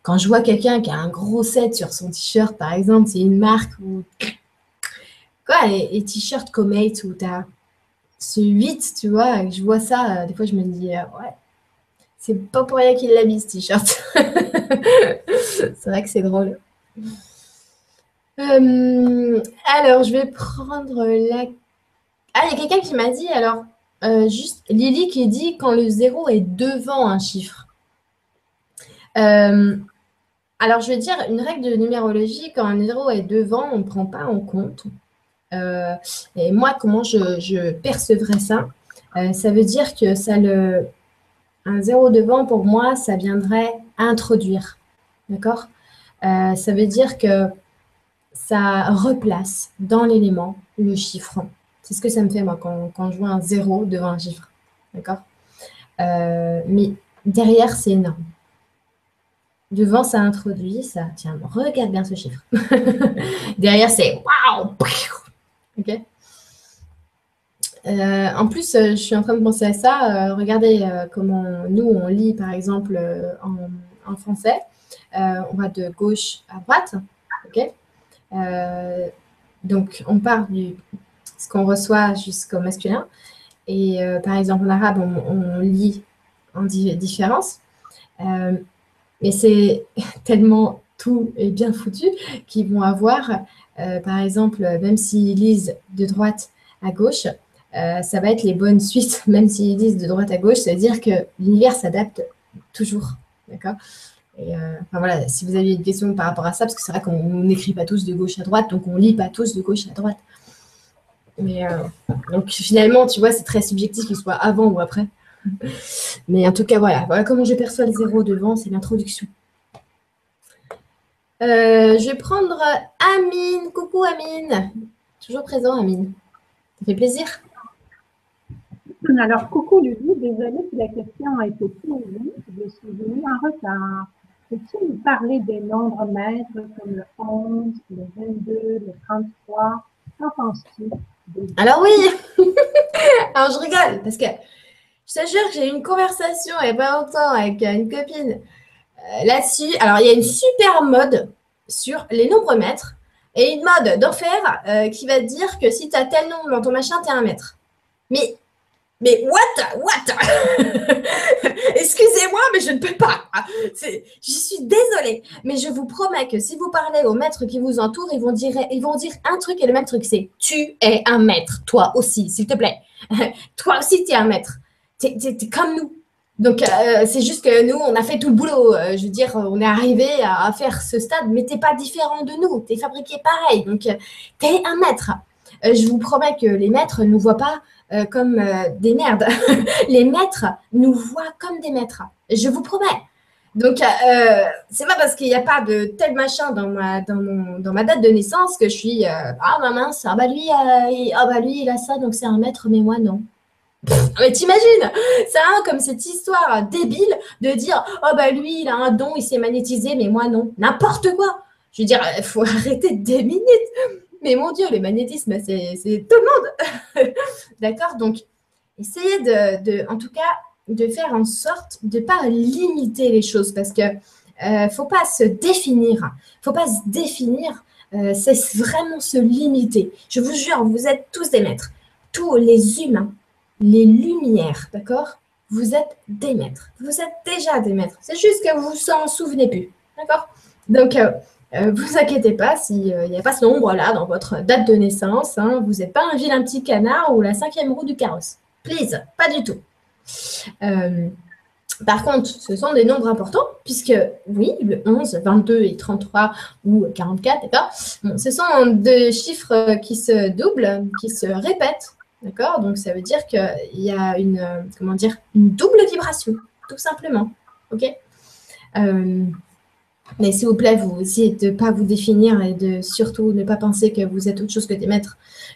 Quand je vois quelqu'un qui a un gros sept sur son t-shirt, par exemple, c'est une marque où... Quoi, les, les t-shirts Comate où tu as ce huit, tu vois, et je vois ça, euh, des fois je me dis, euh, ouais, c'est pas pour rien qu'il l'habille ce t-shirt. C'est vrai que c'est drôle. Euh, alors, je vais prendre la... Ah, il y a quelqu'un qui m'a dit, alors, euh, juste, Lily qui dit quand le zéro est devant un chiffre. Euh, alors, je vais dire, une règle de numérologie, quand un zéro est devant, on ne prend pas en compte. Euh, et moi, comment je, je percevrais ça? Euh, ça veut dire que ça le... Un zéro devant, pour moi, ça viendrait introduire. D'accord? Euh, ça veut dire que ça replace dans l'élément le chiffre. C'est ce que ça me fait, moi, quand, quand je vois un zéro devant un chiffre. D'accord? euh, Mais derrière, c'est énorme. Devant, ça introduit, ça... Tiens, regarde bien ce chiffre. Derrière, c'est waouh! Ok? Euh, en plus, euh, je suis en train de penser à ça. Euh, regardez euh, comment nous, on lit, par exemple, euh, en, en français. Euh, on va de gauche à droite. Ok? Euh, donc, on part du ce qu'on reçoit jusqu'au masculin. Et euh, par exemple, en arabe, on, on lit en di différence. Euh, mais c'est tellement tout est bien foutu qu'ils vont avoir, euh, par exemple, même s'ils lisent de droite à gauche, euh, ça va être les bonnes suites, même s'ils lisent de droite à gauche, ça veut dire que l'univers s'adapte toujours. D'accord? Et euh, enfin, voilà, si vous avez une question par rapport à ça, parce que c'est vrai qu'on n'écrit pas tous de gauche à droite, donc on ne lit pas tous de gauche à droite. Mais euh, donc finalement, tu vois, c'est très subjectif qu'il soit avant ou après. Mais en tout cas, voilà, voilà comment je perçois le zéro devant, c'est l'introduction. Euh, je vais prendre Amine. Coucou Amine. Toujours présent Amine. Ça fait plaisir. Alors, coucou Lucie, désolée si la question a été posée, je suis venue en retard. Peux-tu nous parler des nombres maîtres comme le onze, le vingt-deux, le trente-trois? Qu'en penses-tu? Alors oui. Alors je rigole parce que je t'assure que j'ai eu une conversation il n'y a pas longtemps avec une copine euh, là-dessus. Alors il y a une super mode sur les nombres maîtres et une mode d'enfer euh, qui va te dire que si tu as tel nombre dans ton machin, tu es un maître. Mais Mais what? What? Excusez-moi, mais je ne peux pas. Je suis désolée. Mais je vous promets que si vous parlez aux maîtres qui vous entourent, ils vont dire, ils vont dire un truc et le même truc, c'est tu es un maître, toi aussi, s'il te plaît. Toi aussi, tu es un maître. Tu es, comme nous. Donc, euh, c'est juste que nous, on a fait tout le boulot. Euh, je veux dire, on est arrivé à, à faire ce stade, mais tu n'es pas différent de nous. Tu es fabriqué pareil. Donc, euh, tu es un maître. Euh, je vous promets que les maîtres ne voient pas Euh, comme euh, des merdes. Les maîtres nous voient comme des maîtres. Je vous promets. Donc, euh, c'est pas parce qu'il n'y a pas de tel machin dans ma, dans mon, dans ma date de naissance que je suis euh, ah bah mince, ah bah lui, euh, il, ah bah lui il a ça donc c'est un maître, mais moi non. Pff, mais t'imagines, c'est un comme cette histoire débile de dire oh bah lui il a un don, il s'est magnétisé, mais moi non. N'importe quoi. Je veux dire, il faut arrêter deux minutes. Mais mon Dieu, le magnétisme, c'est tout le monde. D'accord? Donc, essayez de, de, en tout cas, de faire en sorte de ne pas limiter les choses parce que ne euh, faut pas se définir. Il ne faut pas se définir. Euh, c'est vraiment se limiter. Je vous jure, vous êtes tous des maîtres. Tous les humains, les lumières, d'accord? Vous êtes des maîtres. Vous êtes déjà des maîtres. C'est juste que vous vous en souvenez plus. D'accord? Donc, euh, Euh, vous inquiétez pas s'il n'y euh, a pas ce nombre-là dans votre date de naissance. Hein, vous n'êtes pas un vilain petit canard ou la cinquième roue du carrosse. Please, pas du tout. Euh, par contre, ce sont des nombres importants, puisque oui, le onze, vingt-deux et trente-trois ou quarante-quatre, d'accord, bon, ce sont deux chiffres qui se doublent, qui se répètent, d'accord. Donc, ça veut dire qu'il y a une, euh, comment dire, une double vibration, tout simplement. OK euh, Mais s'il vous plaît, vous essayez de ne pas vous définir et de surtout ne pas penser que vous êtes autre chose que des maîtres.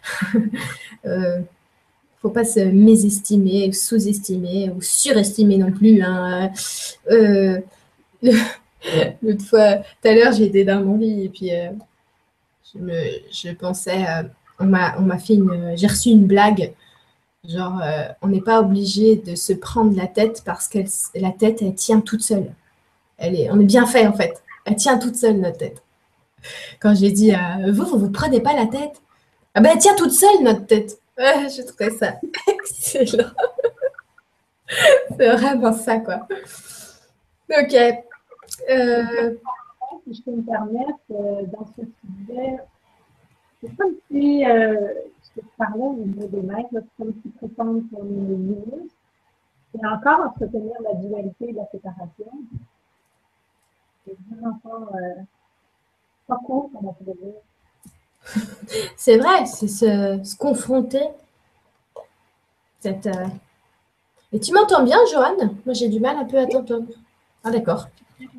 Il euh, ne faut pas se mésestimer, sous-estimer ou surestimer non plus. Hein. Euh, L'autre fois, tout à l'heure, j'ai été dans mon lit et puis euh, je, me, je pensais, euh, on m'a fait une, j'ai reçu une blague. Genre, euh, on n'est pas obligé de se prendre la tête parce que la tête, elle tient toute seule. elle est, on est bien fait en fait. Elle tient toute seule notre tête. Quand j'ai dit, euh, vous, vous vous prenez pas la tête. Ah ben, elle tient toute seule notre tête. Ouais, je trouvais ça excellent. C'est vraiment ça, quoi. Ok. Euh, Si je peux me permettre, euh, dans ce que tu disais, c'est comme si, euh, je te parlais au niveau des maîtres, c'est comme si prétendre comme une ministre, et encore entretenir la dualité de la séparation. C'est vraiment pas, euh, pas cool, comme on pourrait dire. c'est vrai, c'est se, se confronter. Cette, euh... Et tu m'entends bien, Joanne? Moi, j'ai du mal un peu à t'entendre. Ah, d'accord.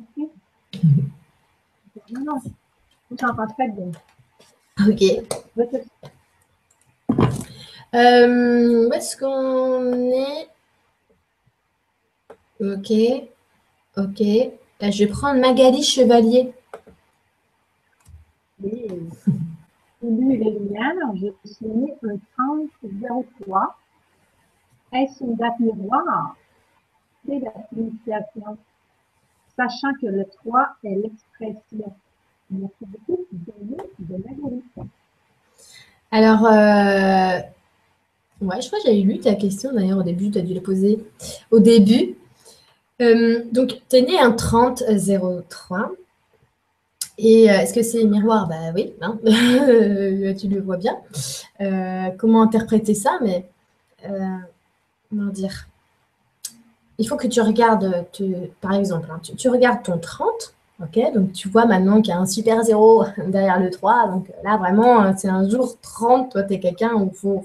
Non, non, je t'entends très bien. Ok. Euh, où est-ce qu'on est? Ok. Ok. Là, je vais prendre Magali Chevalier. Oui. Salut les lumières, je suis née un trente zéro trois. Est-ce une date miroir? C'est la signification, sachant que le trois est l'expression. Merci beaucoup de Magali. Alors, euh... ouais, je crois que j'avais lu ta question d'ailleurs au début, tu as dû la poser au début. Euh, donc, tu es né un trente zéro trois. Et euh, est-ce que c'est miroir? Bah oui, hein. Tu le vois bien. Euh, comment interpréter ça? Mais euh, comment dire? Il faut que tu regardes, tu, par exemple, hein, tu, tu regardes ton trente, ok? Donc tu vois maintenant qu'il y a un super zéro derrière le trois. Donc là, vraiment, c'est un jour trente. Toi, tu es quelqu'un où faut,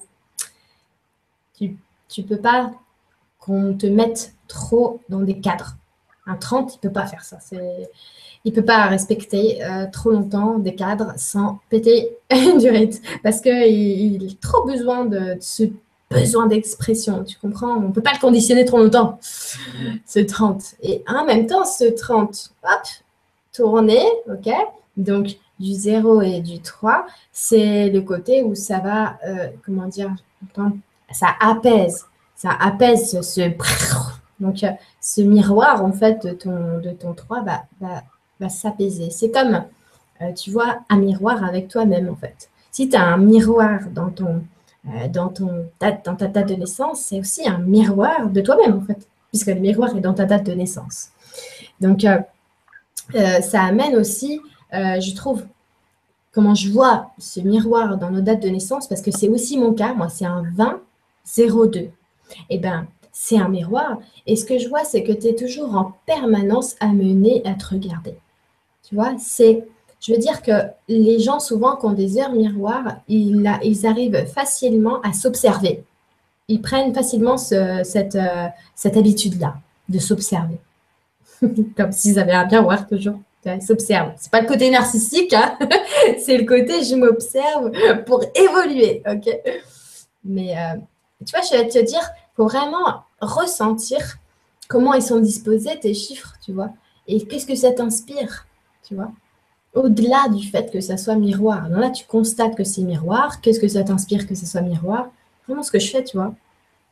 tu ne peux pas qu'on te mette trop dans des cadres. Un trente, il ne peut pas faire ça. C'est, il ne peut pas respecter euh, trop longtemps des cadres sans péter du rythme. Parce qu'il il a trop besoin de, de ce besoin d'expression. Tu comprends? On ne peut pas le conditionner trop longtemps, ce trente. Et en même temps, ce trente, hop, tourné, ok? Donc, du zéro et du trois, c'est le côté où ça va, euh, comment dire, ça apaise. Ça apaise ce, ce donc, ce miroir, en fait, de ton, de ton trois va, va, va s'apaiser. C'est comme, euh, tu vois, un miroir avec toi-même, en fait. Si tu as un miroir dans, ton, euh, dans, ton date, dans ta date de naissance, c'est aussi un miroir de toi-même, en fait, puisque le miroir est dans ta date de naissance. Donc, euh, euh, ça amène aussi, euh, je trouve, comment je vois ce miroir dans nos dates de naissance, parce que c'est aussi mon cas, moi, c'est un vingt zéro deux. Eh bien, c'est un miroir. Et ce que je vois, c'est que tu es toujours en permanence amené à te regarder. Tu vois, c'est, je veux dire que les gens, souvent, qui ont des heures miroirs, ils, ils arrivent facilement à s'observer. Ils prennent facilement ce, cette, euh, cette habitude-là de s'observer. Comme s'ils avaient un miroir toujours. Ils s'observent. C'est pas le côté narcissique, hein. C'est le côté je m'observe pour évoluer. Ok. Mais euh, tu vois, je vais te dire, il faut vraiment ressentir comment ils sont disposés, tes chiffres, tu vois. Et qu'est-ce que ça t'inspire, tu vois. Au-delà du fait que ça soit miroir. Alors là, tu constates que c'est miroir. Qu'est-ce que ça t'inspire que ce soit miroir? Vraiment ce que je fais, tu vois.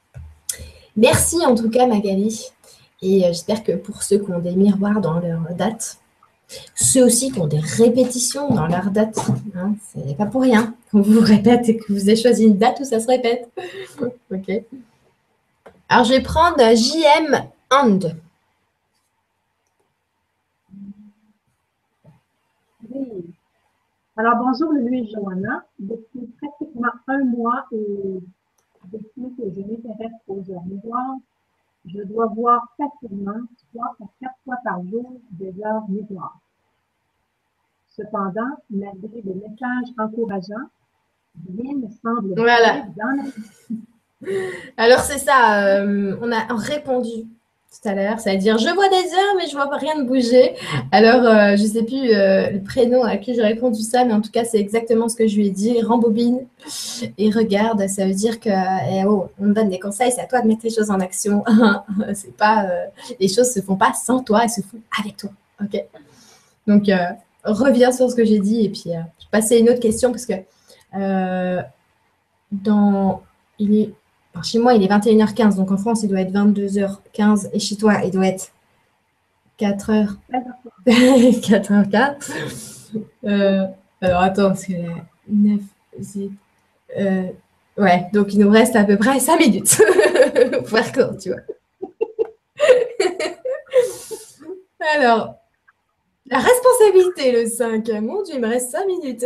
Merci en tout cas, Magali. Et euh, j'espère que pour ceux qui ont des miroirs dans leur date, ceux aussi qui ont des répétitions dans leur date, hein, c'est pas pour rien qu'on vous répète et que vous ayez choisi une date où ça se répète. Ok. Alors, je vais prendre J M And. Oui. Alors, bonjour Louis et Johanna. Depuis pratiquement un mois et depuis que je m'intéresse aux heures miroirs, je dois voir facilement trois à quatre fois par jour des heures miroirs. Cependant, malgré des messages encourageants, rien ne semble Voilà. dans la... Alors, c'est ça. Euh, on a répondu tout à l'heure. Ça veut dire je vois des heures, mais je vois rien de bouger. Alors, euh, je ne sais plus euh, le prénom à qui j'ai répondu ça, mais en tout cas, c'est exactement ce que je lui ai dit. Rembobine et regarde. Ça veut dire que eh, oh, on me donne des conseils. C'est à toi de mettre les choses en action. C'est pas, euh, les choses ne se font pas sans toi, elles se font avec toi. Ok. Donc, euh, reviens sur ce que j'ai dit et puis euh, je vais passer à une autre question parce que euh, dans, il est, chez moi, il est vingt et une heures quinze, donc en France, il doit être vingt-deux heures quinze et chez toi, il doit être quatre heures. D'accord. quatre heures quatre. Euh, alors, attends, c'est neuf, dix, euh, ouais, donc il nous reste à peu près cinq minutes pour faire court, tu vois. Alors, la responsabilité, le cinq. Mon Dieu, il me reste cinq minutes.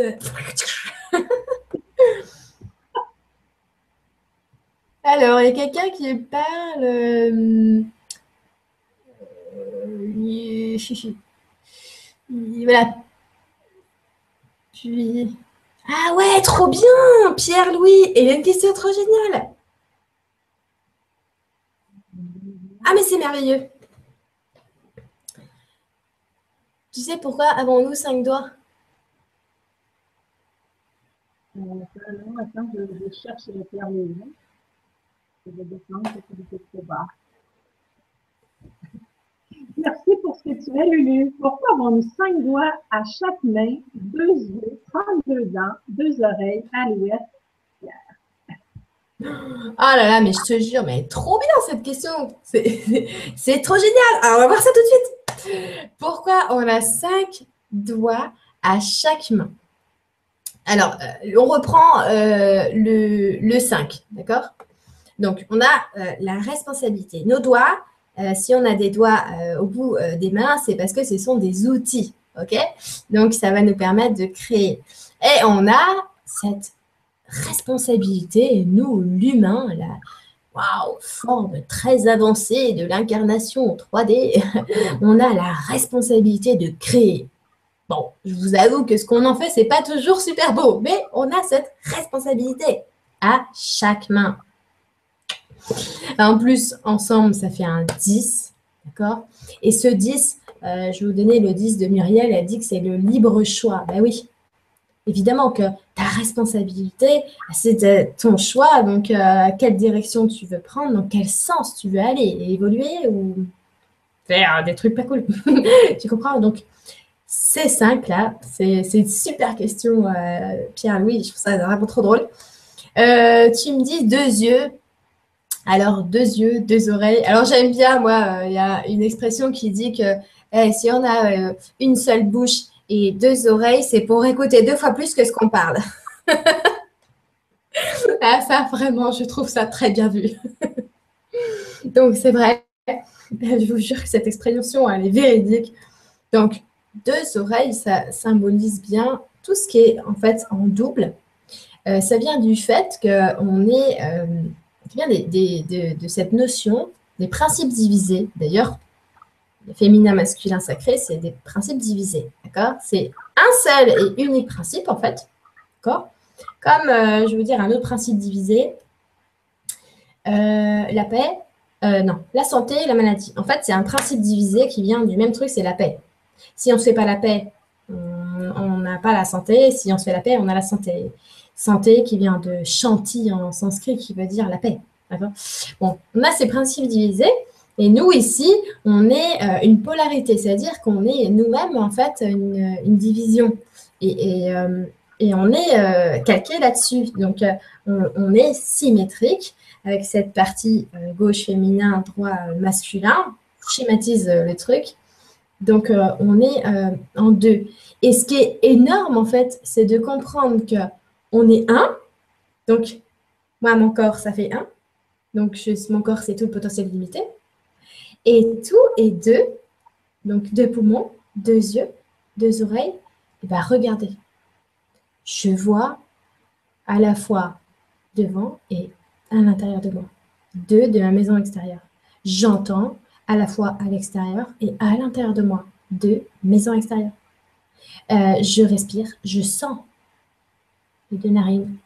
Alors, il y a quelqu'un qui parle. euh, euh, voilà. Puis. Ah ouais, trop bien, Pierre-Louis. Et il y a une question trop géniale. Ah, mais c'est merveilleux. Tu sais pourquoi avons-nous cinq doigts? Euh, non, attends, je, je cherche le terme. Je vais descendre parce que c'est trop bas. Merci pour ce que tu as lu. Pourquoi avons-nous cinq doigts à chaque main, deux yeux, trente-deux dents, deux oreilles, alouettes? Ah là là, mais je te jure, mais trop bien cette question. C'est c'est trop génial. Alors, on va voir ça tout de suite. Pourquoi on a cinq doigts à chaque main? Alors, euh, on reprend euh, le, le cinq, d'accord? Donc, on a euh, la responsabilité. Nos doigts, euh, si on a des doigts euh, au bout euh, des mains, c'est parce que ce sont des outils, ok? Donc, ça va nous permettre de créer. Et on a cette responsabilité, nous, l'humain, la waouh, forme très avancée de l'incarnation en trois D, on a la responsabilité de créer. Bon, je vous avoue que ce qu'on en fait, c'est pas toujours super beau, mais on a cette responsabilité à chaque main. En plus, ensemble, ça fait un dix, d'accord? Et ce dix, euh, je vais vous donner le dix de Muriel, elle dit que c'est le libre choix. Ben oui, évidemment que ta responsabilité, c'est ton choix, donc euh, quelle direction tu veux prendre, dans quel sens tu veux aller, et évoluer ou faire des trucs pas cool. Tu comprends? Donc, ces cinq-là, c'est une super question, euh, Pierre-Louis, je trouve ça vraiment trop drôle. Euh, tu me dis deux yeux. Alors, deux yeux, deux oreilles. Alors, j'aime bien, moi, il euh, y a une expression qui dit que eh, si on a euh, une seule bouche et deux oreilles, c'est pour écouter deux fois plus que ce qu'on parle. Ah, ça, vraiment, je trouve ça très bien vu. Donc, c'est vrai. Je vous jure que cette expression, elle est véridique. Donc, deux oreilles, ça symbolise bien tout ce qui est en fait en double. Euh, ça vient du fait qu'on est, euh, ça vient des, des, de, de cette notion des principes divisés. D'ailleurs, féminin, masculin, sacré, c'est des principes divisés. D'accord? C'est un seul et unique principe, en fait. D'accord? Comme, euh, je veux dire, un autre principe divisé, euh, la paix, euh, non, la santé et la maladie. En fait, c'est un principe divisé qui vient du même truc, c'est la paix. Si on ne se fait pas la paix, on n'a pas la santé. Si on se fait la paix, on a la santé. Santé qui vient de shanti en sanskrit, qui veut dire la paix. Bon, on a ces principes divisés. Et nous, ici, on est euh, une polarité, c'est-à-dire qu'on est nous-mêmes, en fait, une, une division. Et, et, euh, et on est euh, calqué là-dessus. Donc, euh, on, on, est symétrique avec cette partie euh, gauche féminin, droit masculin. Je schématise euh, le truc. Donc, euh, on est euh, en deux. Et ce qui est énorme, en fait, c'est de comprendre qu'on est un. Donc, moi, mon corps, ça fait un. Donc, je, mon corps, c'est tout le potentiel limité. Et tout est deux. Donc, deux poumons, deux yeux, deux oreilles. Et bien, regardez. Je vois à la fois devant et à l'intérieur de moi. Deux de ma maison extérieure. J'entends à la fois à l'extérieur et à l'intérieur de moi. Deux maisons extérieures. Euh, je respire, je sens les deux narines.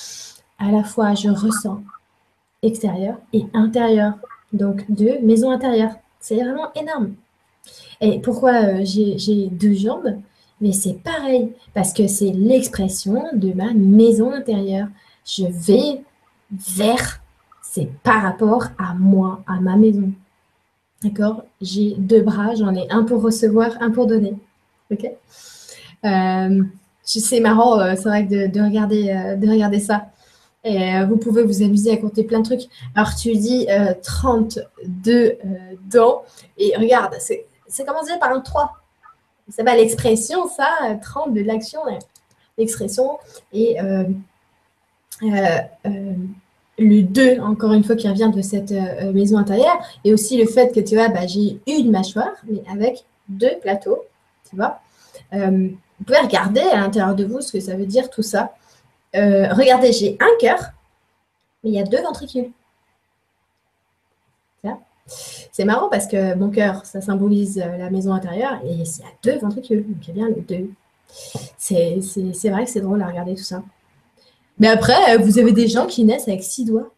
À la fois, je ressens extérieur et intérieur. Donc, deux maisons intérieures. C'est vraiment énorme. Et pourquoi euh, j'ai deux jambes? Mais c'est pareil, parce que c'est l'expression de ma maison intérieure. Je vais vers, c'est par rapport à moi, à ma maison. D'accord? J'ai deux bras, j'en ai un pour recevoir, un pour donner. Ok? Euh, c'est marrant, euh, c'est vrai que de, de, regarder, euh, de regarder ça. Et euh, vous pouvez vous amuser à compter plein de trucs. Alors, tu dis euh, trente-deux euh, dents. Et regarde, ça commence déjà par un trois. C'est pas l'expression, ça, trente de l'action, l'expression. Et euh, euh, euh, le deux, encore une fois, qui revient de cette euh, maison intérieure. Et aussi le fait que, tu vois, bah, j'ai une mâchoire, mais avec deux plateaux, tu vois. Euh, vous pouvez regarder à l'intérieur de vous ce que ça veut dire, tout ça. Euh, regardez, j'ai un cœur, mais il y a deux ventricules. C'est marrant parce que mon cœur, ça symbolise la maison intérieure et il y a deux ventricules, donc il y a bien les deux. C'est vrai que c'est drôle à regarder tout ça. Mais après, vous avez des gens qui naissent avec six doigts.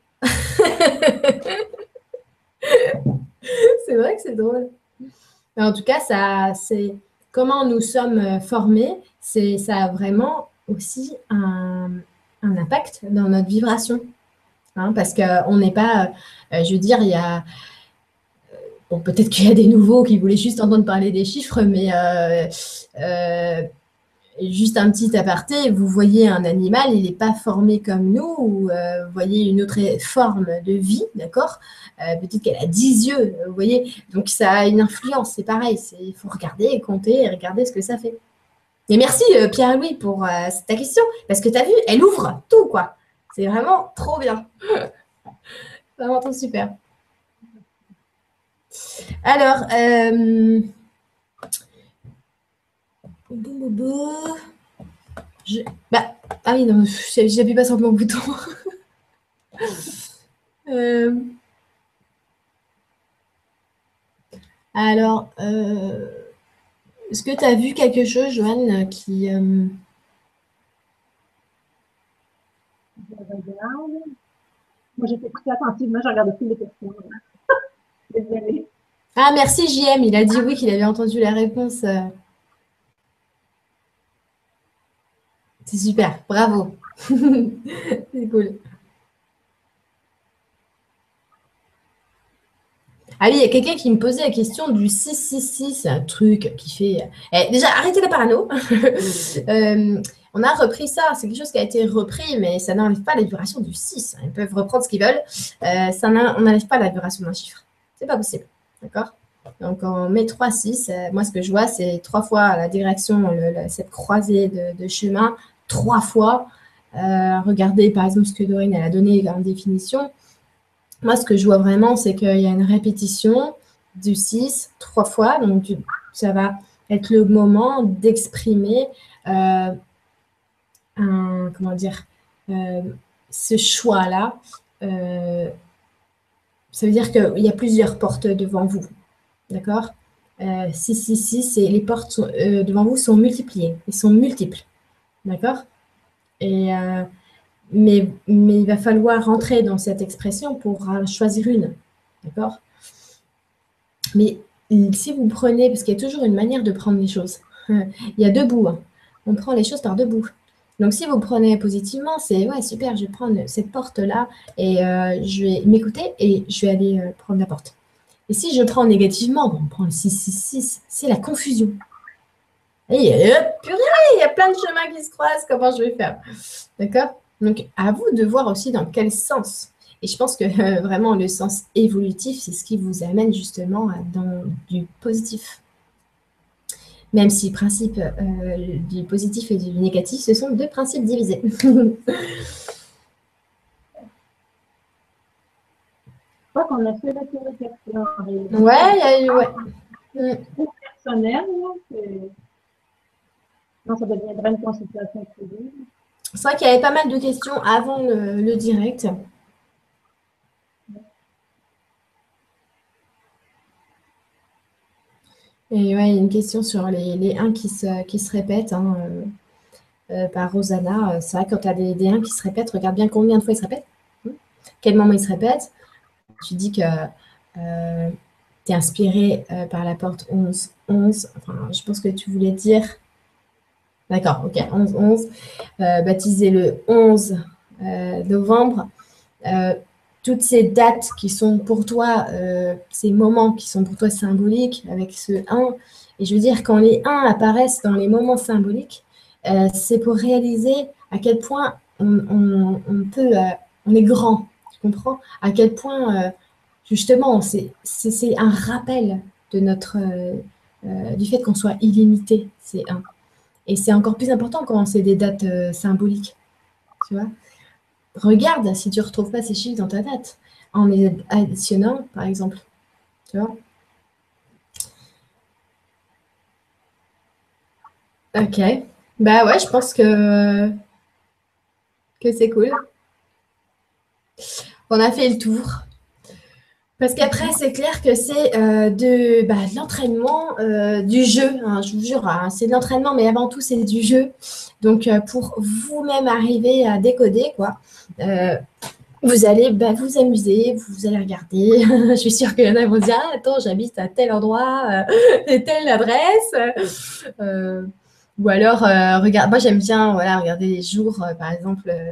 C'est vrai que c'est drôle. Mais en tout cas, ça, c'est comment nous sommes formés, ça a vraiment aussi un, un impact dans notre vibration. Hein, parce qu'on n'est pas, euh, je veux dire, il y a... Bon, peut-être qu'il y a des nouveaux qui voulaient juste entendre parler des chiffres, mais euh, euh, juste un petit aparté, vous voyez un animal, il n'est pas formé comme nous, ou euh, vous voyez une autre forme de vie, d'accord euh, Peut-être qu'elle a dix yeux, vous voyez. Donc, ça a une influence, c'est pareil. Il faut regarder, compter et regarder ce que ça fait. Et merci euh, Pierre-Louis pour euh, ta question, parce que tu as vu, elle ouvre tout, quoi. C'est vraiment trop bien. Vraiment trop super. Alors, euh... Je... Bah, ah oui, non, j'appuie pas sur mon bouton. euh... Alors, euh... est-ce que tu as vu quelque chose, Joanne, qui... Euh... Je regarde. Moi, j'ai écouté attentivement, je regarde toutes les questions. Désolée. Ah, merci J M, il a dit oui, qu'il avait entendu la réponse. C'est super, bravo. C'est cool. Ah oui, il y a quelqu'un qui me posait la question du six six six, c'est un truc qui fait... Eh, déjà, arrêtez la parano. euh, on a repris ça, c'est quelque chose qui a été repris, mais ça n'enlève pas la vibration du six. Ils peuvent reprendre ce qu'ils veulent. Euh, ça on n'enlève pas la vibration d'un chiffre. C'est pas possible, d'accord? Donc, on met trois six. Euh, moi, ce que je vois, c'est trois fois la direction, le, le, cette croisée de, de chemin, trois fois. Euh, regardez, par exemple, ce que Dorine elle a donné en définition. Moi, ce que je vois vraiment, c'est qu'il y a une répétition du six trois fois. Donc, ça va être le moment d'exprimer euh, un, comment dire, euh, ce choix-là. Euh, ça veut dire qu'il y a plusieurs portes devant vous. D'accord euh, six six six, et les portes sont, euh, devant vous sont multipliées. Ils sont multiples. D'accord Et... Euh, Mais, mais il va falloir rentrer dans cette expression pour choisir une. D'accord? Mais si vous prenez, parce qu'il y a toujours une manière de prendre les choses. Il y a deux bouts. Hein. On prend les choses par deux bouts. Donc, si vous prenez positivement, c'est ouais, super, je vais prendre cette porte-là et euh, je vais m'écouter et je vais aller euh, prendre la porte. Et si je prends négativement, bon, on prend le six six six, c'est la confusion. Et euh, purée, il y a plein de chemins qui se croisent, comment je vais faire? D'accord? Donc, à vous de voir aussi dans quel sens. Et je pense que euh, vraiment, le sens évolutif, c'est ce qui vous amène justement dans du positif. Même si le principe euh, du positif et du négatif, ce sont deux principes divisés. Je crois qu'on a fait la tour de question. Ouais, il y a eu... Ouais. Trop personnel, là, non, ça deviendrait une consultation privée. C'est vrai qu'il y avait pas mal de questions avant le, le direct. Et ouais, il y a une question sur les, les uns qui se, qui se répètent hein, euh, euh, par Rosanna. C'est vrai que quand tu as des, des uns qui se répètent, regarde bien combien de fois ils se répètent. Hein, quel moment ils se répètent. Tu dis que euh, tu es inspiré euh, par la porte onze onze. Enfin, je pense que tu voulais dire... D'accord, ok, onze onze. Euh, baptisé le onze euh, novembre. Euh, toutes ces dates qui sont pour toi, euh, ces moments qui sont pour toi symboliques avec ce un, et je veux dire, quand les un apparaissent dans les moments symboliques, euh, c'est pour réaliser à quel point on, on, on peut, euh, on est grand, tu comprends? À quel point, euh, justement, c'est un rappel de notre, euh, euh, du fait qu'on soit illimité, c'est un. Et c'est encore plus important quand c'est des dates euh, symboliques, tu vois. Regarde si tu ne retrouves pas ces chiffres dans ta date, en les additionnant, par exemple, tu vois. Ok. Bah ouais, je pense que, que c'est cool. On a fait le tour. Parce qu'après, c'est clair que c'est euh, de, bah, de l'entraînement, euh, du jeu, hein, je vous jure, hein, c'est de l'entraînement, mais avant tout, c'est du jeu. Donc, euh, pour vous-même arriver à décoder, quoi, euh, vous allez bah, vous amuser, vous allez regarder. Je suis sûre qu'il y en a qui vont dire, ah, attends, j'habite à tel endroit, euh, telle adresse. Euh, ou alors, euh, regarde, moi, j'aime bien voilà, regarder les jours, euh, par exemple. Euh,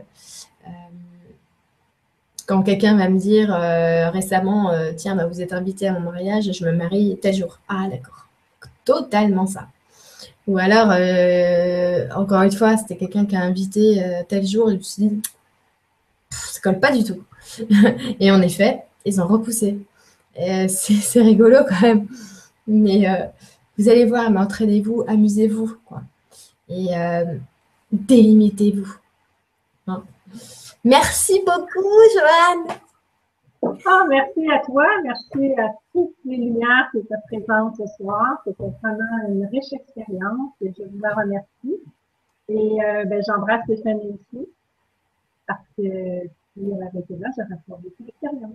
quand quelqu'un va me dire euh, récemment, euh, tiens, bah, vous êtes invité à mon mariage, je me marie tel jour. Ah, d'accord. Totalement ça. Ou alors, euh, encore une fois, c'était quelqu'un qui a invité euh, tel jour, et je me suis dit, ça colle pas du tout. Et en effet, ils ont repoussé. C'est rigolo quand même. Mais euh, vous allez voir, mais entraînez-vous, amusez-vous. Quoi. Et euh, délimitez-vous. Hein. Merci beaucoup, Joanne. Ah, merci à toi, merci à toutes les lumières qui étaient présentes ce soir. C'était vraiment une riche expérience et je vous en remercie. Et euh, ben, j'embrasse Stéphanie aussi parce que si elle avait été là, j'aurais pas beaucoup d'expérience.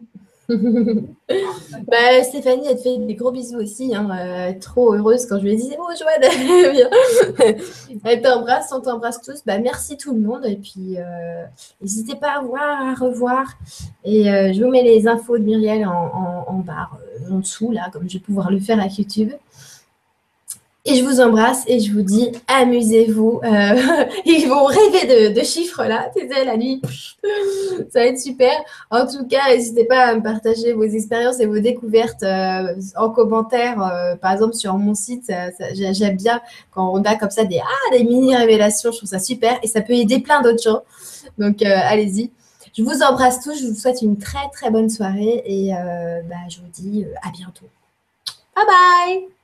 Bah, Stéphanie, elle te fait des gros bisous aussi. Hein, euh, trop heureuse quand je lui ai dit, oh Joanne, viens. Elle t'embrasse, on t'embrasse tous. Bah, merci tout le monde. Et puis, euh, n'hésitez pas à voir, à revoir. Et euh, je vous mets les infos de Myriel en, en, en barre, euh, en dessous, là, comme je vais pouvoir le faire avec YouTube. Et je vous embrasse et je vous dis, amusez-vous. Euh, ils vont rêver de, de chiffres là, tu sais, la nuit. Ça va être super. En tout cas, n'hésitez pas à me partager vos expériences et vos découvertes euh, en commentaire. Euh, par exemple, sur mon site, ça, ça, j'aime bien quand on a comme ça des, ah, des mini-révélations. Je trouve ça super et ça peut aider plein d'autres gens. Donc, euh, allez-y. Je vous embrasse tous. Je vous souhaite une très, très bonne soirée et euh, bah, je vous dis euh, à bientôt. Bye bye!